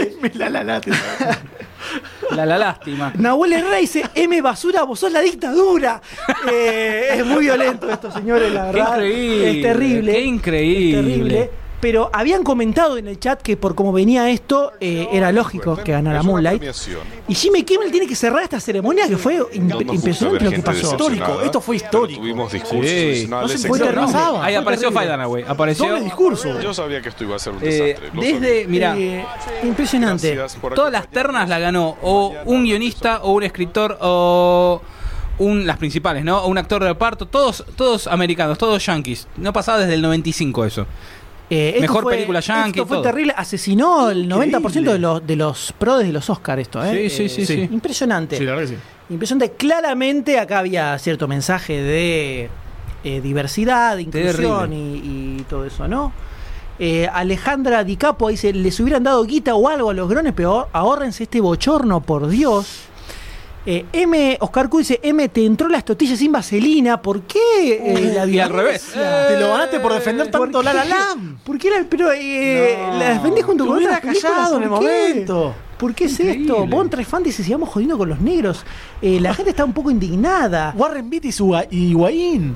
La lástima. Nahuel Herrera dice: M basura, vos sos la dictadura. Es muy violento esto, señores, la Qué verdad. increíble. Es terrible. Qué increíble. Es terrible. Pero habían comentado en el chat que por cómo venía esto, era lógico que ganara Es una Moonlight. premiación. Y Jimmy Kimmel tiene que cerrar esta ceremonia que fue No nos gusta impresionante ver lo que gente pasó. decepcionada, Esto fue histórico. pero Tuvimos discursos Sí. adicionales. No se Fue puede excelentes. terrible. Ahí Fue apareció terrible. Faidana, güey. Apareció. Doble discurso. Yo sabía que esto iba a ser un desastre. lo Desde, sabía. mirá, Impresionante. Gracias por todas las ternas la ganó o un guionista o un escritor o las principales, ¿no? O un actor de reparto, todos americanos, todos yankees. No pasaba desde el 95 eso. Esto Mejor película yankee, Esto fue todo. terrible. Asesinó el 90% de los pros de los Oscars esto, ¿eh? Sí. Impresionante. Sí, la verdad que sí. Impresionante. Claramente acá había cierto mensaje de diversidad, de inclusión y todo eso, ¿no? Alejandra Di Capo dice: les hubieran dado guita o algo a los grones, pero ahórrense este bochorno, por Dios. Oscar Q dice: M, te entró las tortillas sin vaselina. ¿Por qué la Y al revés. Te lo ganaste por defender tanto La La Land. ¿Por qué la defendí junto con hubieras otras películas? callado en el ¿Por qué? momento. ¿Por qué es Increíble. esto? Bon Tres Fantasy, sigamos jodiendo con los negros. La gente está un poco indignada. Warren Beatty y Higuaín.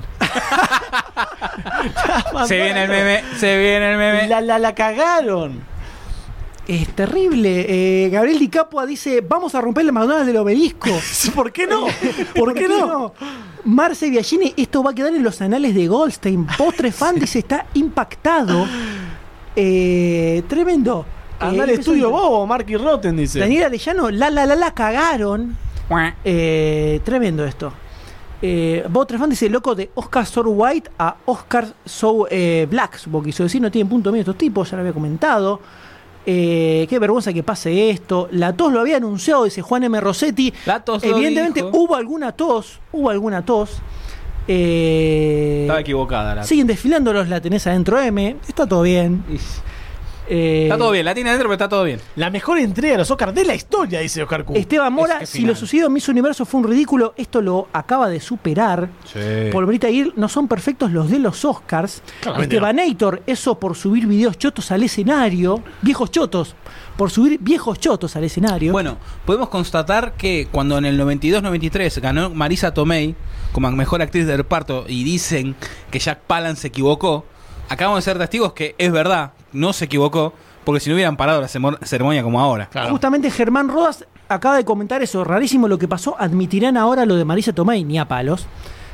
Se viene el meme. La cagaron. Es terrible. Gabriel Di Capua dice: vamos a romper el McDonald's del Obelisco. ¿Por qué no? ¿Por qué no? Marce Biagini: esto va a quedar en los anales de Goldstein. Post Tres Fantasy está impactado. Tremendo. Anda al estudio bobo, Marky Rotten dice. Daniel Arellano: la cagaron. Tremendo esto. Bo Tres Fantasy dice: loco, de Oscar So White a Oscar So Black. Supongo que quiso decir, no tienen punto medio estos tipos, ya lo había comentado. Qué vergüenza que pase esto. La tos lo había anunciado, dice Juan M. Rossetti. La tos lo Evidentemente dijo. hubo alguna tos. Estaba equivocada. Siguen desfilando los la tenés adentro M. Está todo bien. Está todo bien, la tiene adentro, pero está todo bien. La mejor entrega de los Oscars de la historia, dice Oscar Q. Esteban Mora: Es que si final. lo sucedido en Miss Universo fue un ridículo, esto lo acaba de superar. Por Brita Gil: no son perfectos los de los Oscars. Claramente Estebanator: eso por subir videos chotos al escenario. Viejos chotos. Por subir viejos chotos al escenario. Bueno, podemos constatar que cuando en el 92-93 ganó Marisa Tomei como mejor actriz de reparto y dicen que Jack Palance se equivocó, acabamos de ser testigos que es verdad, no se equivocó, porque si no hubieran parado la ceremonia como ahora. Claro. Justamente Germán Rodas acaba de comentar eso. Rarísimo lo que pasó. Admitirán ahora lo de Marisa Tomei. Ni a palos.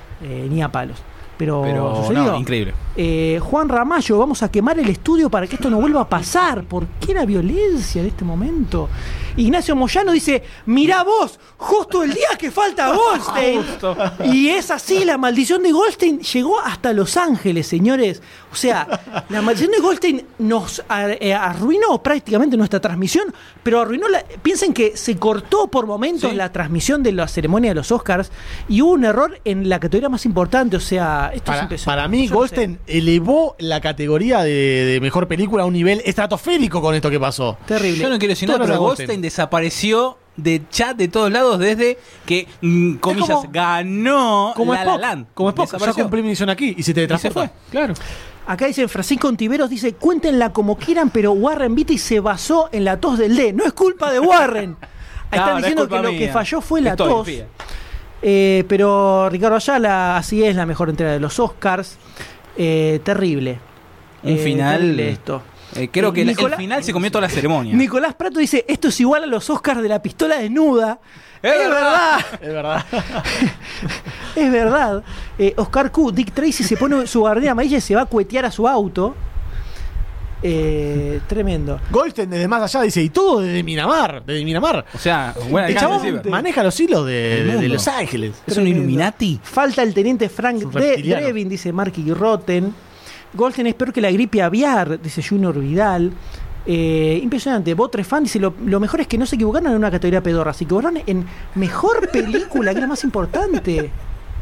Pero sucedió. No, increíble. Juan Ramallo: vamos a quemar el estudio para que esto no vuelva a pasar. ¿Por qué la violencia en este momento? Ignacio Moyano dice, mirá vos, justo el día que falta Goldstein. Y es así, la maldición de Goldstein llegó hasta Los Ángeles, señores. O sea, la maldición de Goldstein nos arruinó prácticamente nuestra transmisión, pero arruinó piensen que se cortó por momentos la transmisión de la ceremonia de los Oscars y hubo un error en la categoría más importante. O sea, esto es impresionante. Para mí, Goldstein elevó la categoría de mejor película a un nivel estratosférico con esto que pasó. Terrible. Yo no quiero decir nada, pero Goldstein desapareció de chat de todos lados desde que, comillas, ganó La La Land. Como Spock, ya cumplí mi misión aquí y se te transportó. Claro. Acá dice Francisco Ontiveros, dice, cuéntenla como quieran, pero Warren Beatty se basó en la tos del D. No es culpa de Warren. Están diciendo que lo que falló fue la tos. Pero Ricardo Ayala, así es la mejor entrega de los Oscars. Terrible. Un final. Terrible esto. Creo que el final se comió toda la ceremonia. Nicolás Prato dice, esto es igual a los Oscars de la pistola desnuda. Es verdad. Es verdad. Es verdad. Oscar Q, Dick Tracy se pone su gabardina amarilla y se va a cuetear a su auto. Tremendo. Goldstein desde más allá dice, y todo desde Miramar. O sea, bueno, el chabón maneja los hilos de Los Ángeles. ¿Es un Illuminati? Falta el teniente Frank Drebin, dice Marky Rotten. Goldstein es peor que la gripe aviar, dice Junior Vidal. Impresionante. Botrefan dice, lo mejor es que no se equivocaron en una categoría pedorra, se equivocaron en mejor película, que es la más importante.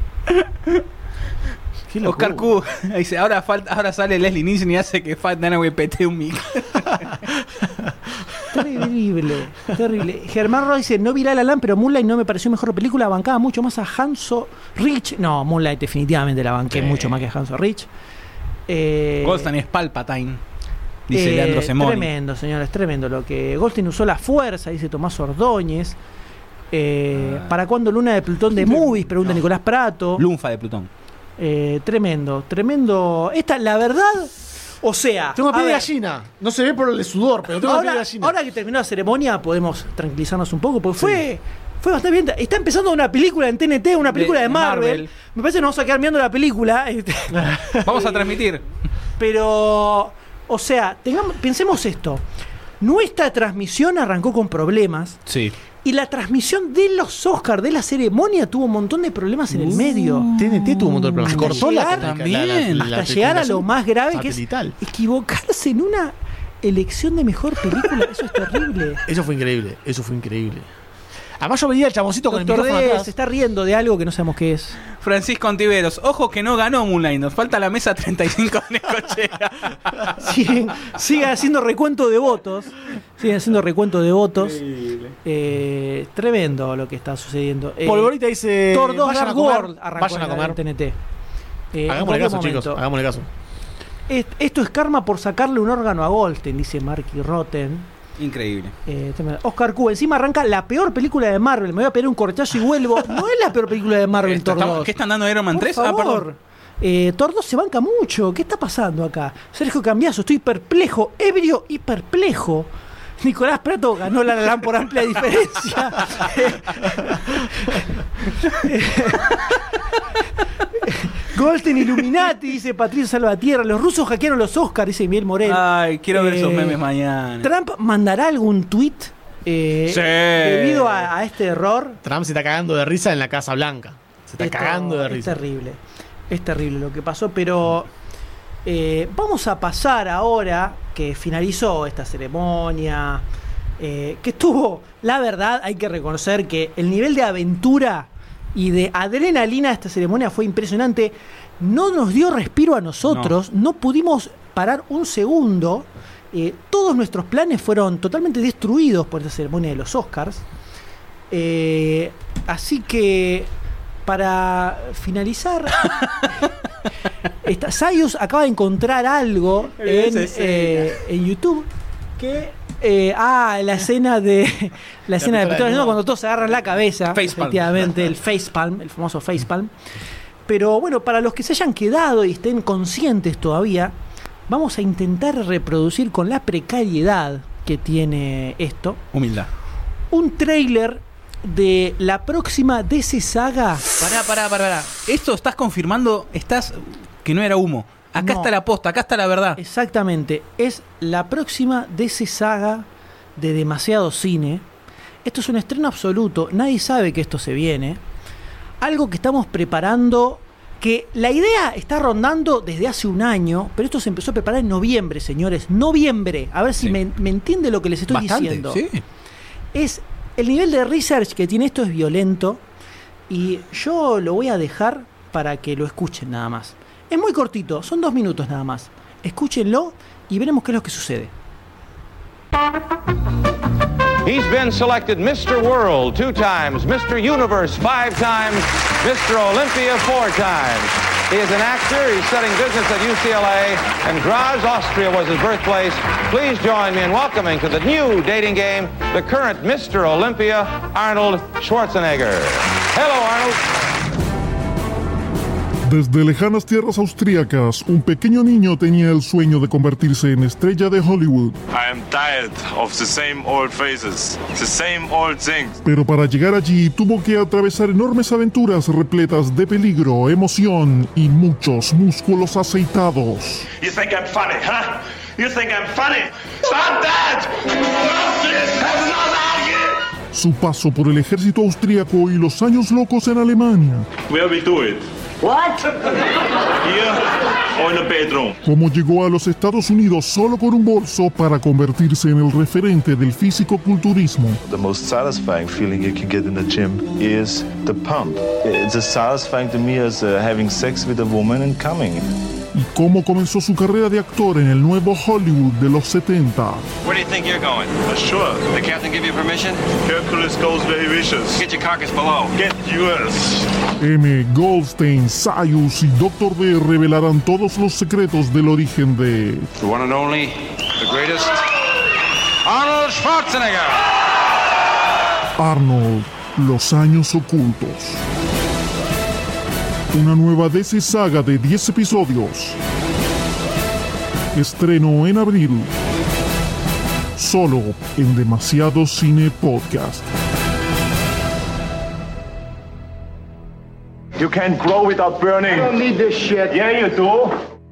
Oscar Q dice, ahora sale Leslie Nielsen y hace que Fat Dunaway pete un mic. Terrible. Germán Ross dice, no vi La La Land, pero Moonlight no me pareció mejor película, bancaba mucho más a Hanso Rich. No, Moonlight definitivamente la banqué mucho más que Hanso Rich. Goldstein es Palpatine, dice Leandro Semoni. Tremendo, señores, tremendo. Lo que Goldstein usó la fuerza, dice Tomás Ordóñez. ¿Para cuándo Luna de Plutón de Movies? Pregunta Nicolás Prato. Lunfa de Plutón. Tremendo. Esta, la verdad, o sea, tengo piel de gallina. No se ve por el sudor, pero tengo piel de gallina. Ahora que terminó la ceremonia, podemos tranquilizarnos un poco, porque fue bastante bien. Está empezando una película en TNT, una película de Marvel. Me parece que nos vamos a quedar mirando la película. Vamos a transmitir. Pero, o sea, pensemos esto. Nuestra transmisión arrancó con problemas. Sí. Y la transmisión de los Oscars, de la ceremonia, tuvo un montón de problemas en el medio. TNT tuvo un montón de problemas. Cortó hasta llegar a lo más grave, satelital, que es equivocarse en una elección de mejor película. Eso es terrible. Eso fue increíble. Además yo veía al chaboncito con el micrófono atrás. Se está riendo de algo que no sabemos qué es. Francisco Ontiveros, ojo que no ganó Moonlight, nos falta la mesa 35 de Necochea. Sigue haciendo recuento de votos. Tremendo lo que está sucediendo. Polvorita dice, Thor 2 Dark World vayan a comer. En TNT. Hagámosle caso, chicos, hagámosle caso. Esto es karma por sacarle un órgano a Goldstein, dice Marky Rotten. Increíble. Oscar Q, encima arranca la peor película de Marvel. Me voy a pedir un corchazo y vuelvo. No es la peor película de Marvel, Thor 2. ¿Qué están dando Iron Man 3? Perdón. Thor 2 se banca mucho. ¿Qué está pasando acá? Sergio Cambiaso, estoy perplejo, ebrio y perplejo. Nicolás Prato ganó La La Land por amplia diferencia. Goldstein Illuminati, dice Patricio Salvatierra. Los rusos hackearon los Oscars, dice Miguel Morel. Ay, quiero ver esos memes mañana. ¿Trump mandará algún tweet debido a este error? Trump se está cagando de risa en la Casa Blanca. Cagando de risa. Es terrible lo que pasó, pero vamos a pasar ahora que finalizó esta ceremonia, que estuvo, la verdad, hay que reconocer que el nivel de aventura y de adrenalina de esta ceremonia fue impresionante. No nos dio respiro a nosotros, no pudimos parar un segundo. Todos nuestros planes fueron totalmente destruidos por esta ceremonia de los Oscars. Así que, para finalizar, Sayus acaba de encontrar algo en YouTube que la escena de Petróleo, cuando todos se agarran la cabeza, efectivamente, el facepalm, el famoso facepalm. Pero bueno, para los que se hayan quedado y estén conscientes todavía, vamos a intentar reproducir con la precariedad que tiene esto, humildad, un tráiler de la próxima DC saga. Pará. Esto estás confirmando, que no era humo. Acá está la posta, acá está la verdad. Exactamente. Es la próxima DC saga de Demasiado Cine. Esto es un estreno absoluto. Nadie sabe que esto se viene. Algo que estamos preparando, que la idea está rondando desde hace un año, pero esto se empezó a preparar en noviembre, señores. Noviembre. A ver si me entiende lo que les estoy diciendo. Sí. Es el nivel de research que tiene esto es violento. Y yo lo voy a dejar para que lo escuchen nada más. Es muy cortito, son 2 minutos nada más. Escúchenlo y veremos qué es lo que sucede. He's been selected Mr. World 2 times, Mr. Universe 5 times, Mr. Olympia 4 times. He is an actor, he's studying business at UCLA, and Graz, Austria was his birthplace. Please join me in welcoming to the new dating game, the current Mr. Olympia, Arnold Schwarzenegger. Hello, Arnold. Desde lejanas tierras austríacas, un pequeño niño tenía el sueño de convertirse en estrella de Hollywood. I am tired of the same old faces, the same old things. Pero para llegar allí tuvo que atravesar enormes aventuras repletas de peligro, emoción y muchos músculos aceitados. You think I'm funny, huh? You think I'm funny? I'm dead! Su paso por el ejército austríaco y los años locos en Alemania. Where we do it? What? Here or in the bedroom? Cómo llegó a los Estados Unidos solo por un bolso para convertirse en el referente del físico-culturismo. The most satisfying feeling you can get in the gym is the pump. It's as satisfying to me as having sex with a woman and coming. Y cómo comenzó su carrera de actor en el nuevo Hollywood de los 70. Where do you think you're going? Sure. The captain give you permission? Hercules goes where he wishes. Get your carcass below. Get yours. M. Goldstein, Sayus y Dr. D revelarán todos los secretos del origen de... The one and only, the greatest, Arnold Schwarzenegger. Arnold, los años ocultos. Una nueva DC saga de 10 episodios. Estreno en abril. Solo en Demasiado Cine Podcast. You can't grow without burning. I don't need this shit. Yeah, you do.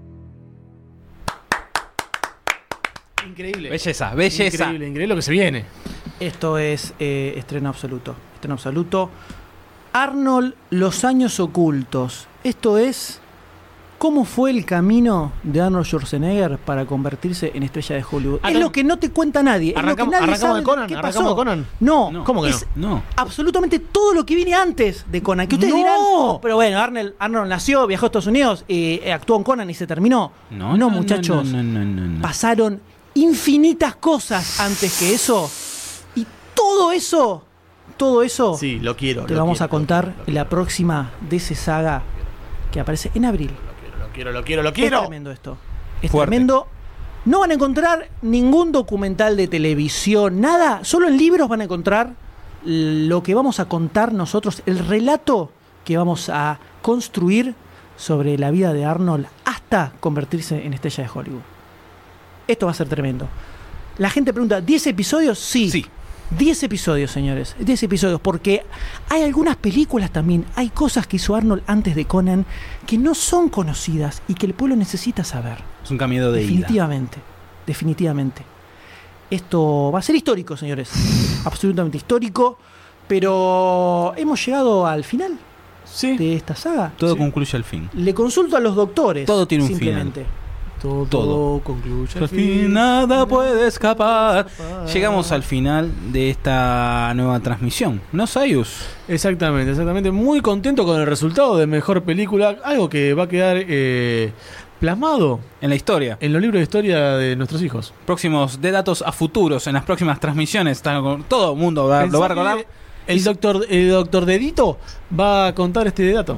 Increíble. Belleza, belleza. Increíble, increíble lo que se viene. Esto es estreno absoluto. Estreno absoluto. Arnold, los años ocultos. Esto es cómo fue el camino de Arnold Schwarzenegger para convertirse en estrella de Hollywood. Es lo que no te cuenta nadie. Arrancamos de Conan. Arrancamos de Conan. No. ¿Cómo que es no? absolutamente todo lo que viene antes de Conan. Que ustedes dirán, pero bueno, Arnold nació, viajó a Estados Unidos, actuó en Conan y se terminó. No, muchachos. No. Pasaron infinitas cosas antes que eso. Y todo eso, sí, lo quiero. Te lo vamos a contar en la próxima DC saga que aparece en abril. Lo quiero. Es tremendo esto. Es tremendo. No van a encontrar ningún documental de televisión, nada. Solo en libros van a encontrar lo que vamos a contar nosotros, el relato que vamos a construir sobre la vida de Arnold hasta convertirse en estrella de Hollywood. Esto va a ser tremendo. La gente pregunta, ¿10 episodios? Sí. 10 episodios, señores. 10 episodios, porque hay algunas películas también, hay cosas que hizo Arnold antes de Conan que no son conocidas y que el pueblo necesita saber. Es un camino de ida. Definitivamente. Esto va a ser histórico, señores. Absolutamente histórico. Pero hemos llegado al final de esta saga. Todo concluye al fin. Le consulto a los doctores. Todo tiene un simplemente. final. Todo concluye al fin, nada puede escapar. Llegamos al final de esta nueva transmisión, ¿no, Sayus? Exactamente. Muy contento con el resultado de mejor película. Algo que va a quedar plasmado en la historia, en los libros de historia de nuestros hijos. Próximos de datos a futuros en las próximas transmisiones. Todo el mundo lo va a recordar. El doctor Dedito va a contar este dato.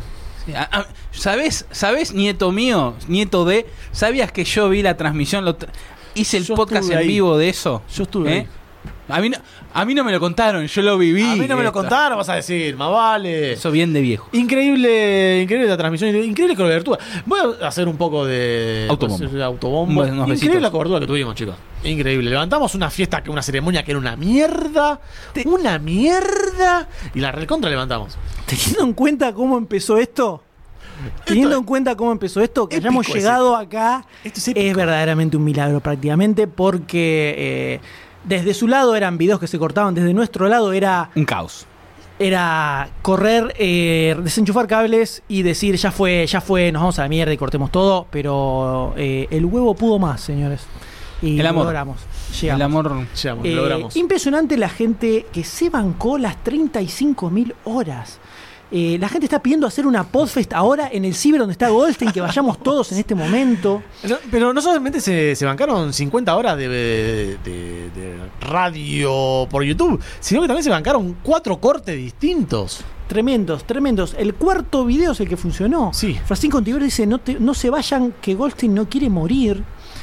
¿Sabés, nieto mío, nieto de? ¿Sabías que yo vi la transmisión? Hice el podcast en vivo de eso. Yo estuve ahí. A mí no me lo contaron, yo lo viví. A mí no me lo contaron, vas a decir, más vale. Eso bien de viejo. Increíble la transmisión, increíble cobertura. Voy a hacer un poco de autobombo. Increíble la cobertura que tuvimos, chicos. Increíble. Levantamos una fiesta, una ceremonia que era una mierda. Y la recontra levantamos. Teniendo en cuenta cómo empezó esto, que hayamos llegado acá, es verdaderamente un milagro prácticamente, porque Desde su lado eran videos que se cortaban, desde nuestro lado era... un caos. Era correr, desenchufar cables y decir ya fue, nos vamos a la mierda y cortemos todo, pero el huevo pudo más, señores. Y el amor. Logramos. El amor logramos. Impresionante la gente que se bancó las 35.000 horas. La gente está pidiendo hacer una podfest ahora en el ciber donde está Goldstein, que vayamos todos en este momento. Pero no solamente se bancaron 50 horas de radio por YouTube, sino que también se bancaron 4 cortes distintos. Tremendos. El cuarto video es el que funcionó. Sí. Francisco Ontiveros dice, no se vayan, que Goldstein no quiere morir.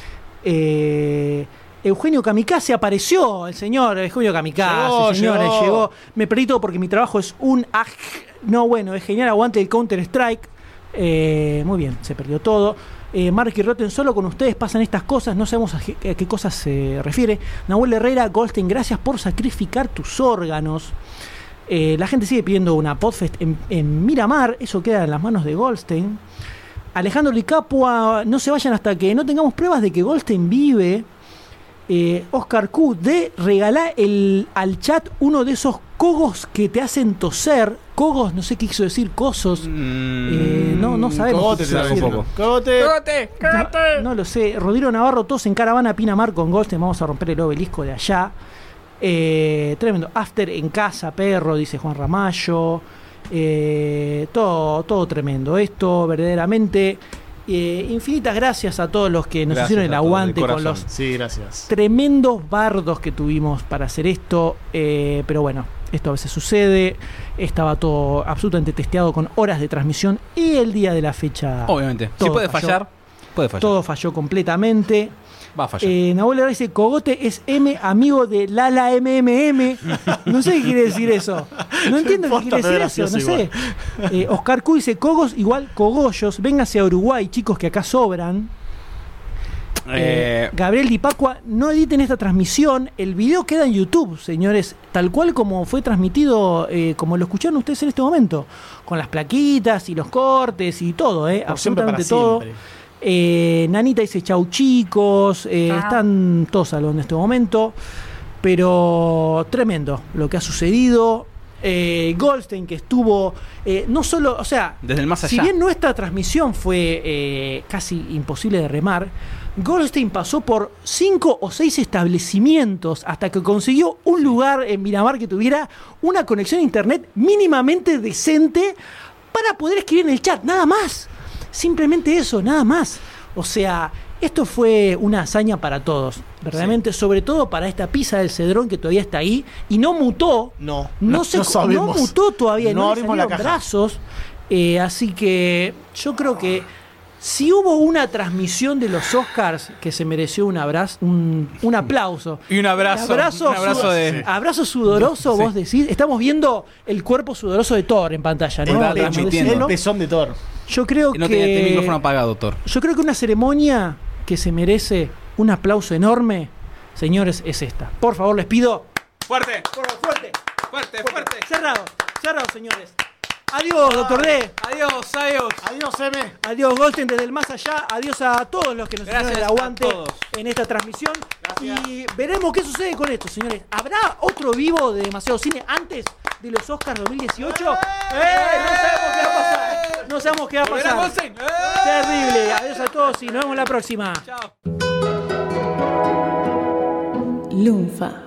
Eugenio Kamikaze apareció, el señor Eugenio Kamikaze, llegó. Me perdí todo porque mi trabajo es es genial, aguante el Counter Strike. Muy bien, se perdió todo. Mark y Rotten, solo con ustedes pasan estas cosas, no sabemos a qué cosas se refiere. Nahuel Herrera, Goldstein, gracias por sacrificar tus órganos. La gente sigue pidiendo una podfest en Miramar, eso queda en las manos de Goldstein. Alejandro Licapua, no se vayan hasta que no tengamos pruebas de que Goldstein vive. Oscar Q, regalá al chat uno de esos cogos que te hacen toser. Cogos, no sé qué quiso decir, cosos. No sabemos. Cogote. No lo sé. Rodrigo Navarro, todos en caravana Pinamar con Goldstein. Vamos a romper el obelisco de allá. Tremendo. After en casa, perro, dice Juan Ramallo. Todo tremendo. Esto verdaderamente. Infinitas gracias a todos los que nos hicieron el aguante con los tremendos bardos que tuvimos para hacer esto, pero bueno, esto a veces sucede. Estaba todo absolutamente testeado con horas de transmisión y el día de la fecha obviamente, si puede fallar, todo falló completamente. Va a fallar. Nahuel dice, Cogote es amigo de Lala MMM. No sé qué quiere decir eso. No entiendo qué quiere decir eso, no sé. Oscar Q dice, Cogos igual cogollos. Vénganse a Uruguay, chicos, que acá sobran. Gabriel Di Pacua, no editen esta transmisión. El video queda en YouTube, señores, tal cual como fue transmitido, como lo escucharon ustedes en este momento, con las plaquitas y los cortes y todo, absolutamente todo. Nanita dice chau chicos, están todos a lo en este momento, pero tremendo lo que ha sucedido. Goldstein, que estuvo no solo, o sea, desde el más allá. Si bien nuestra transmisión fue casi imposible de remar, Goldstein pasó por 5 o 6 establecimientos hasta que consiguió un lugar en Miramar que tuviera una conexión a internet mínimamente decente para poder escribir en el chat, nada más. Simplemente eso, nada más. O sea, esto fue una hazaña para todos, verdaderamente, sobre todo para esta pizza del Cedrón que todavía está ahí y no mutó. No mutó todavía, no abrimos la caja. Brazos. Así que yo creo que si hubo una transmisión de los Oscars que se mereció un aplauso. Y un abrazo. Abrazo sudoroso, vos decís. Estamos viendo el cuerpo sudoroso de Thor en pantalla, ¿no? El pezón de Thor. Yo creo no tenía el micrófono apagado, Thor. Yo creo que una ceremonia que se merece un aplauso enorme, señores, es esta. Por favor, les pido. Fuerte. Cerrado, señores. Adiós, Dr. D. Adiós, M. Adiós, Goldstein desde el más allá. Adiós a todos los que nos hicieron el aguante en esta transmisión. Gracias. Y veremos qué sucede con esto, señores. ¿Habrá otro vivo de Demasiado Cine antes de los Oscars 2018? No sabemos qué va a pasar. Terrible. Adiós a todos y nos vemos la próxima. Chao. Lunfa.